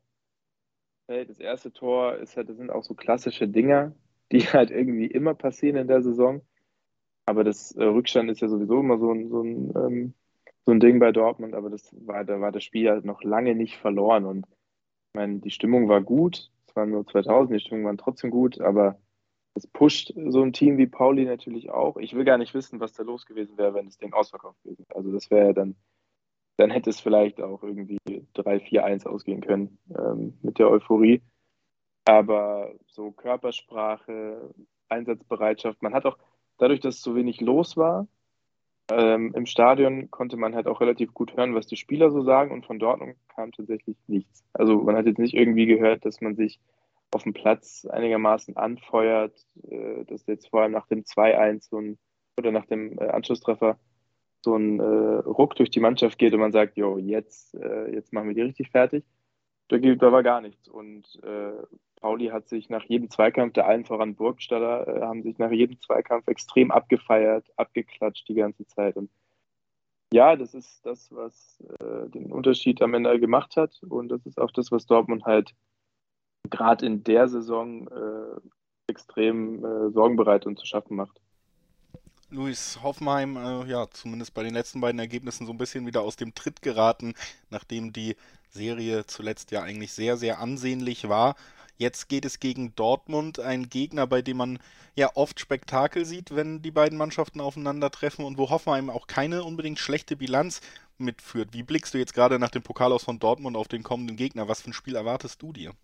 das erste Tor, ist halt, das sind auch so klassische Dinger, die halt irgendwie immer passieren in der Saison. Aber das äh, Rückstand ist ja sowieso immer so ein, so ein, ähm, so ein Ding bei Dortmund, aber das war, da war das Spiel halt noch lange nicht verloren. Und ich meine, die Stimmung war gut, es waren nur zweitausend, die Stimmung war trotzdem gut, aber das pusht so ein Team wie Pauli natürlich auch. Ich will gar nicht wissen, was da los gewesen wäre, wenn das Ding ausverkauft wäre. Also das wäre ja dann, dann hätte es vielleicht auch irgendwie drei vier eins ausgehen können ähm, mit der Euphorie. Aber so Körpersprache, Einsatzbereitschaft, man hat auch, dadurch, dass so wenig los war, Ähm, im Stadion konnte man halt auch relativ gut hören, was die Spieler so sagen, und von Dortmund kam tatsächlich nichts. Also man hat jetzt nicht irgendwie gehört, dass man sich auf dem Platz einigermaßen anfeuert, äh, dass jetzt vor allem nach dem zwei eins so ein, oder nach dem äh, Anschlusstreffer so ein äh, Ruck durch die Mannschaft geht und man sagt, jo, jetzt, äh, jetzt machen wir die richtig fertig. Da, gibt, da war gar nichts. Und äh, Pauli hat sich nach jedem Zweikampf, der allen voran Burgstaller, äh, haben sich nach jedem Zweikampf extrem abgefeiert, abgeklatscht die ganze Zeit. Und ja, das ist das, was äh, den Unterschied am Ende gemacht hat. Und das ist auch das, was Dortmund halt gerade in der Saison äh, extrem äh, sorgenbereit und zu schaffen macht. Luis, Hoffenheim, äh, ja, zumindest bei den letzten beiden Ergebnissen so ein bisschen wieder aus dem Tritt geraten, nachdem die Serie zuletzt ja eigentlich sehr, sehr ansehnlich war. Jetzt geht es gegen Dortmund, ein Gegner, bei dem man ja oft Spektakel sieht, wenn die beiden Mannschaften aufeinandertreffen und wo Hoffenheim auch keine unbedingt schlechte Bilanz mitführt. Wie blickst du jetzt gerade nach dem Pokal aus von Dortmund auf den kommenden Gegner? Was für ein Spiel erwartest du dir?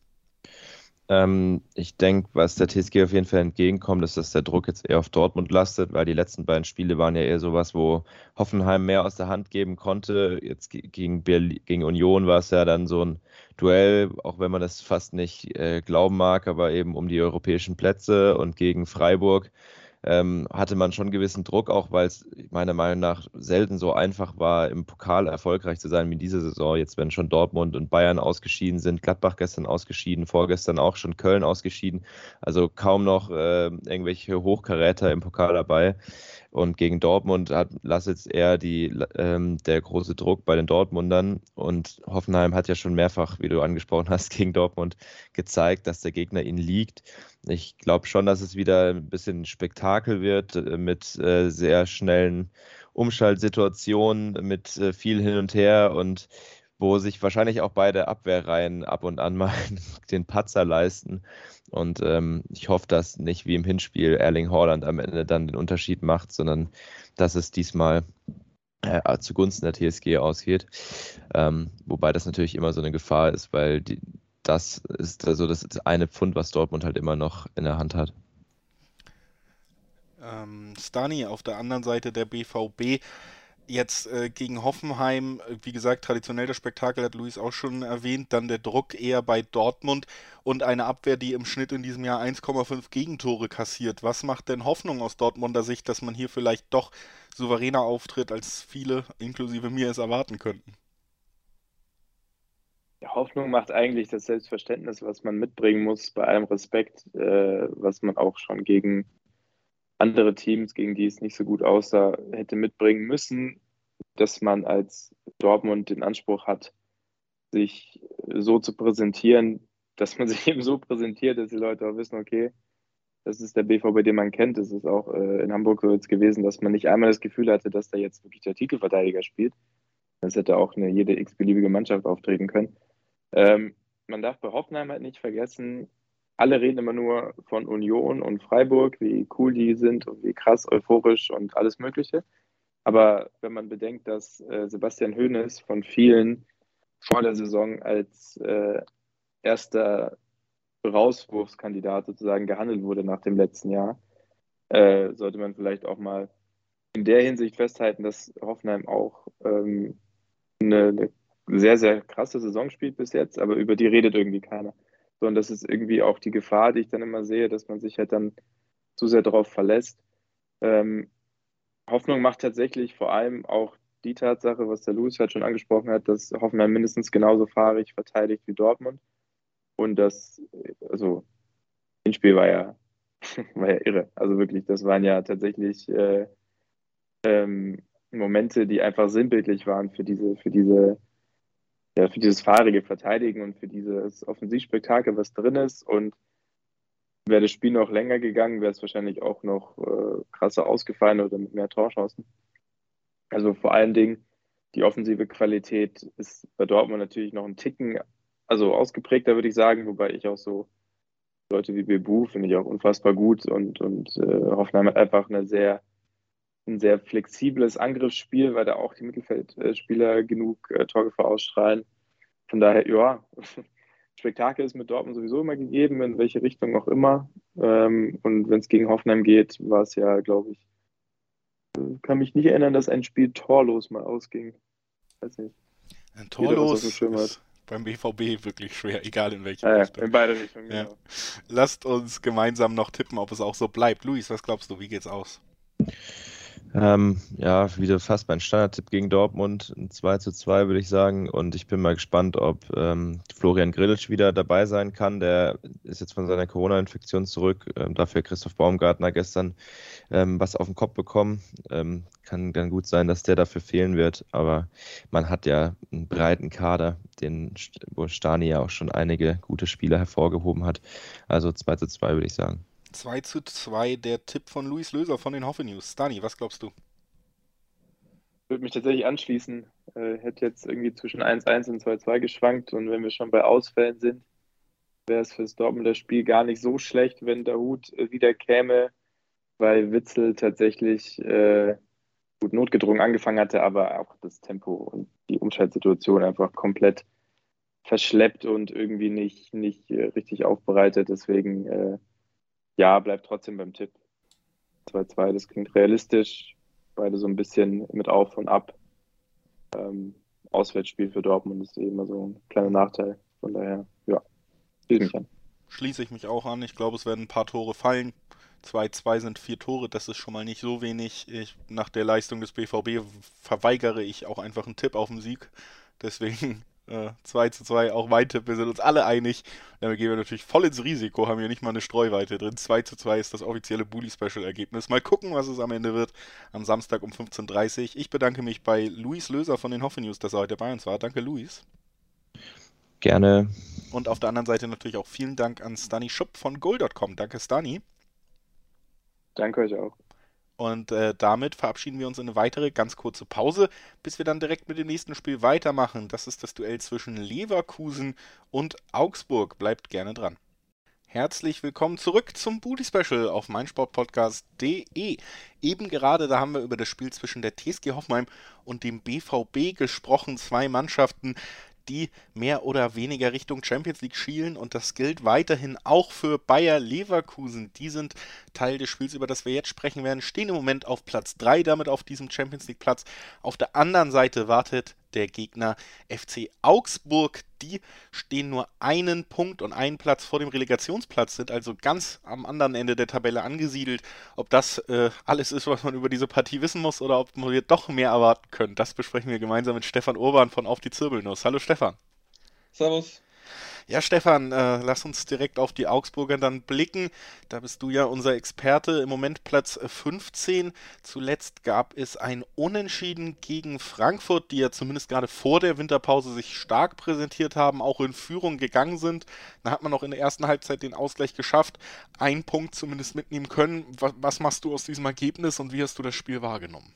Ähm, ich denke, was der T S G auf jeden Fall entgegenkommt, ist, dass der Druck jetzt eher auf Dortmund lastet, weil die letzten beiden Spiele waren ja eher sowas, wo Hoffenheim mehr aus der Hand geben konnte. Jetzt ge- gegen, Berlin, gegen Union war es ja dann so ein Duell, auch wenn man das fast nicht äh, glauben mag, aber eben um die europäischen Plätze, und gegen Freiburg ähm, hatte man schon gewissen Druck, auch weil es meiner Meinung nach selten so einfach war, im Pokal erfolgreich zu sein wie diese Saison. Jetzt, wenn schon Dortmund und Bayern ausgeschieden sind, Gladbach gestern ausgeschieden, vorgestern auch schon Köln ausgeschieden. Also kaum noch äh, irgendwelche Hochkaräter im Pokal dabei. Und gegen Dortmund hat lastet jetzt eher die, ähm, der große Druck bei den Dortmundern. Und Hoffenheim hat ja schon mehrfach, wie du angesprochen hast, gegen Dortmund gezeigt, dass der Gegner ihnen liegt. Ich glaube schon, dass es wieder ein bisschen Spektakel wird äh, mit äh, sehr schnellen Umschaltsituationen, mit äh, viel hin und her, und wo sich wahrscheinlich auch beide Abwehrreihen ab und an mal den Patzer leisten. Und ähm, ich hoffe, dass nicht wie im Hinspiel Erling Haaland am Ende dann den Unterschied macht, sondern dass es diesmal äh, zugunsten der T S G ausgeht. Ähm, wobei das natürlich immer so eine Gefahr ist, weil die, das ist also das ist eine Pfund, was Dortmund halt immer noch in der Hand hat. Ähm, Stani auf der anderen Seite, der B V B. Jetzt äh, gegen Hoffenheim, äh, wie gesagt, traditionell das Spektakel, hat Luis auch schon erwähnt, dann der Druck eher bei Dortmund und eine Abwehr, die im Schnitt in diesem Jahr eins Komma fünf Gegentore kassiert. Was macht denn Hoffnung aus Dortmunder Sicht, dass man hier vielleicht doch souveräner auftritt, als viele, inklusive mir, es erwarten könnten? Ja, Hoffnung macht eigentlich das Selbstverständnis, was man mitbringen muss, bei allem Respekt, äh, was man auch schon gegen andere Teams, gegen die es nicht so gut aussah, hätte mitbringen müssen, dass man als Dortmund den Anspruch hat, sich so zu präsentieren, dass man sich eben so präsentiert, dass die Leute auch wissen, okay, das ist der B V B, den man kennt. Das ist auch äh, in Hamburg so jetzt gewesen, dass man nicht einmal das Gefühl hatte, dass da jetzt wirklich der Titelverteidiger spielt. Das hätte auch eine jede x-beliebige Mannschaft auftreten können. Ähm, man darf bei Hoffenheim halt nicht vergessen, alle reden immer nur von Union und Freiburg, wie cool die sind und wie krass euphorisch und alles Mögliche. Aber wenn man bedenkt, dass äh, Sebastian Hoeneß von vielen vor der Saison als äh, erster Rauswurfskandidat sozusagen gehandelt wurde nach dem letzten Jahr, äh, sollte man vielleicht auch mal in der Hinsicht festhalten, dass Hoffenheim auch ähm, eine, eine sehr, sehr krasse Saison spielt bis jetzt, aber über die redet irgendwie keiner. So, und das ist irgendwie auch die Gefahr, die ich dann immer sehe, dass man sich halt dann zu sehr darauf verlässt. Ähm, Hoffnung macht tatsächlich vor allem auch die Tatsache, was der Luis halt schon angesprochen hat, dass Hoffenheim mindestens genauso fahrig verteidigt wie Dortmund. Und das, also, das Spiel war ja, war ja irre. Also wirklich, das waren ja tatsächlich äh, ähm, Momente, die einfach sinnbildlich waren für diese, für diese, ja, für dieses fahrige Verteidigen und für dieses Offensivspektakel, was drin ist. Und wäre das Spiel noch länger gegangen, wäre es wahrscheinlich auch noch äh, krasser ausgefallen oder mit mehr Torchancen. Also vor allen Dingen die offensive Qualität ist bei Dortmund natürlich noch ein Ticken, also ausgeprägter, würde ich sagen, wobei ich auch so Leute wie Bebu finde ich auch unfassbar gut, und, und äh, Hoffenheim hat einfach eine sehr, ein sehr flexibles Angriffsspiel, weil da auch die Mittelfeldspieler genug äh, Torgefahr ausstrahlen. Von daher, ja, Spektakel ist mit Dortmund sowieso immer gegeben, in welche Richtung auch immer. Ähm, und wenn es gegen Hoffenheim geht, war es ja, glaube ich, kann mich nicht erinnern, dass ein Spiel torlos mal ausging. Weiß nicht. Ein Jeder, was auf torlos dem Schirm hat. ist beim B V B wirklich schwer, egal in welche Ah, ja, Richtung. in beide Richtungen, Ja. genau. Lasst uns gemeinsam noch tippen, ob es auch so bleibt. Luis, was glaubst du, wie geht's aus? Ähm, ja, wieder fast mein Standardtipp gegen Dortmund, ein zwei zu zwei würde ich sagen. Und ich bin mal gespannt, ob ähm, Florian Grillitsch wieder dabei sein kann. Der ist jetzt von seiner Corona-Infektion zurück. Ähm, dafür Christoph Baumgartner gestern ähm, was auf den Kopf bekommen. Ähm, kann dann gut sein, dass der dafür fehlen wird. Aber man hat ja einen breiten Kader, den, wo Stani ja auch schon einige gute Spieler hervorgehoben hat. Also zwei zu zwei würde ich sagen. zwei zu zwei, der Tipp von Luis Löser von den Hoffe News. Stani, was glaubst du? Würde mich tatsächlich anschließen. Äh, hätte jetzt irgendwie zwischen eins eins und zwei zwei geschwankt. Und wenn wir schon bei Ausfällen sind, wäre es fürs Dortmunder Spiel gar nicht so schlecht, wenn Dahoud äh, wieder käme, weil Witzel tatsächlich äh, gut notgedrungen angefangen hatte, aber auch das Tempo und die Umschaltsituation einfach komplett verschleppt und irgendwie nicht, nicht äh, richtig aufbereitet. Deswegen, äh, ja, bleibt trotzdem beim Tipp. zwei zwei, das klingt realistisch. Beide so ein bisschen mit Auf und Ab. Ähm, Auswärtsspiel für Dortmund ist immer so ein kleiner Nachteil. Von daher, ja, schließe mich an. Schließe ich mich auch an. Ich glaube, es werden ein paar Tore fallen. zwei zwei sind vier Tore, das ist schon mal nicht so wenig. Ich, nach der Leistung des B V B verweigere ich auch einfach einen Tipp auf den Sieg. Deswegen äh, zwei zu zwei, auch mein Tipp. Wir sind uns alle einig. Damit gehen wir natürlich voll ins Risiko, haben hier nicht mal eine Streuweite drin. zwei zu zwei ist das offizielle Bully-Special-Ergebnis. Mal gucken, was es am Ende wird. Am Samstag um fünfzehn Uhr dreißig. Ich bedanke mich bei Luis Löser von den Hoffe News, dass er heute bei uns war. Danke, Luis. Gerne. Und auf der anderen Seite natürlich auch vielen Dank an Stani Schupp von goal Punkt com. Danke, Stani. Danke euch auch. Und äh, damit verabschieden wir uns in eine weitere ganz kurze Pause, bis wir dann direkt mit dem nächsten Spiel weitermachen. Das ist das Duell zwischen Leverkusen und Augsburg. Bleibt gerne dran. Herzlich willkommen zurück zum Bully Special auf meinsportpodcast punkt de. Eben gerade, da haben wir über das Spiel zwischen der T S G Hoffenheim und dem B V B gesprochen. Zwei Mannschaften, die mehr oder weniger Richtung Champions League schielen, und das gilt weiterhin auch für Bayer Leverkusen. Die sind Teil des Spiels, über das wir jetzt sprechen werden, stehen im Moment auf Platz drei, damit auf diesem Champions League Platz. Auf der anderen Seite wartet der Gegner F C Augsburg. Die stehen nur einen Punkt und einen Platz vor dem Relegationsplatz, sind also ganz am anderen Ende der Tabelle angesiedelt. Ob das äh, alles ist, was man über diese Partie wissen muss, oder ob wir doch mehr erwarten können, das besprechen wir gemeinsam mit Stefan Urban von Auf die Zirbelnuss. Hallo Stefan. Servus. Ja, Stefan, äh, lass uns direkt auf die Augsburger dann blicken. Da bist du ja unser Experte. Im Moment Platz fünfzehn. Zuletzt gab es ein Unentschieden gegen Frankfurt, die ja zumindest gerade vor der Winterpause sich stark präsentiert haben, auch in Führung gegangen sind. Da hat man auch in der ersten Halbzeit den Ausgleich geschafft, einen Punkt zumindest mitnehmen können. Was, was machst du aus diesem Ergebnis und wie hast du das Spiel wahrgenommen?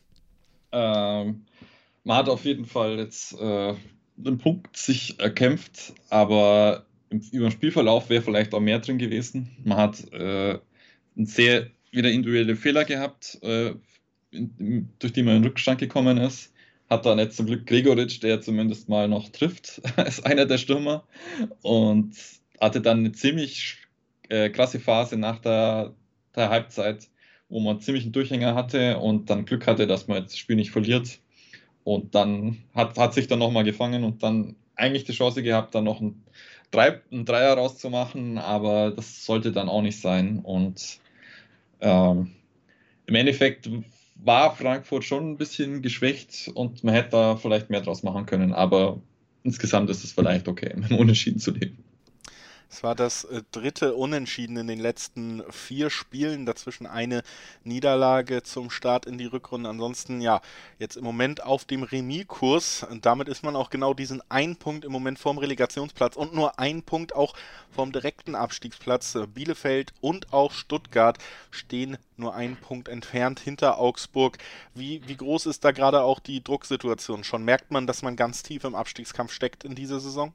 Ähm, man hat auf jeden Fall jetzt äh, einen Punkt sich erkämpft, aber im, über den Spielverlauf wäre vielleicht auch mehr drin gewesen. Man hat äh, einen sehr wieder individuelle Fehler gehabt, äh, in, in, durch die man in Rückstand gekommen ist. Hat dann jetzt zum Glück Gregoritsch, der zumindest mal noch trifft, als einer der Stürmer, und hatte dann eine ziemlich äh, krasse Phase nach der, der Halbzeit, wo man ziemlich einen Durchhänger hatte und dann Glück hatte, dass man jetzt das Spiel nicht verliert. Und dann hat, hat sich dann nochmal gefangen und dann eigentlich die Chance gehabt, dann noch einen, Drei, einen Dreier rauszumachen, aber das sollte dann auch nicht sein. Und ähm, im Endeffekt war Frankfurt schon ein bisschen geschwächt und man hätte da vielleicht mehr draus machen können, aber insgesamt ist es vielleicht okay, mit dem Unentschieden zu leben. Es war das äh, dritte Unentschieden in den letzten vier Spielen, dazwischen eine Niederlage zum Start in die Rückrunde. Ansonsten, ja, jetzt im Moment auf dem Remis-Kurs. Und damit ist man auch genau diesen einen Punkt im Moment vorm Relegationsplatz und nur einen Punkt auch vom direkten Abstiegsplatz. Bielefeld und auch Stuttgart stehen nur einen Punkt entfernt hinter Augsburg. Wie, wie groß ist da gerade auch die Drucksituation schon? Merkt man, dass man ganz tief im Abstiegskampf steckt in dieser Saison?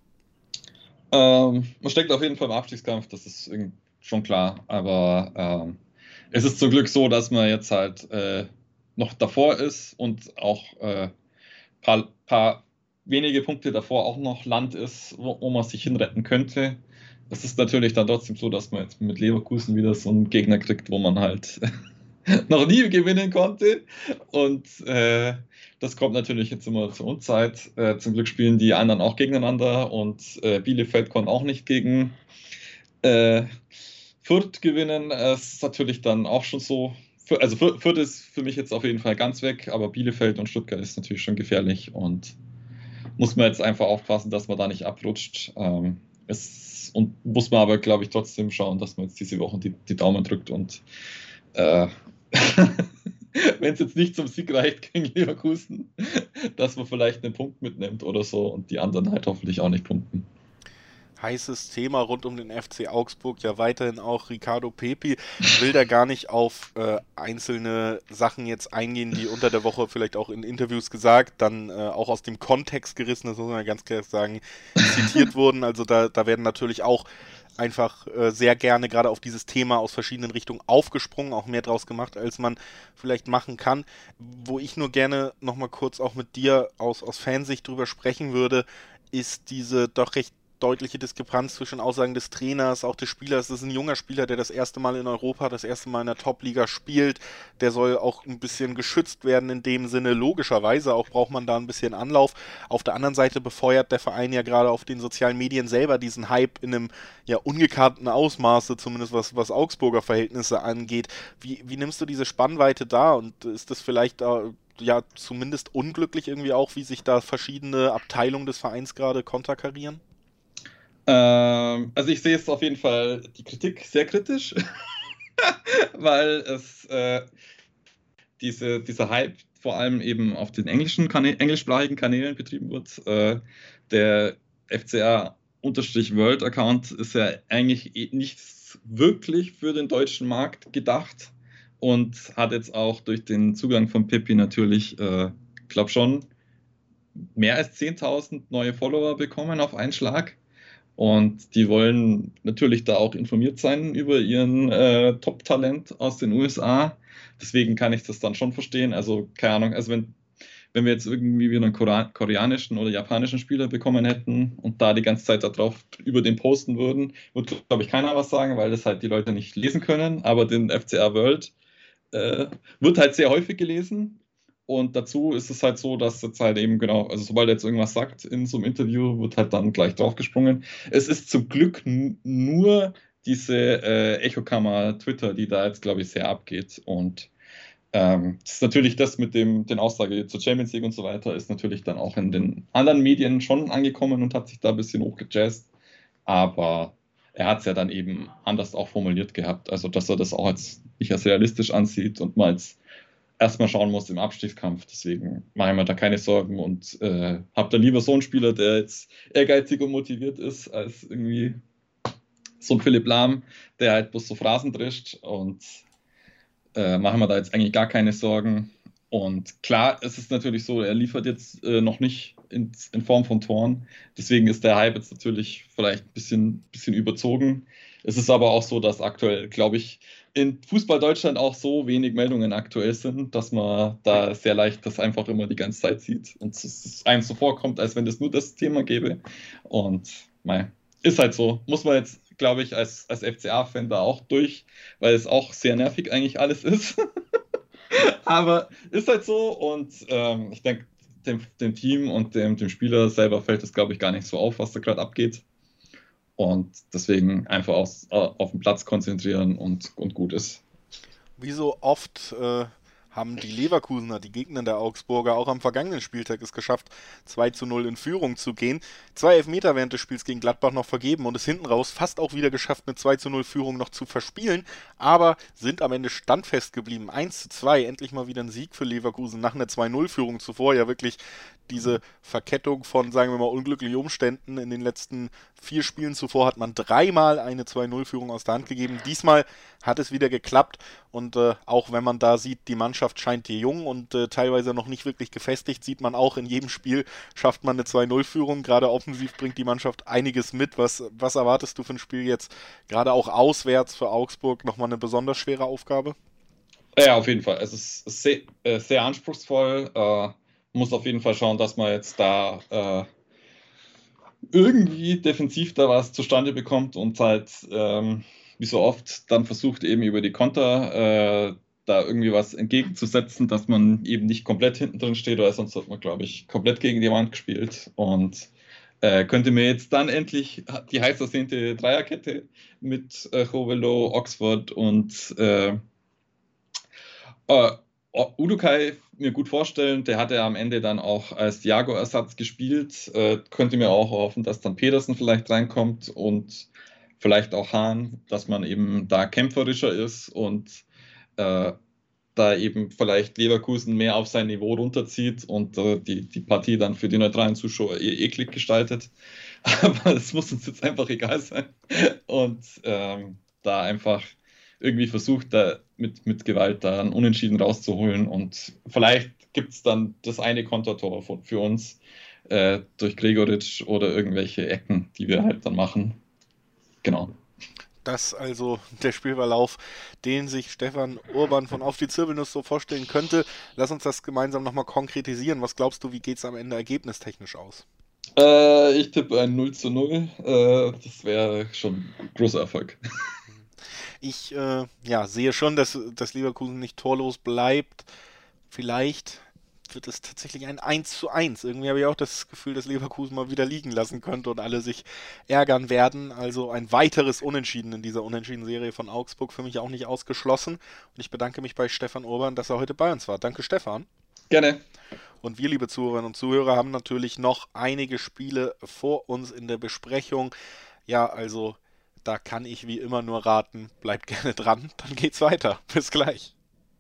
Ähm, man steckt auf jeden Fall im Abstiegskampf, das ist schon klar, aber ähm, es ist zum Glück so, dass man jetzt halt äh, noch davor ist und auch ein äh, paar, paar wenige Punkte davor auch noch Land ist, wo, wo man sich hinretten könnte. Es ist natürlich dann trotzdem so, dass man jetzt mit Leverkusen wieder so einen Gegner kriegt, wo man halt noch nie gewinnen konnte. Und äh, das kommt natürlich jetzt immer zur Unzeit. Äh, zum Glück spielen die anderen auch gegeneinander und äh, Bielefeld konnte auch nicht gegen äh, Fürth gewinnen. Es ist natürlich dann auch schon so. Für, also Fürth ist für mich jetzt auf jeden Fall ganz weg, aber Bielefeld und Stuttgart ist natürlich schon gefährlich und muss man jetzt einfach aufpassen, dass man da nicht abrutscht. Ähm, es, und muss man aber, glaube ich, trotzdem schauen, dass man jetzt diese Woche die, die Daumen drückt und äh, wenn es jetzt nicht zum Sieg reicht gegen Leverkusen, dass man vielleicht einen Punkt mitnimmt oder so und die anderen halt hoffentlich auch nicht punkten. Heißes Thema rund um den F C Augsburg, ja weiterhin auch Ricardo Pepi. Will da gar nicht auf äh, einzelne Sachen jetzt eingehen, die unter der Woche vielleicht auch in Interviews gesagt, dann äh, auch aus dem Kontext gerissen, das muss man ja ganz klar sagen, zitiert wurden. Also da, da werden natürlich auch einfach äh, sehr gerne gerade auf dieses Thema aus verschiedenen Richtungen aufgesprungen, auch mehr draus gemacht, als man vielleicht machen kann. Wo ich nur gerne nochmal kurz auch mit dir aus, aus Fansicht drüber sprechen würde, ist diese doch recht deutliche Diskrepanz zwischen Aussagen des Trainers, auch des Spielers. Das ist ein junger Spieler, der das erste Mal in Europa, das erste Mal in der Top-Liga spielt. Der soll auch ein bisschen geschützt werden in dem Sinne. Logischerweise auch braucht man da ein bisschen Anlauf. Auf der anderen Seite befeuert der Verein ja gerade auf den sozialen Medien selber diesen Hype in einem ja ungekannten Ausmaße, zumindest was, was Augsburger Verhältnisse angeht. Wie, wie nimmst du diese Spannweite da und ist das vielleicht äh, ja zumindest unglücklich irgendwie auch, wie sich da verschiedene Abteilungen des Vereins gerade konterkarieren? Also ich sehe es auf jeden Fall die Kritik sehr kritisch, weil es äh, diese, dieser Hype vor allem eben auf den englischen Kanä- englischsprachigen Kanälen betrieben wird. Äh, der F C A-World-Account ist ja eigentlich nicht wirklich für den deutschen Markt gedacht und hat jetzt auch durch den Zugang von Pepi natürlich, äh, ich glaube schon, mehr als zehntausend neue Follower bekommen auf einen Schlag. Und die wollen natürlich da auch informiert sein über ihren äh, Top-Talent aus den U S A. Deswegen kann ich das dann schon verstehen. Also, keine Ahnung, also wenn, wenn wir jetzt irgendwie wieder einen Korea- koreanischen oder japanischen Spieler bekommen hätten und da die ganze Zeit darauf über den posten würden, würde, glaube ich, keiner was sagen, weil das halt die Leute nicht lesen können. Aber den F C A World äh, wird halt sehr häufig gelesen. Und dazu ist es halt so, dass jetzt halt eben genau, also sobald er jetzt irgendwas sagt in so einem Interview, wird halt dann gleich draufgesprungen. Es ist zum Glück n- nur diese äh, Echokammer Twitter, die da jetzt, glaube ich, sehr abgeht. Und ähm, das ist natürlich das mit dem, den Aussagen zur Champions League und so weiter, ist natürlich dann auch in den anderen Medien schon angekommen und hat sich da ein bisschen hochgejazzt. Aber er hat es ja dann eben anders auch formuliert gehabt, also dass er das auch als nicht als realistisch ansieht und mal als erstmal schauen muss im Abstiegskampf. Deswegen mache ich mir da keine Sorgen und äh, habe da lieber so einen Spieler, der jetzt ehrgeizig und motiviert ist, als irgendwie so ein Philipp Lahm, der halt bloß so Phrasen drischt und äh, mache mir da jetzt eigentlich gar keine Sorgen. Und klar, es ist natürlich so, er liefert jetzt äh, noch nicht in, in Form von Toren. Deswegen ist der Hype jetzt natürlich vielleicht ein bisschen, bisschen überzogen. Es ist aber auch so, dass aktuell, glaube ich, in Fußball Deutschland auch so wenig Meldungen aktuell sind, dass man da sehr leicht das einfach immer die ganze Zeit sieht und es einem so vorkommt, als wenn das nur das Thema gäbe. Und mei, ist halt so. Muss man jetzt, glaube ich, als, als F C A-Fan da auch durch, weil es auch sehr nervig eigentlich alles ist. Aber ist halt so und ähm, ich denke, dem, dem Team und dem, dem Spieler selber fällt es, glaube ich, gar nicht so auf, was da gerade abgeht. Und deswegen einfach aus, auf den Platz konzentrieren und, und gut ist. Wie so oft äh, haben die Leverkusener, die Gegner der Augsburger, auch am vergangenen Spieltag es geschafft, zwei zu null in Führung zu gehen. Zwei Elfmeter während des Spiels gegen Gladbach noch vergeben und es hinten raus fast auch wieder geschafft, eine zwei zu null Führung noch zu verspielen, aber sind am Ende standfest geblieben. eins zu zwei, endlich mal wieder ein Sieg für Leverkusen nach einer zwei null Führung zuvor. Ja wirklich diese Verkettung von, sagen wir mal, unglücklichen Umständen. In den letzten vier Spielen zuvor hat man dreimal eine zwei null Führung aus der Hand gegeben. Diesmal hat es wieder geklappt und äh, auch wenn man da sieht, die Mannschaft scheint hier jung und äh, teilweise noch nicht wirklich gefestigt, sieht man auch, in jedem Spiel schafft man eine zwei null Führung. Gerade offensiv bringt die Mannschaft einiges mit. Was, was erwartest du für ein Spiel jetzt, gerade auch auswärts für Augsburg, nochmal eine besonders schwere Aufgabe? Ja, auf jeden Fall. Es ist sehr, äh, sehr anspruchsvoll. Äh, muss auf jeden Fall schauen, dass man jetzt da äh, irgendwie defensiv da was zustande bekommt und halt, ähm, wie so oft, dann versucht eben über die Konter äh, da irgendwie was entgegenzusetzen, dass man eben nicht komplett hinten drin steht, weil sonst hat man, glaube ich, komplett gegen die Wand gespielt. Und äh, könnte mir jetzt dann endlich die heiß ersehnte Dreierkette mit äh, Chovelo, Oxford und äh, äh, Udukai mir gut vorstellen. Der hatte am Ende dann auch als Thiago-Ersatz gespielt. Äh, könnte mir auch hoffen, dass dann Pedersen vielleicht reinkommt und vielleicht auch Hahn, dass man eben da kämpferischer ist und äh, da eben vielleicht Leverkusen mehr auf sein Niveau runterzieht und äh, die, die Partie dann für die neutralen Zuschauer eher eklig gestaltet. Aber das muss uns jetzt einfach egal sein. Und ähm, da einfach irgendwie versucht, da mit, mit Gewalt da einen Unentschieden rauszuholen. Und vielleicht gibt es dann das eine Kontertor von, für uns äh, durch Gregoritsch oder irgendwelche Ecken, die wir halt dann machen. Genau. Das also der Spielverlauf, den sich Stefan Urban von Auf die Zirbelnuss so vorstellen könnte. Lass uns das gemeinsam nochmal konkretisieren. Was glaubst du, wie geht es am Ende ergebnistechnisch aus? Äh, ich tippe ein null zu null. Äh, das wäre schon ein großer Erfolg. Ich äh, ja, sehe schon, dass, dass Leverkusen nicht torlos bleibt. Vielleicht wird es tatsächlich ein eins zu eins. Irgendwie habe ich auch das Gefühl, dass Leverkusen mal wieder liegen lassen könnte und alle sich ärgern werden. Also ein weiteres Unentschieden in dieser Unentschieden-Serie von Augsburg für mich auch nicht ausgeschlossen. Und ich bedanke mich bei Stefan Urban, dass er heute bei uns war. Danke, Stefan. Gerne. Und wir, liebe Zuhörerinnen und Zuhörer, haben natürlich noch einige Spiele vor uns in der Besprechung. Ja, also da kann ich wie immer nur raten, bleibt gerne dran, dann geht's weiter. Bis gleich.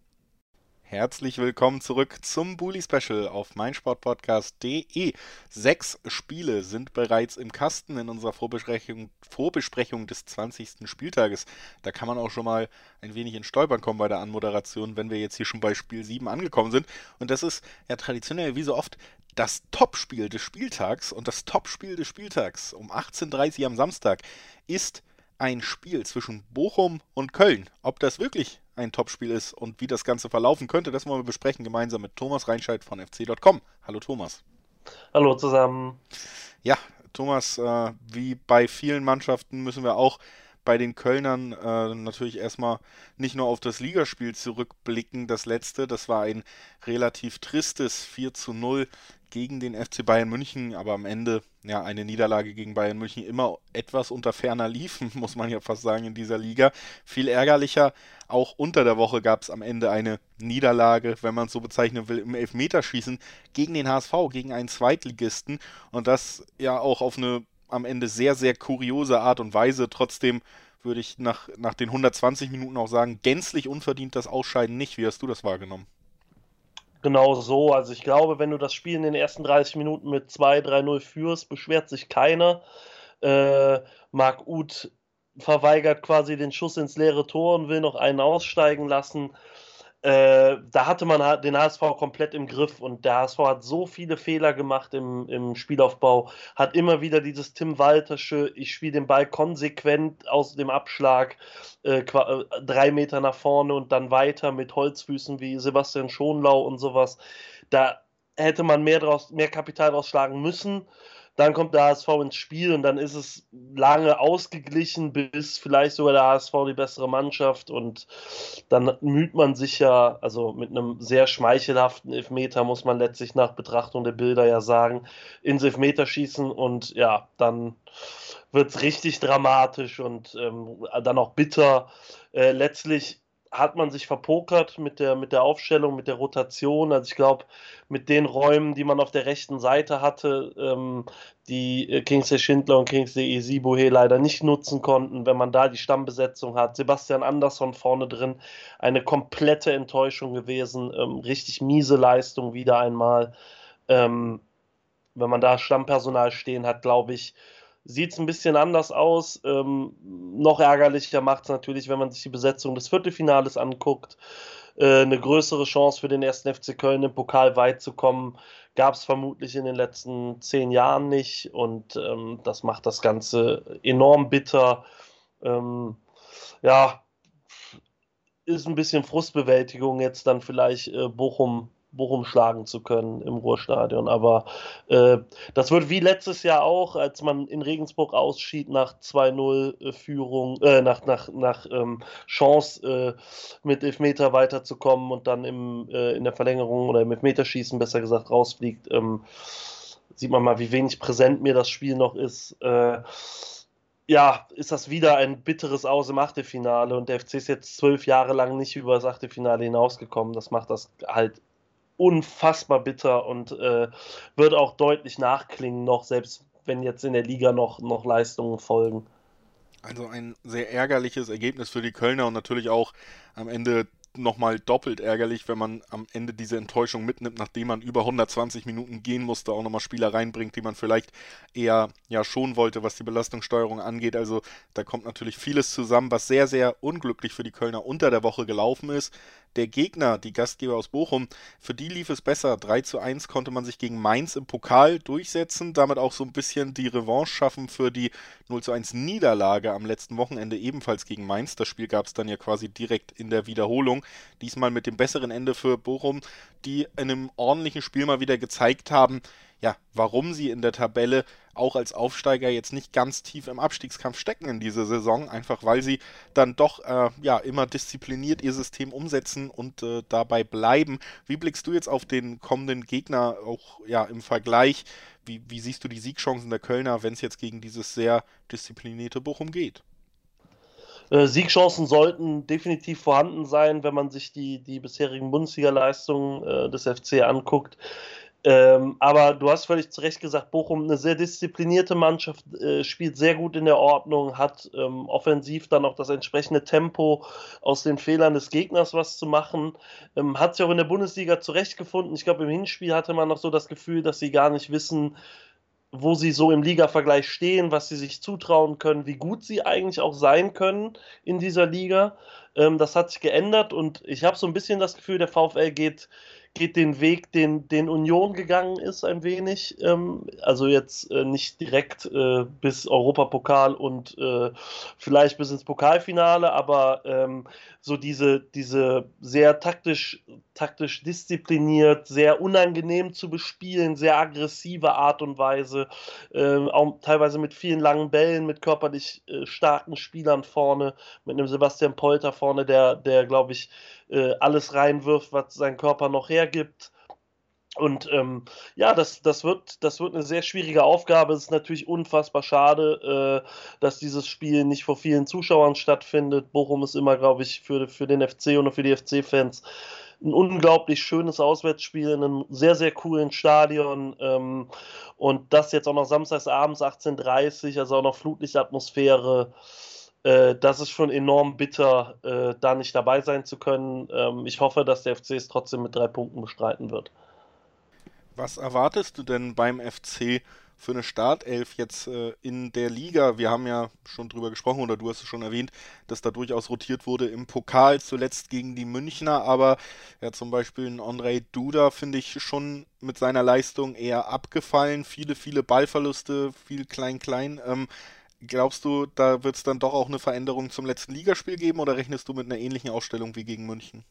Herzlich willkommen zurück zum Bully Special auf meinsportpodcast punkt de. Sechs Spiele sind bereits im Kasten in unserer Vorbesprechung, Vorbesprechung des zwanzigsten Spieltages. Da kann man auch schon mal ein wenig in Stolpern kommen bei der Anmoderation, wenn wir jetzt hier schon bei Spiel sieben angekommen sind. Und das ist ja traditionell wie so oft das Topspiel des Spieltags. Und das Topspiel des Spieltags um achtzehn Uhr dreißig am Samstag ist ein Spiel zwischen Bochum und Köln. Ob das wirklich ein Topspiel ist und wie das Ganze verlaufen könnte, das wollen wir besprechen gemeinsam mit Thomas Reinscheid von F C Punkt com. Hallo Thomas. Hallo zusammen. Ja, Thomas, äh, wie bei vielen Mannschaften müssen wir auch bei den Kölnern äh, natürlich erstmal nicht nur auf das Ligaspiel zurückblicken, das letzte, das war ein relativ tristes vier zu null gegen den F C Bayern München, aber am Ende ja eine Niederlage gegen Bayern München immer etwas unter ferner liefen, muss man ja fast sagen, in dieser Liga. Viel ärgerlicher, auch unter der Woche gab es am Ende eine Niederlage, wenn man es so bezeichnen will, im Elfmeterschießen gegen den H S V, gegen einen Zweitligisten und das ja auch auf eine am Ende sehr, sehr kuriose Art und Weise. Trotzdem würde ich nach, nach den hundertzwanzig Minuten auch sagen, gänzlich unverdient das Ausscheiden nicht. Wie hast du das wahrgenommen? Genau so. Also ich glaube, wenn du das Spiel in den ersten dreißig Minuten mit zwei drei null führst, beschwert sich keiner. Äh, Marc Uth verweigert quasi den Schuss ins leere Tor und will noch einen aussteigen lassen. Äh, da hatte man den H S V komplett im Griff und der H S V hat so viele Fehler gemacht im, im Spielaufbau, hat immer wieder dieses Tim Waltersche, ich spiele den Ball konsequent aus dem Abschlag äh, drei Meter nach vorne und dann weiter mit Holzfüßen wie Sebastian Schonlau und sowas. Da hätte man mehr, draus, mehr Kapital rausschlagen müssen. Dann kommt der H S V ins Spiel und dann ist es lange ausgeglichen, bis vielleicht sogar der H S V die bessere Mannschaft und dann müht man sich ja, also mit einem sehr schmeichelhaften Elfmeter, muss man letztlich nach Betrachtung der Bilder ja sagen, ins Elfmeter schießen und ja, dann wird es richtig dramatisch und ähm, dann auch bitter. Äh, letztlich hat man sich verpokert mit der, mit der Aufstellung, mit der Rotation. Also ich glaube, mit den Räumen, die man auf der rechten Seite hatte, ähm, die Kingsley Schindler und Kingsley Esibuhe leider nicht nutzen konnten, wenn man da die Stammbesetzung hat. Sebastian Andersson vorne drin, eine komplette Enttäuschung gewesen. Ähm, richtig miese Leistung wieder einmal. Ähm, wenn man da Stammpersonal stehen hat, glaube ich, sieht es ein bisschen anders aus. Ähm, noch ärgerlicher macht es natürlich, wenn man sich die Besetzung des Viertelfinales anguckt. Äh, eine größere Chance für den ersten F C Köln im Pokal weit zu kommen, gab es vermutlich in den letzten zehn Jahren nicht. Und ähm, das macht das Ganze enorm bitter. Ähm, ja, ist ein bisschen Frustbewältigung jetzt dann vielleicht äh, Bochum Bochum schlagen zu können im Ruhrstadion. Aber äh, das wird wie letztes Jahr auch, als man in Regensburg ausschied nach zwei null Führung, äh, nach, nach, nach ähm, Chance äh, mit Elfmeter weiterzukommen und dann im, äh, in der Verlängerung oder im Elfmeterschießen besser gesagt rausfliegt. Ähm, sieht man mal, wie wenig präsent mir das Spiel noch ist. Äh, ja, ist das wieder ein bitteres Aus im Achtelfinale und der F C ist jetzt zwölf Jahre lang nicht über das Achtelfinale hinausgekommen. Das macht das halt unfassbar bitter und äh, wird auch deutlich nachklingen noch, selbst wenn jetzt in der Liga noch, noch Leistungen folgen. Also ein sehr ärgerliches Ergebnis für die Kölner und natürlich auch am Ende nochmal doppelt ärgerlich, wenn man am Ende diese Enttäuschung mitnimmt, nachdem man über hundertzwanzig Minuten gehen musste, auch nochmal Spieler reinbringt, die man vielleicht eher ja schonen wollte, was die Belastungssteuerung angeht. Also da kommt natürlich vieles zusammen, was sehr, sehr unglücklich für die Kölner unter der Woche gelaufen ist. Der Gegner, die Gastgeber aus Bochum, für die lief es besser. drei zu eins konnte man sich gegen Mainz im Pokal durchsetzen, damit auch so ein bisschen die Revanche schaffen für die null zu eins Niederlage am letzten Wochenende ebenfalls gegen Mainz. Das Spiel gab es dann ja quasi direkt in der Wiederholung. Diesmal mit dem besseren Ende für Bochum, die in einem ordentlichen Spiel mal wieder gezeigt haben, ja, warum sie in der Tabelle auch als Aufsteiger jetzt nicht ganz tief im Abstiegskampf stecken in dieser Saison, einfach weil sie dann doch äh, ja immer diszipliniert ihr System umsetzen und äh, dabei bleiben. Wie blickst du jetzt auf den kommenden Gegner auch ja im Vergleich? Wie, wie siehst du die Siegchancen der Kölner, wenn es jetzt gegen dieses sehr disziplinierte Bochum geht? Äh, Siegchancen sollten definitiv vorhanden sein, wenn man sich die, die bisherigen Bundesliga-Leistungen äh, des F C anguckt. Ähm, aber du hast völlig zu Recht gesagt, Bochum eine sehr disziplinierte Mannschaft, äh, spielt sehr gut in der Ordnung, hat ähm, offensiv dann auch das entsprechende Tempo, aus den Fehlern des Gegners was zu machen, ähm, hat sich auch in der Bundesliga zurechtgefunden. Ich glaube, im Hinspiel hatte man noch so das Gefühl, dass sie gar nicht wissen, wo sie so im Liga-Vergleich stehen, was sie sich zutrauen können, wie gut sie eigentlich auch sein können in dieser Liga. Ähm, das hat sich geändert und ich habe so ein bisschen das Gefühl, der VfL geht geht den Weg, den, den Union gegangen ist, ein wenig. Ähm, also jetzt äh, nicht direkt äh, bis Europapokal und äh, vielleicht bis ins Pokalfinale, aber ähm, so diese, diese sehr taktisch, taktisch diszipliniert, sehr unangenehm zu bespielen, sehr aggressive Art und Weise, äh, auch teilweise mit vielen langen Bällen, mit körperlich äh, starken Spielern vorne, mit einem Sebastian Polter vorne, der, der glaube ich, alles reinwirft, was sein Körper noch hergibt. Und ähm, ja, das, das, wird, das wird eine sehr schwierige Aufgabe. Es ist natürlich unfassbar schade, äh, dass dieses Spiel nicht vor vielen Zuschauern stattfindet. Bochum ist immer, glaube ich, für, für den F C und für die F C-Fans ein unglaublich schönes Auswärtsspiel in einem sehr, sehr coolen Stadion. Ähm, und das jetzt auch noch samstags abends achtzehn Uhr dreißig, also auch noch Flutlichtatmosphäre. Das ist schon enorm bitter, äh, da nicht dabei sein zu können. Ähm, ich hoffe, dass der F C es trotzdem mit drei Punkten bestreiten wird. Was erwartest du denn beim F C für eine Startelf jetzt äh, in der Liga? Wir haben ja schon drüber gesprochen, oder du hast es schon erwähnt, dass da durchaus rotiert wurde im Pokal, zuletzt gegen die Münchner, aber ja, zum Beispiel ein Ondrej Duda finde ich schon mit seiner Leistung eher abgefallen. Viele, viele Ballverluste, viel Klein-Klein. Ähm, Glaubst du, da wird es dann doch auch eine Veränderung zum letzten Ligaspiel geben oder rechnest du mit einer ähnlichen Aufstellung wie gegen München?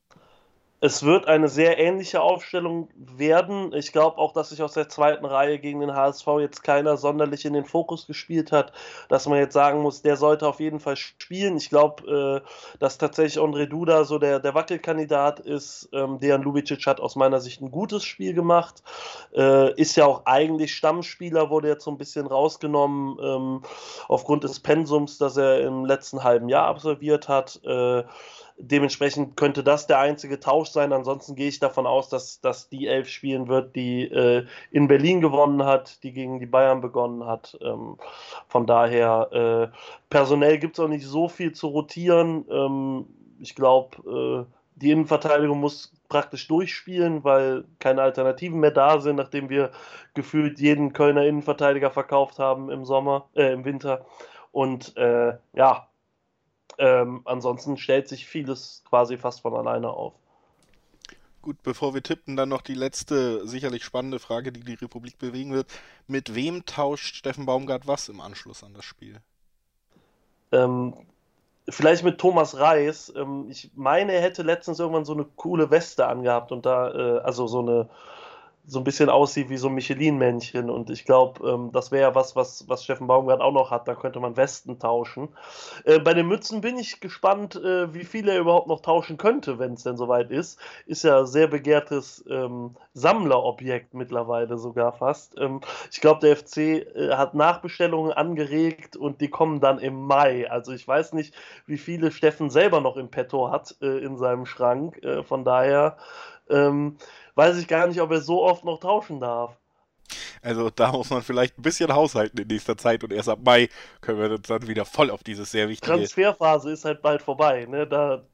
Es wird eine sehr ähnliche Aufstellung werden. Ich glaube auch, dass sich aus der zweiten Reihe gegen den H S V jetzt keiner sonderlich in den Fokus gespielt hat, dass man jetzt sagen muss, der sollte auf jeden Fall spielen. Ich glaube, äh, dass tatsächlich Ondrej Duda so der, der Wackelkandidat ist. Ähm, Dejan Lubicic hat aus meiner Sicht ein gutes Spiel gemacht. Äh, ist ja auch eigentlich Stammspieler, wurde jetzt so ein bisschen rausgenommen ähm, aufgrund des Pensums, das er im letzten halben Jahr absolviert hat. Äh, Dementsprechend könnte das der einzige Tausch sein. Ansonsten gehe ich davon aus, dass, dass die Elf spielen wird, die äh, in Berlin gewonnen hat, die gegen die Bayern begonnen hat. Ähm, von daher, äh, personell gibt es auch nicht so viel zu rotieren. Ähm, ich glaube, äh, die Innenverteidigung muss praktisch durchspielen, weil keine Alternativen mehr da sind, nachdem wir gefühlt jeden Kölner Innenverteidiger verkauft haben im Sommer, äh, im Winter. Und äh, ja, Ähm, ansonsten stellt sich vieles quasi fast von alleine auf. Gut, bevor wir tippen, dann noch die letzte, sicherlich spannende Frage, die die Republik bewegen wird. Mit wem tauscht Steffen Baumgart was im Anschluss an das Spiel? Ähm, vielleicht mit Thomas Reis. Ähm, ich meine, er hätte letztens irgendwann so eine coole Weste angehabt und da, äh, also so eine, so ein bisschen aussieht wie so ein Michelin-Männchen. Und ich glaube, ähm, das wäre ja was, was, was Steffen Baumgart auch noch hat. Da könnte man Westen tauschen. Äh, bei den Mützen bin ich gespannt, äh, wie viel er überhaupt noch tauschen könnte, wenn es denn soweit ist. Ist ja ein sehr begehrtes ähm, Sammlerobjekt mittlerweile sogar fast. Ähm, ich glaube, der F C äh, hat Nachbestellungen angeregt und die kommen dann im Mai. Also ich weiß nicht, wie viele Steffen selber noch im Petto hat äh, in seinem Schrank. Äh, von daher ähm, weiß ich gar nicht, ob er so oft noch tauschen darf. Also da muss man vielleicht ein bisschen haushalten in nächster Zeit und erst ab Mai können wir uns dann wieder voll auf dieses sehr wichtige... Transferphase ist halt bald vorbei, ne? Da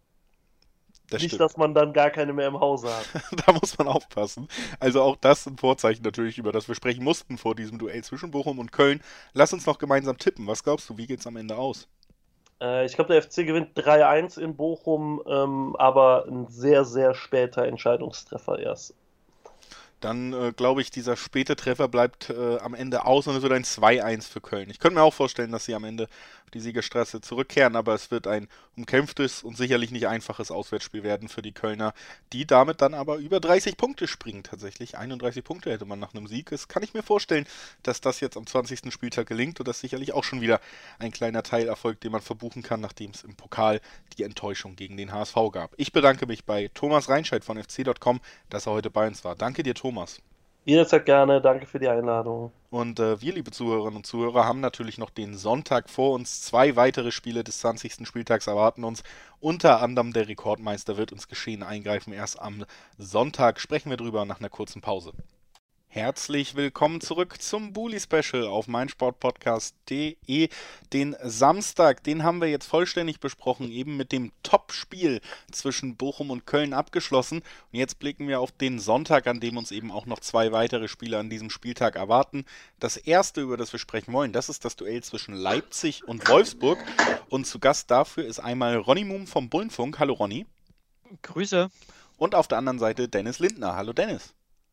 Das nicht, stimmt. dass man dann gar keine mehr im Hause hat. Da muss man aufpassen. Also auch das ein Vorzeichen natürlich, über das wir sprechen mussten vor diesem Duell zwischen Bochum und Köln. Lass uns noch gemeinsam tippen. Was glaubst du, wie geht's am Ende aus? Äh, ich glaube, der F C gewinnt drei eins in Bochum, ähm, aber ein sehr, sehr später Entscheidungstreffer erst. Dann äh, glaube ich, dieser späte Treffer bleibt äh, am Ende aus und es wird ein zwei eins für Köln. Ich könnte mir auch vorstellen, dass sie am Ende auf die Siegerstraße zurückkehren, aber es wird ein umkämpftes und sicherlich nicht einfaches Auswärtsspiel werden für die Kölner, die damit dann aber über dreißig Punkte springen tatsächlich. einunddreißig Punkte hätte man nach einem Sieg. Das kann ich mir vorstellen, dass das jetzt am zwanzigsten Spieltag gelingt und das ist sicherlich auch schon wieder ein kleiner Teilerfolg, den man verbuchen kann, nachdem es im Pokal die Enttäuschung gegen den H S V gab. Ich bedanke mich bei Thomas Reinscheid von F C Punkt com, dass er heute bei uns war. Danke dir, Thomas. Jederzeit gerne, danke für die Einladung. Und äh, wir, liebe Zuhörerinnen und Zuhörer, haben natürlich noch den Sonntag vor uns. Zwei weitere Spiele des zwanzigsten Spieltags erwarten uns. Unter anderem der Rekordmeister wird uns geschehen eingreifen. Erst am Sonntag sprechen wir drüber nach einer kurzen Pause. Herzlich willkommen zurück zum Bully Special auf meinsportpodcast punkt de. Den Samstag, den haben wir jetzt vollständig besprochen, eben mit dem Top-Spiel zwischen Bochum und Köln abgeschlossen. Und jetzt blicken wir auf den Sonntag, an dem uns eben auch noch zwei weitere Spiele an diesem Spieltag erwarten. Das erste, über das wir sprechen wollen, das ist das Duell zwischen Leipzig und Wolfsburg. Und zu Gast dafür ist einmal Ronny Muhm vom Bullenfunk. Hallo Ronny. Grüße. Und auf der anderen Seite Dennis Lindner. Hallo Dennis.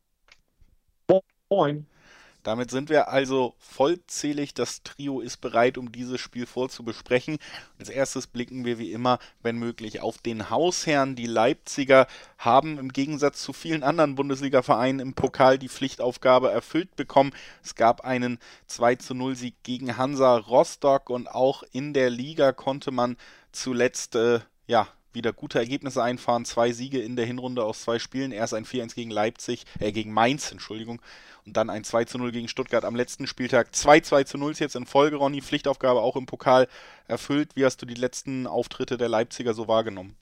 Moin. Damit sind wir also vollzählig. Das Trio ist bereit, um dieses Spiel vorzubesprechen. Als erstes blicken wir wie immer, wenn möglich, auf den Hausherrn. Die Leipziger haben im Gegensatz zu vielen anderen Bundesliga-Vereinen im Pokal die Pflichtaufgabe erfüllt bekommen. Es gab einen zwei zu null Sieg gegen Hansa Rostock und auch in der Liga konnte man zuletzt, äh, ja, wieder gute Ergebnisse einfahren. Zwei Siege in der Hinrunde aus zwei Spielen. Erst ein vier eins gegen Leipzig, äh, gegen Mainz, Entschuldigung. Und dann ein zwei zu null gegen Stuttgart am letzten Spieltag. Zwei zwei zu null jetzt in Folge, Ronny. Pflichtaufgabe auch im Pokal erfüllt. Wie hast du die letzten Auftritte der Leipziger so wahrgenommen?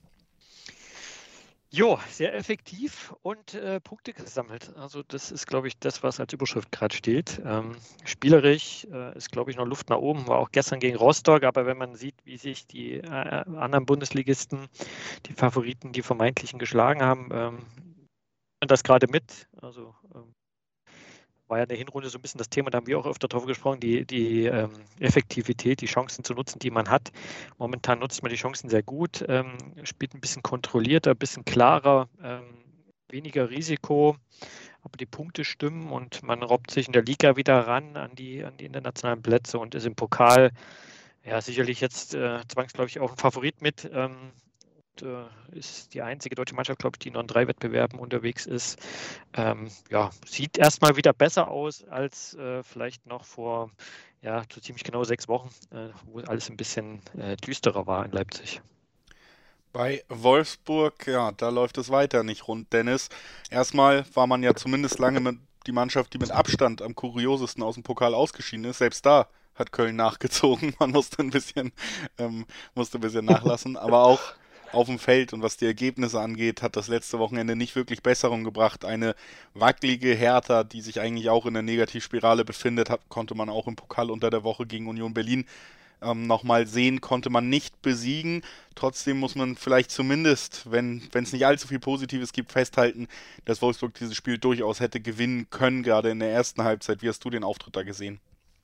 Jo, sehr effektiv und äh, Punkte gesammelt. Also das ist, glaube ich, das, was als Überschrift gerade steht. Ähm, spielerisch äh, ist, glaube ich, noch Luft nach oben. War auch gestern gegen Rostock, aber wenn man sieht, wie sich die äh, anderen Bundesligisten, die Favoriten, die vermeintlichen geschlagen haben, ähm, und das gerade mit. Also ähm, war ja in der Hinrunde so ein bisschen das Thema, da haben wir auch öfter drauf gesprochen, die, die ähm, Effektivität, die Chancen zu nutzen, die man hat. Momentan nutzt man die Chancen sehr gut, ähm, spielt ein bisschen kontrollierter, ein bisschen klarer, ähm, weniger Risiko, aber die Punkte stimmen und man robbt sich in der Liga wieder ran an die, an die internationalen Plätze und ist im Pokal ja sicherlich jetzt äh, zwangsläufig auch ein Favorit mit. Ähm, ist die einzige deutsche Mannschaft, glaube ich, die noch in drei Wettbewerben unterwegs ist. Ähm, ja, sieht erstmal wieder besser aus als äh, vielleicht noch vor ja, so ziemlich genau sechs Wochen, äh, wo alles ein bisschen äh, düsterer war in Leipzig. Bei Wolfsburg, ja, da läuft es weiter nicht rund, Dennis. Erstmal war man ja zumindest lange mit die Mannschaft, die mit Abstand am kuriosesten aus dem Pokal ausgeschieden ist. Selbst da hat Köln nachgezogen. Man musste ein bisschen, ähm, musste ein bisschen nachlassen, aber auch auf dem Feld und was die Ergebnisse angeht, hat das letzte Wochenende nicht wirklich Besserung gebracht. Eine wackelige Hertha, die sich eigentlich auch in der Negativspirale befindet, hat, konnte man auch im Pokal unter der Woche gegen Union Berlin ähm, nochmal sehen, konnte man nicht besiegen. Trotzdem muss man vielleicht zumindest, wenn es nicht allzu viel Positives gibt, festhalten, dass Wolfsburg dieses Spiel durchaus hätte gewinnen können, gerade in der ersten Halbzeit. Wie hast du den Auftritt da gesehen?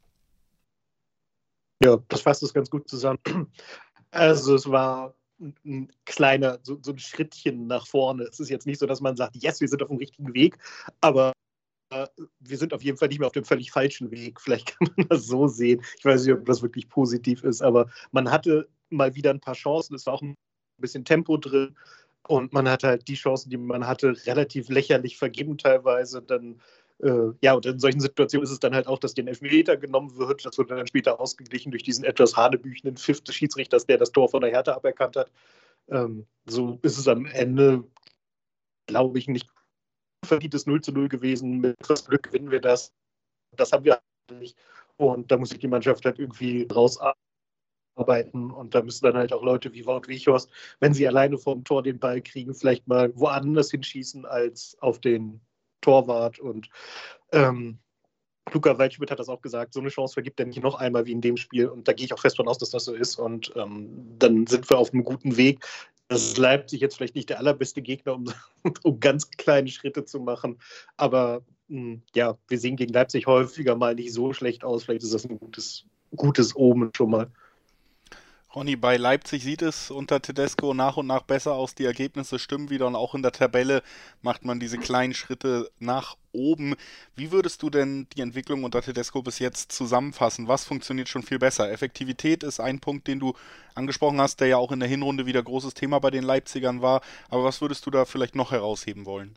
Ja, das fasst es ganz gut zusammen. Also es war ein kleiner, so, so ein Schrittchen nach vorne. Es ist jetzt nicht so, dass man sagt, yes, wir sind auf dem richtigen Weg, aber äh, wir sind auf jeden Fall nicht mehr auf dem völlig falschen Weg. Vielleicht kann man das so sehen. Ich weiß nicht, ob das wirklich positiv ist, aber man hatte mal wieder ein paar Chancen, es war auch ein bisschen Tempo drin und man hat halt die Chancen, die man hatte, relativ lächerlich vergeben teilweise. Dann, äh, ja, und in solchen Situationen ist es dann halt auch, dass den Elfmeter genommen wird. Das wurde dann später ausgeglichen durch diesen etwas hanebüchenden Pfiff des Schiedsrichters, der das Tor von der Hertha aberkannt hat. Ähm, so ist es am Ende, glaube ich, nicht verdientes null zu null gewesen. Mit etwas Glück gewinnen wir das. Das haben wir nicht. Und da muss sich die Mannschaft halt irgendwie rausarbeiten. Und da müssen dann halt auch Leute wie Wout Weghorst, wenn sie alleine vorm Tor den Ball kriegen, vielleicht mal woanders hinschießen als auf den Torwart. Und ähm, Luca Waldschmidt hat das auch gesagt, so eine Chance vergibt er nicht noch einmal wie in dem Spiel. Und da gehe ich auch fest von aus, dass das so ist. Und ähm, dann sind wir auf einem guten Weg. Das ist Leipzig jetzt vielleicht nicht der allerbeste Gegner, um, um ganz kleine Schritte zu machen. Aber mh, ja, wir sehen gegen Leipzig häufiger mal nicht so schlecht aus. Vielleicht ist das ein gutes, gutes Omen schon mal. Ronny, bei Leipzig sieht es unter Tedesco nach und nach besser aus. Die Ergebnisse stimmen wieder und auch in der Tabelle macht man diese kleinen Schritte nach oben. Wie würdest du denn die Entwicklung unter Tedesco bis jetzt zusammenfassen? Was funktioniert schon viel besser? Effektivität ist ein Punkt, den du angesprochen hast, der ja auch in der Hinrunde wieder großes Thema bei den Leipzigern war. Aber was würdest du da vielleicht noch herausheben wollen?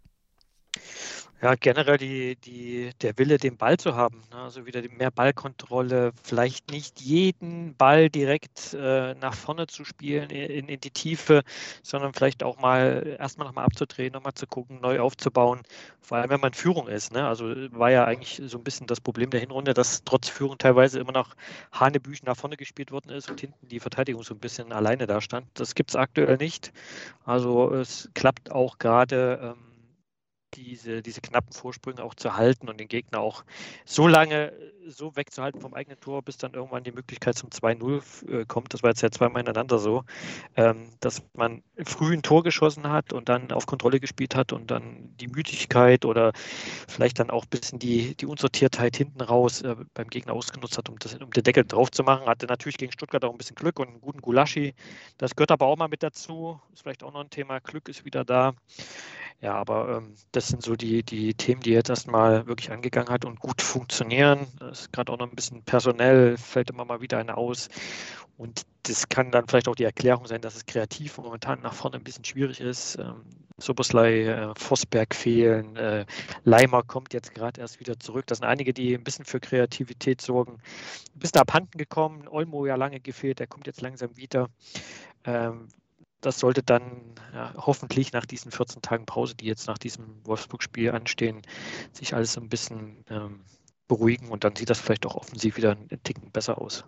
Ja, generell die, die, der Wille, den Ball zu haben, ne? Also wieder mehr Ballkontrolle, vielleicht nicht jeden Ball direkt äh, nach vorne zu spielen, in, in die Tiefe, sondern vielleicht auch mal erstmal nochmal abzudrehen, nochmal zu gucken, neu aufzubauen, vor allem wenn man in Führung ist. Ne? Also war ja eigentlich so ein bisschen das Problem der Hinrunde, dass trotz Führung teilweise immer noch Hanebüchen nach vorne gespielt worden ist und hinten die Verteidigung so ein bisschen alleine da stand. Das gibt es aktuell nicht. Also es klappt auch gerade ähm, Diese, diese knappen Vorsprünge auch zu halten und den Gegner auch so lange so wegzuhalten vom eigenen Tor, bis dann irgendwann die Möglichkeit zum zwei null äh, kommt. Das war jetzt ja zweimal hintereinander so, ähm, dass man früh ein Tor geschossen hat und dann auf Kontrolle gespielt hat und dann die Müdigkeit oder vielleicht dann auch ein bisschen die, die Unsortiertheit hinten raus äh, beim Gegner ausgenutzt hat, um, das, um den Deckel drauf zu machen. Hatte natürlich gegen Stuttgart auch ein bisschen Glück und einen guten Gulaschi. Das gehört aber auch mal mit dazu. Ist vielleicht auch noch ein Thema. Glück ist wieder da. Ja, aber ähm, das sind so die, die Themen, die jetzt erstmal wirklich angegangen hat und gut funktionieren. Das ist gerade auch noch ein bisschen personell, fällt immer mal wieder einer aus. Und das kann dann vielleicht auch die Erklärung sein, dass es kreativ momentan nach vorne ein bisschen schwierig ist. Ähm, Soboslai, äh, Vosberg fehlen, äh, Leimer kommt jetzt gerade erst wieder zurück. Das sind einige, die ein bisschen für Kreativität sorgen. Ein bisschen abhanden gekommen, Olmo ja lange gefehlt, der kommt jetzt langsam wieder. Ähm, Das sollte dann ja, hoffentlich nach diesen vierzehn Tagen Pause, die jetzt nach diesem Wolfsburg-Spiel anstehen, sich alles so ein bisschen ähm, beruhigen und dann sieht das vielleicht auch offensiv wieder einen Ticken besser aus.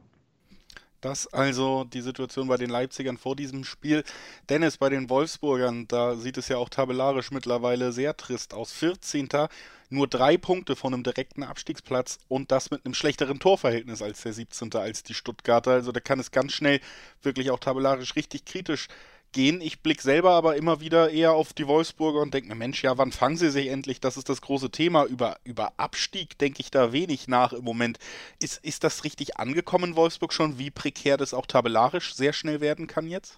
Das also die Situation bei den Leipzigern vor diesem Spiel. Dennis, bei den Wolfsburgern, da sieht es ja auch tabellarisch mittlerweile sehr trist aus. vierzehnter Nur drei Punkte von einem direkten Abstiegsplatz und das mit einem schlechteren Torverhältnis als der siebzehnte als die Stuttgarter. Also da kann es ganz schnell wirklich auch tabellarisch richtig kritisch gehen. Ich blicke selber aber immer wieder eher auf die Wolfsburger und denke mir, Mensch, ja, wann fangen sie sich endlich? Das ist das große Thema. Über, über Abstieg denke ich da wenig nach im Moment. Ist, ist das richtig angekommen in Wolfsburg schon, wie prekär das auch tabellarisch sehr schnell werden kann jetzt?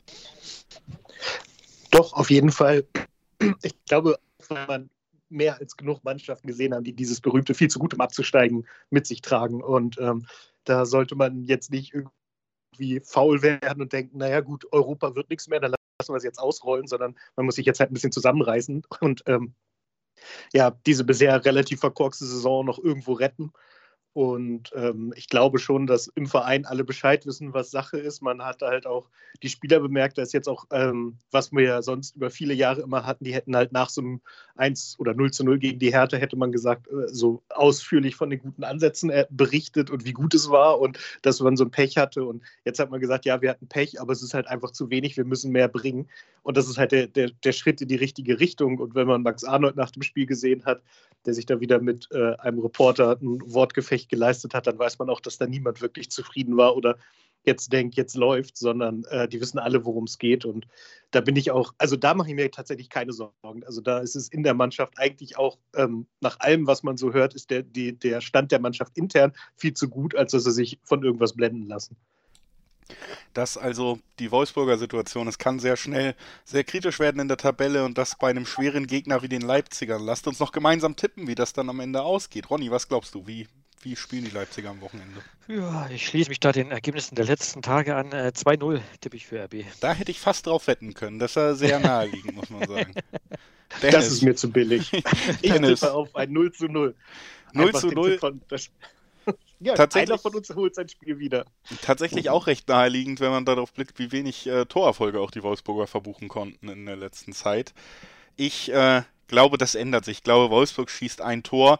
Doch, auf jeden Fall. Ich glaube, weil man mehr als genug Mannschaften gesehen haben, die dieses berühmte viel zu gut, um abzusteigen, mit sich tragen. Und ähm, da sollte man jetzt nicht irgendwie faul werden und denken, naja gut, Europa wird nichts mehr, dann lassen wir es jetzt ausrollen, sondern man muss sich jetzt halt ein bisschen zusammenreißen und ähm, ja, diese bisher relativ verkorkste Saison noch irgendwo retten. Und ähm, ich glaube schon, dass im Verein alle Bescheid wissen, was Sache ist. Man hat halt auch die Spieler bemerkt, dass jetzt auch, ähm, was wir ja sonst über viele Jahre immer hatten, die hätten halt nach so einem eins oder null zu null gegen die Hertha, hätte man gesagt, äh, so ausführlich von den guten Ansätzen äh, berichtet und wie gut es war und dass man so ein Pech hatte. Und jetzt hat man gesagt, ja, wir hatten Pech, aber es ist halt einfach zu wenig, wir müssen mehr bringen. Und das ist halt der, der, der Schritt in die richtige Richtung. Und wenn man Max Arnold nach dem Spiel gesehen hat, der sich da wieder mit äh, einem Reporter ein Wortgefecht geleistet hat, dann weiß man auch, dass da niemand wirklich zufrieden war oder jetzt denkt, jetzt läuft, sondern äh, die wissen alle, worum es geht. Und da bin ich auch, also da mache ich mir tatsächlich keine Sorgen. Also da ist es in der Mannschaft eigentlich auch, ähm, nach allem, was man so hört, ist der, die, der Stand der Mannschaft intern viel zu gut, als dass sie sich von irgendwas blenden lassen. Das also die Wolfsburger Situation. Es kann sehr schnell sehr kritisch werden in der Tabelle und das bei einem schweren Gegner wie den Leipzigern. Lasst uns noch gemeinsam tippen, wie das dann am Ende ausgeht. Ronny, was glaubst du? Wie Wie spielen die Leipziger am Wochenende? Ja, ich schließe mich da den Ergebnissen der letzten Tage an. Äh, zwei null tippe ich für R B. Da hätte ich fast drauf wetten können. Das war sehr naheliegend, muss man sagen. Dennis. Das ist mir zu billig. Ich Dennis. tippe auf ein null zu null. null zu null? Von, das, ja, Tatsächlich, einer von uns holt sein Spiel wieder. Tatsächlich auch recht naheliegend, wenn man darauf blickt, wie wenig äh, Torerfolge auch die Wolfsburger verbuchen konnten in der letzten Zeit. Ich äh, glaube, das ändert sich. Ich glaube, Wolfsburg schießt ein Tor.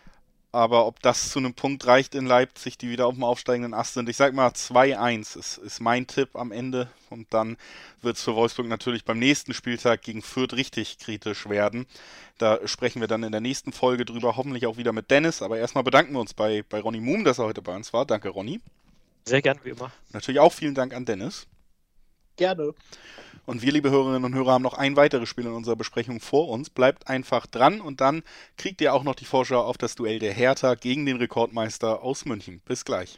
Aber ob das zu einem Punkt reicht in Leipzig, die wieder auf dem aufsteigenden Ast sind, ich sag mal zwei eins ist, ist mein Tipp am Ende. Und dann wird es für Wolfsburg natürlich beim nächsten Spieltag gegen Fürth richtig kritisch werden. Da sprechen wir dann in der nächsten Folge drüber, hoffentlich auch wieder mit Dennis. Aber erstmal bedanken wir uns bei, bei Ronny Moom, dass er heute bei uns war. Danke, Ronny. Sehr gern, wie immer. Natürlich auch vielen Dank an Dennis. Gerne. Und wir, liebe Hörerinnen und Hörer, haben noch ein weiteres Spiel in unserer Besprechung vor uns. Bleibt einfach dran und dann kriegt ihr auch noch die Vorschau auf das Duell der Hertha gegen den Rekordmeister aus München. Bis gleich.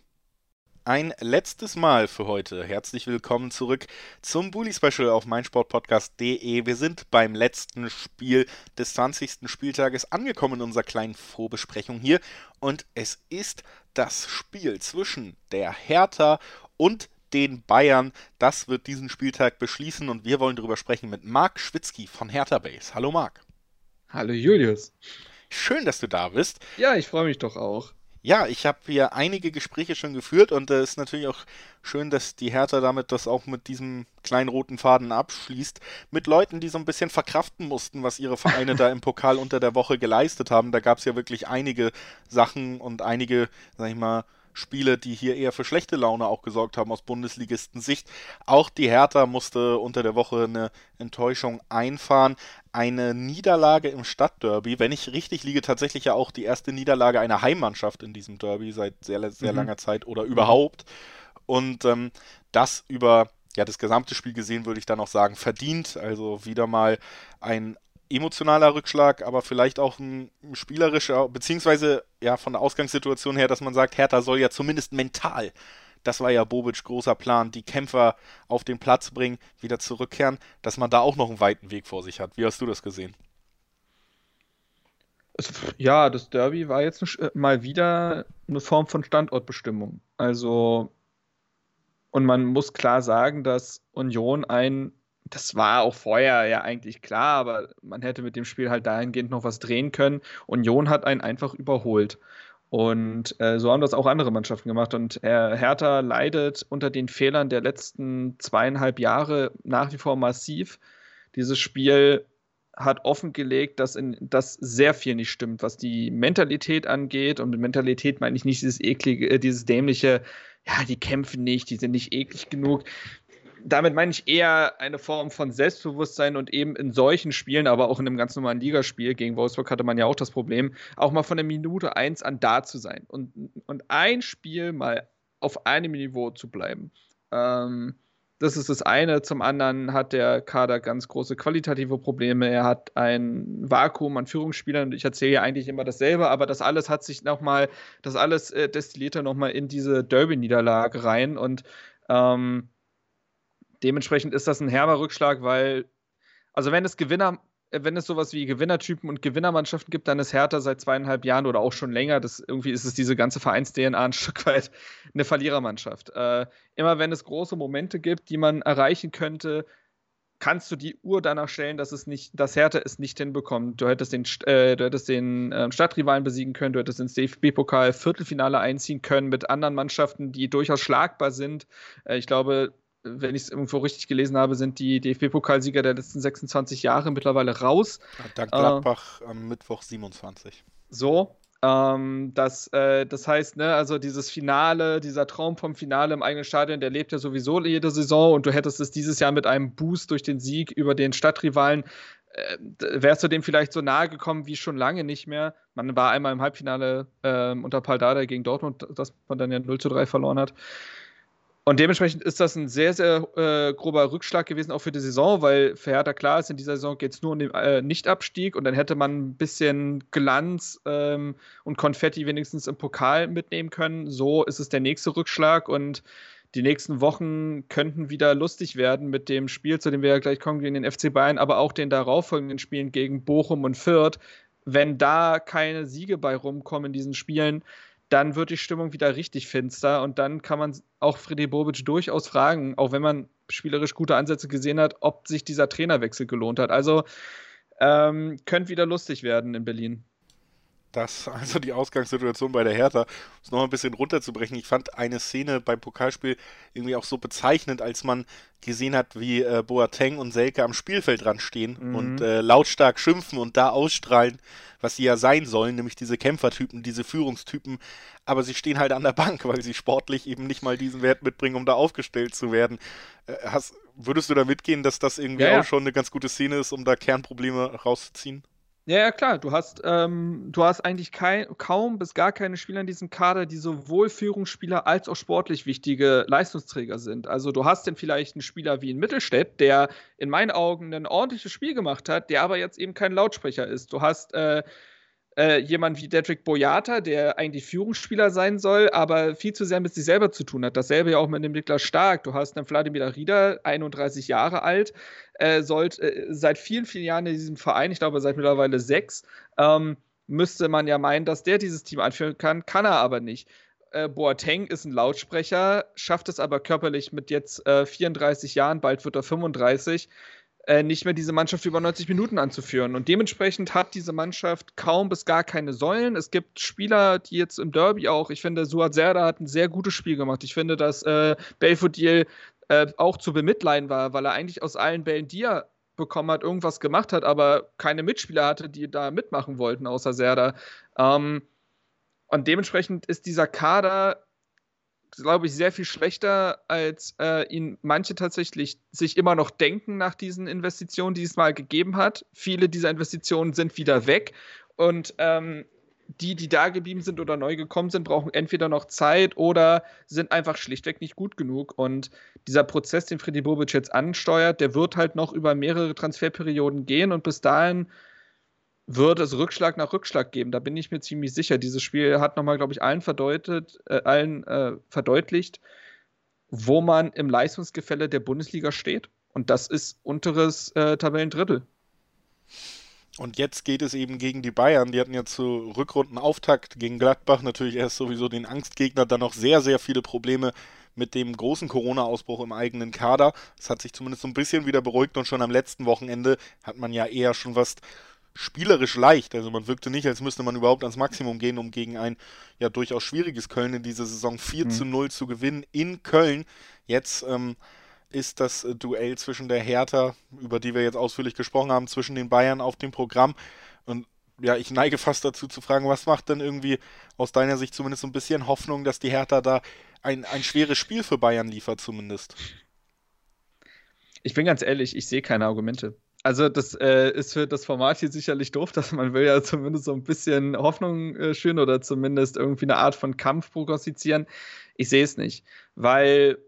Ein letztes Mal für heute. Herzlich willkommen zurück zum Bully Special auf meinsportpodcast punkt de. Wir sind beim letzten Spiel des zwanzigsten Spieltages angekommen in unserer kleinen Vorbesprechung hier. Und es ist das Spiel zwischen der Hertha und den Bayern. Das wird diesen Spieltag beschließen und wir wollen darüber sprechen mit Marc Schwitzky von Hertha Base. Hallo Marc. Hallo Julius. Schön, dass du da bist. Ja, ich freue mich doch auch. Ja, ich habe hier einige Gespräche schon geführt und es äh, ist natürlich auch schön, dass die Hertha damit das auch mit diesem kleinen roten Faden abschließt. Mit Leuten, die so ein bisschen verkraften mussten, was ihre Vereine da im Pokal unter der Woche geleistet haben. Da gab es ja wirklich einige Sachen und einige, sag ich mal, Spiele, die hier eher für schlechte Laune auch gesorgt haben aus Bundesligisten-Sicht. Auch die Hertha musste unter der Woche eine Enttäuschung einfahren. Eine Niederlage im Stadtderby, wenn ich richtig liege, tatsächlich ja auch die erste Niederlage einer Heimmannschaft in diesem Derby seit sehr, sehr Mhm. langer Zeit oder überhaupt. Und ähm, das über ja, das gesamte Spiel gesehen, würde ich dann auch sagen, verdient. Also wieder mal ein emotionaler Rückschlag, aber vielleicht auch ein spielerischer, beziehungsweise ja von der Ausgangssituation her, dass man sagt, Hertha soll ja zumindest mental, das war ja Bobic großer Plan, die Kämpfer auf den Platz bringen, wieder zurückkehren, dass man da auch noch einen weiten Weg vor sich hat. Wie hast du das gesehen? Ja, das Derby war jetzt mal wieder eine Form von Standortbestimmung. Also, und man muss klar sagen, dass Union ein Das war auch vorher ja eigentlich klar, aber man hätte mit dem Spiel halt dahingehend noch was drehen können. Union hat einen einfach überholt. Und äh, so haben das auch andere Mannschaften gemacht. Und äh, Hertha leidet unter den Fehlern der letzten zweieinhalb Jahre nach wie vor massiv. Dieses Spiel hat offengelegt, dass, in, dass sehr viel nicht stimmt, was die Mentalität angeht. Und mit Mentalität meine ich nicht dieses eklige, äh, dieses dämliche, ja, die kämpfen nicht, die sind nicht eklig genug. Damit meine ich eher eine Form von Selbstbewusstsein und eben in solchen Spielen, aber auch in einem ganz normalen Ligaspiel, gegen Wolfsburg hatte man ja auch das Problem, auch mal von der Minute eins an da zu sein und, und ein Spiel mal auf einem Niveau zu bleiben. Ähm, das ist das eine. Zum anderen hat der Kader ganz große qualitative Probleme. Er hat ein Vakuum an Führungsspielern und ich erzähle ja eigentlich immer dasselbe, aber das alles hat sich nochmal, das alles äh, destilliert er nochmal in diese Derby-Niederlage rein und ähm, dementsprechend ist das ein herber Rückschlag, weil, also wenn es Gewinner, wenn es sowas wie Gewinnertypen und Gewinnermannschaften gibt, dann ist Hertha seit zweieinhalb Jahren oder auch schon länger, das, irgendwie ist es diese ganze Vereins-D N A ein Stück weit eine Verlierermannschaft. Äh, immer wenn es große Momente gibt, die man erreichen könnte, kannst du die Uhr danach stellen, dass es nicht, dass Hertha es nicht hinbekommt. Du hättest den, äh, du hättest den äh, Stadtrivalen besiegen können, du hättest ins D F B-Pokal Viertelfinale einziehen können mit anderen Mannschaften, die durchaus schlagbar sind. Äh, ich glaube, wenn ich es irgendwo richtig gelesen habe, sind die D F B-Pokalsieger der letzten sechsundzwanzig Jahre mittlerweile raus. Dank Gladbach äh, am Mittwoch siebenundzwanzig. So, ähm, das, äh, das heißt, ne, also dieses Finale, dieser Traum vom Finale im eigenen Stadion, der lebt ja sowieso jede Saison und du hättest es dieses Jahr mit einem Boost durch den Sieg über den Stadtrivalen, äh, wärst du dem vielleicht so nahe gekommen wie schon lange nicht mehr. Man war einmal im Halbfinale äh, unter Pal Dardai gegen Dortmund, das man dann ja null zu drei verloren hat. Und dementsprechend ist das ein sehr, sehr äh, grober Rückschlag gewesen, auch für die Saison, weil für Hertha klar ist, in dieser Saison geht es nur um den äh, Nichtabstieg und dann hätte man ein bisschen Glanz ähm, und Konfetti wenigstens im Pokal mitnehmen können. So ist es der nächste Rückschlag und die nächsten Wochen könnten wieder lustig werden mit dem Spiel, zu dem wir ja gleich kommen, gegen den F C Bayern, aber auch den darauffolgenden Spielen gegen Bochum und Fürth. Wenn da keine Siege bei rumkommen in diesen Spielen, dann wird die Stimmung wieder richtig finster und dann kann man auch Freddy Bobic durchaus fragen, auch wenn man spielerisch gute Ansätze gesehen hat, ob sich dieser Trainerwechsel gelohnt hat. Also ähm, könnte wieder lustig werden in Berlin. Das, also die Ausgangssituation bei der Hertha, um es noch ein bisschen runterzubrechen. Ich fand eine Szene beim Pokalspiel irgendwie auch so bezeichnend, als man gesehen hat, wie äh, Boateng und Selke am Spielfeldrand stehen Mhm. und äh, lautstark schimpfen und da ausstrahlen, was sie ja sein sollen, nämlich diese Kämpfertypen, diese Führungstypen. Aber sie stehen halt an der Bank, weil sie sportlich eben nicht mal diesen Wert mitbringen, um da aufgestellt zu werden. Äh, hast, würdest du da mitgehen, dass das irgendwie Ja, ja. auch schon eine ganz gute Szene ist, um da Kernprobleme rauszuziehen? Ja, ja, klar. Du hast, ähm, du hast eigentlich kein, kaum bis gar keine Spieler in diesem Kader, die sowohl Führungsspieler als auch sportlich wichtige Leistungsträger sind. Also du hast dann vielleicht einen Spieler wie in Mittelstädt, der in meinen Augen ein ordentliches Spiel gemacht hat, der aber jetzt eben kein Lautsprecher ist. Du hast äh, äh, jemand wie Dedrick Boyata, der eigentlich Führungsspieler sein soll, aber viel zu sehr mit sich selber zu tun hat. Dasselbe ja auch mit dem Niklas Stark. Du hast einen Wladimir Rieder, einunddreißig Jahre alt, äh, sollt, äh, seit vielen, vielen Jahren in diesem Verein, ich glaube seit mittlerweile sechs, ähm, müsste man ja meinen, dass der dieses Team anführen kann, kann er aber nicht. Äh, Boateng ist ein Lautsprecher, schafft es aber körperlich mit jetzt äh, vierunddreißig Jahren, bald wird er fünfunddreißig, äh, nicht mehr diese Mannschaft über neunzig Minuten anzuführen. Und dementsprechend hat diese Mannschaft kaum bis gar keine Säulen. Es gibt Spieler, die jetzt im Derby auch, ich finde, Suat Serdar hat ein sehr gutes Spiel gemacht. Ich finde, dass äh, Belfodil äh, auch zu bemitleiden war, weil er eigentlich aus allen Bällen, die er bekommen hat, irgendwas gemacht hat, aber keine Mitspieler hatte, die da mitmachen wollten, außer Serdar. Ähm, und dementsprechend ist dieser Kader, glaube ich, sehr viel schlechter, als äh, ihn manche tatsächlich sich immer noch denken nach diesen Investitionen, die es mal gegeben hat. Viele dieser Investitionen sind wieder weg und ähm, die, die da geblieben sind oder neu gekommen sind, brauchen entweder noch Zeit oder sind einfach schlichtweg nicht gut genug. Und dieser Prozess, den Freddy Bobic jetzt ansteuert, der wird halt noch über mehrere Transferperioden gehen und bis dahin wird es Rückschlag nach Rückschlag geben. Da bin ich mir ziemlich sicher. Dieses Spiel hat nochmal, glaube ich, allen verdeutet, äh, allen äh, verdeutlicht, wo man im Leistungsgefälle der Bundesliga steht. Und das ist unteres äh, Tabellendrittel. Und jetzt geht es eben gegen die Bayern. Die hatten ja zu Rückrundenauftakt gegen Gladbach natürlich erst sowieso den Angstgegner, dann noch sehr, sehr viele Probleme mit dem großen Corona-Ausbruch im eigenen Kader. Das hat sich zumindest so ein bisschen wieder beruhigt und schon am letzten Wochenende hat man ja eher schon was spielerisch leicht. Also man wirkte nicht, als müsste man überhaupt ans Maximum gehen, um gegen ein ja durchaus schwieriges Köln in dieser Saison vier Mhm. zu null zu gewinnen in Köln. Jetzt ähm, ist das äh, Duell zwischen der Hertha, über die wir jetzt ausführlich gesprochen haben, zwischen den Bayern auf dem Programm. Und ja, ich neige fast dazu zu fragen, was macht denn irgendwie aus deiner Sicht zumindest so ein bisschen Hoffnung, dass die Hertha da ein, ein schweres Spiel für Bayern liefert zumindest? Ich bin ganz ehrlich, ich sehe keine Argumente. Also das äh, ist für das Format hier sicherlich doof, dass man will ja zumindest so ein bisschen Hoffnung äh, schüren oder zumindest irgendwie eine Art von Kampf prognostizieren. Ich sehe es nicht, weil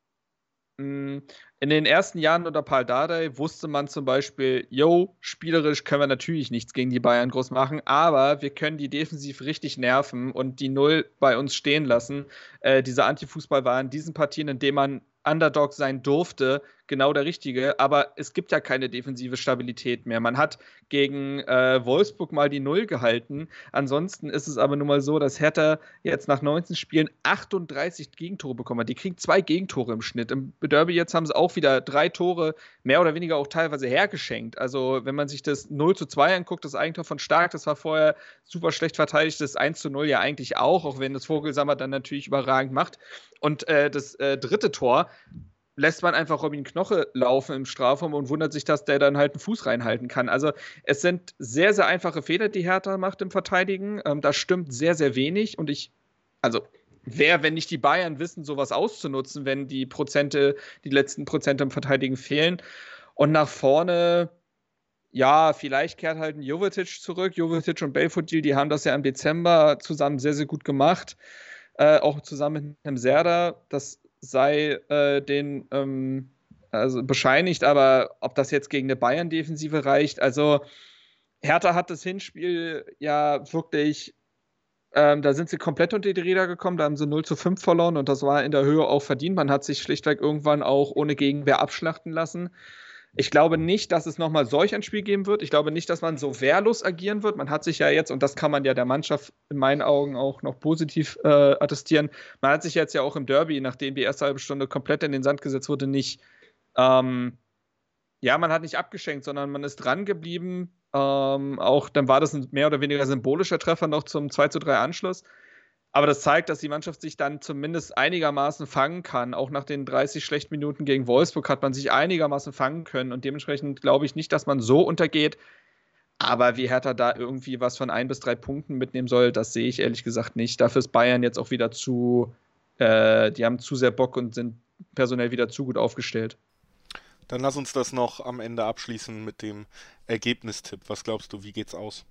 mh, in den ersten Jahren unter Paul Dardai wusste man zum Beispiel, yo, spielerisch können wir natürlich nichts gegen die Bayern groß machen, aber wir können die defensiv richtig nerven und die Null bei uns stehen lassen. Äh, dieser Antifußball war in diesen Partien, in denen man Underdog sein durfte, genau der Richtige, aber es gibt ja keine defensive Stabilität mehr. Man hat gegen äh, Wolfsburg mal die Null gehalten, ansonsten ist es aber nun mal so, dass Hertha jetzt nach neunzehn Spielen achtunddreißig Gegentore bekommen hat. Die kriegen zwei Gegentore im Schnitt. Im Derby jetzt haben sie auch wieder drei Tore, mehr oder weniger auch teilweise hergeschenkt. Also wenn man sich das null zu zwei anguckt, das Eigentor von Stark, das war vorher super schlecht verteidigt, das eins zu null ja eigentlich auch, auch wenn das Vogelsammer dann natürlich überragend macht. Und äh, das äh, dritte Tor lässt man einfach Robin Knoche laufen im Strafraum und wundert sich, dass der dann halt einen Fuß reinhalten kann. Also es sind sehr, sehr einfache Fehler, die Hertha macht im Verteidigen. Ähm, da stimmt sehr, sehr wenig. Und ich, also wer, wenn nicht die Bayern wissen, sowas auszunutzen, wenn die Prozente, die letzten Prozente im Verteidigen fehlen. Und nach vorne, ja, vielleicht kehrt halt ein Jovetic zurück. Jovetic und Belfodil, die haben das ja im Dezember zusammen sehr, sehr gut gemacht. Äh, auch zusammen mit einem Serdar. Das sei äh, den ähm, also bescheinigt, aber ob das jetzt gegen eine Bayern-Defensive reicht, also Hertha hat das Hinspiel ja wirklich, ähm, da sind sie komplett unter die Räder gekommen, da haben sie null zu fünf verloren und das war in der Höhe auch verdient, man hat sich schlichtweg irgendwann auch ohne Gegenwehr abschlachten lassen. Ich glaube nicht, dass es nochmal solch ein Spiel geben wird. Ich glaube nicht, dass man so wehrlos agieren wird. Man hat sich ja jetzt, und das kann man ja der Mannschaft in meinen Augen auch noch positiv äh, attestieren, man hat sich jetzt ja auch im Derby, nachdem die erste halbe Stunde komplett in den Sand gesetzt wurde, nicht, ähm, ja, man hat nicht abgeschenkt, sondern man ist dran geblieben. Ähm, auch dann war das ein mehr oder weniger symbolischer Treffer noch zum zwei zu drei Anschluss. Aber das zeigt, dass die Mannschaft sich dann zumindest einigermaßen fangen kann. Auch nach den dreißig schlechten Minuten gegen Wolfsburg hat man sich einigermaßen fangen können. Und dementsprechend glaube ich nicht, dass man so untergeht. Aber wie Hertha da irgendwie was von ein bis drei Punkten mitnehmen soll, das sehe ich ehrlich gesagt nicht. Dafür ist Bayern jetzt auch wieder zu, äh, die haben zu sehr Bock und sind personell wieder zu gut aufgestellt. Dann lass uns das noch am Ende abschließen mit dem Ergebnistipp. Was glaubst du, wie geht's aus?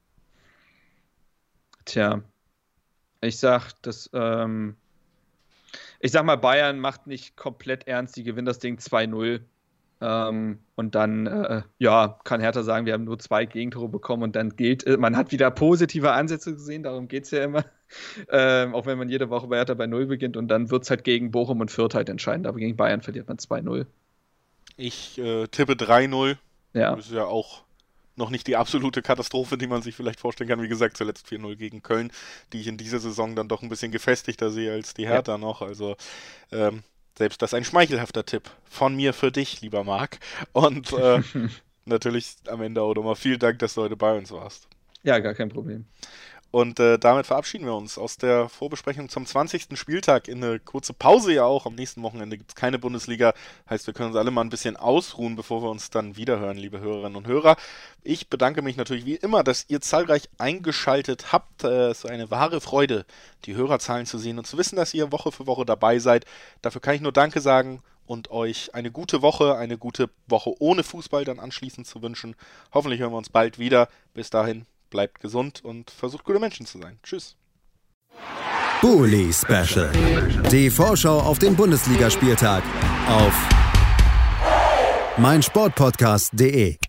Tja, ich sag, das, ähm, ich sag mal, Bayern macht nicht komplett ernst, die gewinnen das Ding zwei null. Ähm, und dann, äh, ja, kann Hertha sagen, wir haben nur zwei Gegentore bekommen und dann gilt, äh, man hat wieder positive Ansätze gesehen, darum geht es ja immer. Ähm, auch wenn man jede Woche bei Hertha bei null beginnt und dann wird es halt gegen Bochum und Fürth halt entscheidend, aber gegen Bayern verliert man zwei null. Ich äh, tippe drei null. Ja. Das ist ja auch noch nicht die absolute Katastrophe, die man sich vielleicht vorstellen kann. Wie gesagt, zuletzt vier null gegen Köln, die ich in dieser Saison dann doch ein bisschen gefestigter sehe als die Hertha ja. noch. Also ähm, selbst das ein schmeichelhafter Tipp von mir für dich, lieber Marc. Und äh, natürlich am Ende auch nochmal vielen Dank, dass du heute bei uns warst. Ja, gar kein Problem. Und äh, damit verabschieden wir uns aus der Vorbesprechung zum zwanzigsten Spieltag in eine kurze Pause ja auch. Am nächsten Wochenende gibt es keine Bundesliga. Heißt, wir können uns alle mal ein bisschen ausruhen, bevor wir uns dann wiederhören, liebe Hörerinnen und Hörer. Ich bedanke mich natürlich wie immer, dass ihr zahlreich eingeschaltet habt. Es äh, ist eine wahre Freude, die Hörerzahlen zu sehen und zu wissen, dass ihr Woche für Woche dabei seid. Dafür kann ich nur Danke sagen und euch eine gute Woche, eine gute Woche ohne Fußball dann anschließend zu wünschen. Hoffentlich hören wir uns bald wieder. Bis dahin. Bleibt gesund und versucht gute Menschen zu sein. Tschüss. Bully Special. Die Vorschau auf den Bundesligaspieltag auf meinsportpodcast punkt de.